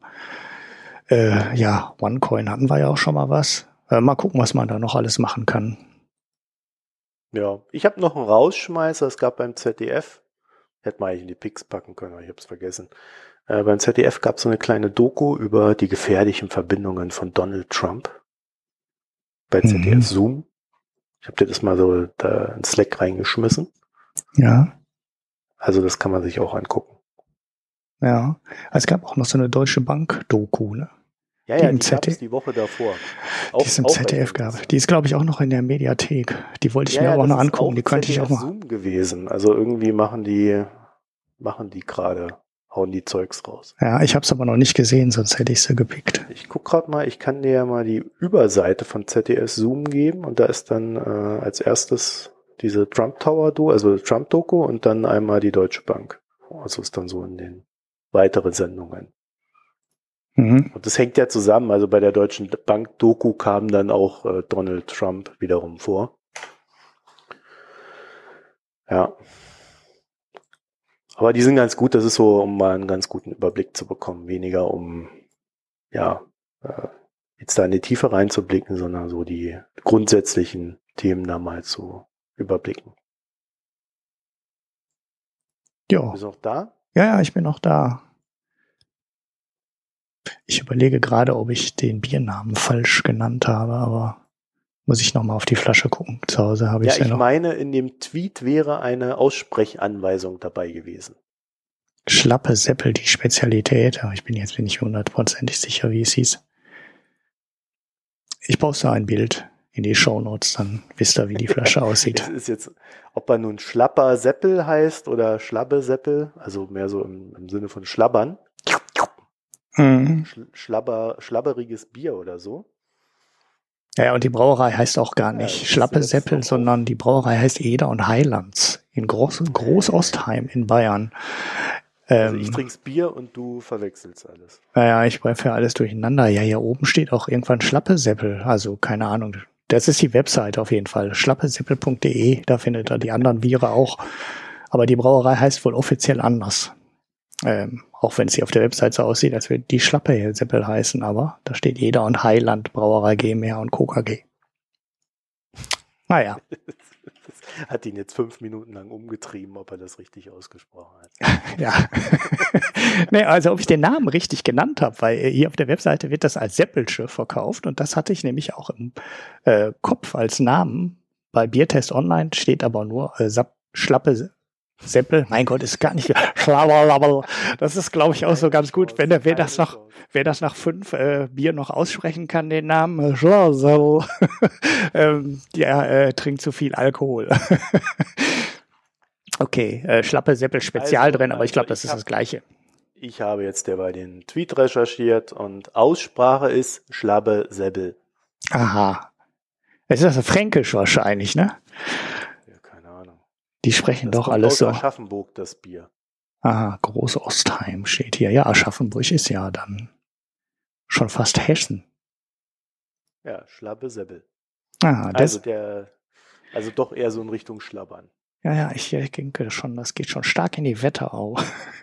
äh, ja, OneCoin hatten wir ja auch schon mal was. Äh, mal gucken, was man da noch alles machen kann. Ja, ich habe noch einen Rausschmeißer, es gab beim Z D F, hätte man eigentlich in die Picks packen können, aber ich habe es vergessen. Äh, beim Z D F gab es so eine kleine Doku über die gefährlichen Verbindungen von Donald Trump. Bei Z D F mhm. Zoom. Ich habe dir das mal so da in Slack reingeschmissen. Ja. Also das kann man sich auch angucken. Ja, es gab auch noch so eine Deutsche Bank-Doku, ne? Ja, ja, die gab es die Woche davor. Auch, die ist im Z D F gab. Die ist, glaube ich, auch noch in der Mediathek. Die wollte ich ja, mir ja, aber auch noch das ist angucken. auch Die könnte ich auch mal. Zoom gewesen. Also irgendwie machen die, machen die gerade, hauen die Zeugs raus. Ja, ich habe es aber noch nicht gesehen, sonst hätte ich sie gepickt. Ich guck gerade mal, ich kann dir ja mal die Überseite von Z D F Zoom geben und da ist dann äh, als erstes diese Trump Tower, also Trump Doku und dann einmal die Deutsche Bank. Also ist dann so in den weiteren Sendungen. Mhm. Und das hängt ja zusammen, also bei der Deutschen Bank Doku kam dann auch äh, Donald Trump wiederum vor. Ja. Aber die sind ganz gut, das ist so, um mal einen ganz guten Überblick zu bekommen, weniger um, ja, äh, jetzt da in die Tiefe reinzublicken, sondern so die grundsätzlichen Themen da mal zu überblicken. Ja. Bist du noch da? Ja, ja, ich bin noch da. Ich überlege gerade, ob ich den Biernamen falsch genannt habe, aber muss ich nochmal auf die Flasche gucken. Zu Hause habe ich ja, ja ich noch. meine, in dem Tweet wäre eine Aussprechanweisung dabei gewesen. Schlappe Seppel, die Spezialität. Aber ich bin jetzt nicht hundertprozentig sicher, wie es hieß. Ich poste ein Bild in die Shownotes, dann wisst ihr, wie die Flasche aussieht. Es ist jetzt, ob er nun Schlapper Seppel heißt oder Schlabbe Seppel, also mehr so im, im Sinne von Schlabbern. Mhm. Schlabber, schlabberiges Bier oder so. Ja, und die Brauerei heißt auch gar nicht ja, Schlappe Seppel, sondern die Brauerei heißt Eder und Heilands in Groß, Großostheim in Bayern. Also Ähm, ich trink's Bier und du verwechselst alles. Naja, ich bringe alles durcheinander. Ja, hier oben steht auch irgendwann Schlappe Seppel. Also keine Ahnung. Das ist die Webseite auf jeden Fall. schlappeseppel punkt de. Da findet ihr die anderen Biere auch. Aber die Brauerei heißt wohl offiziell anders. Ähm, auch wenn es hier auf der Webseite so aussieht, als würde die Schlappe Seppel heißen. Aber da steht Eder und Heiland Brauerei GmbH und Co. K G. Naja. Das hat ihn jetzt fünf Minuten lang umgetrieben, ob er das richtig ausgesprochen hat. Ja. Nee, also ob ich den Namen richtig genannt habe, weil hier auf der Webseite wird das als Seppelsche verkauft und das hatte ich nämlich auch im äh, Kopf als Namen. Bei Biertest Online steht aber nur äh, Sapp, Schlappe Seppel. Mein Gott, ist gar nicht. Das ist, glaube ich, auch so ganz gut, wenn der wer das noch, wer das nach fünf äh, Bier noch aussprechen kann, den Namen. ähm, der äh, trinkt zu viel Alkohol. Okay, äh, Schlappe Seppel Spezial also, drin, aber ich glaube, das ich ist hab, das Gleiche. Ich habe jetzt derweil den Tweet recherchiert und Aussprache ist Schlabbe Seppel. Aha. Es ist also fränkisch wahrscheinlich, ne? Ja, keine Ahnung. Die sprechen das doch kommt alles aus so. Aschaffenburg, das Bier. Aha, Großostheim steht hier. Ja, Aschaffenburg ist ja dann schon fast Hessen. Ja, Schlabbe Seppel. Aha, das, also der, also doch eher so in Richtung Schlabbern. Ja, ja, ich, ich denke schon, das geht schon stark in die Wetterau.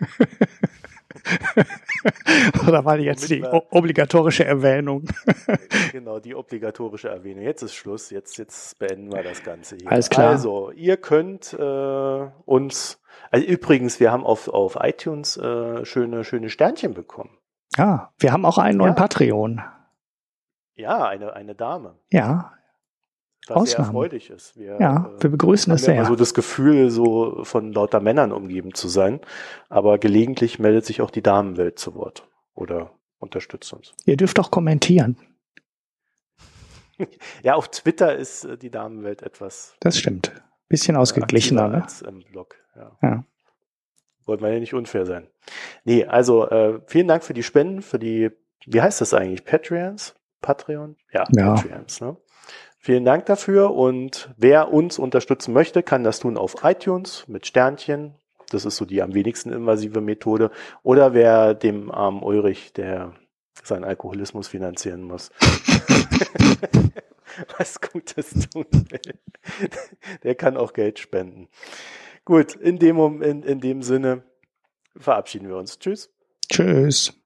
Oder war die jetzt die o- obligatorische Erwähnung? Genau, die obligatorische Erwähnung. Jetzt ist Schluss, jetzt, jetzt beenden wir das Ganze hier. Alles klar. Also, ihr könnt äh, uns, also übrigens, wir haben auf, auf iTunes äh, schöne, schöne Sternchen bekommen. Ja, wir haben auch einen neuen Ja. Patreon. Ja, eine, eine Dame. Ja, Was Ausnahmen. sehr erfreulich ist. Wir, ja, wir begrüßen haben es ja sehr. immer so das Gefühl, so von lauter Männern umgeben zu sein. Aber gelegentlich meldet sich auch die Damenwelt zu Wort oder unterstützt uns. Ihr dürft auch kommentieren. Ja, auf Twitter ist äh, die Damenwelt etwas Das stimmt. Bisschen ausgeglichener, aktiver ne? als im Blog. Ja. Ja. Wollen wir ja nicht unfair sein. Nee, also äh, vielen Dank für die Spenden, für die, wie heißt das eigentlich? Patreons? Patreon? Ja, Ja. Patreons, ne? Vielen Dank dafür und wer uns unterstützen möchte, kann das tun auf iTunes mit Sternchen. Das ist so die am wenigsten invasive Methode. Oder wer dem armen Ulrich, der seinen Alkoholismus finanzieren muss, was Gutes tun will, der kann auch Geld spenden. Gut, in dem, in, in dem Sinne verabschieden wir uns. Tschüss. Tschüss.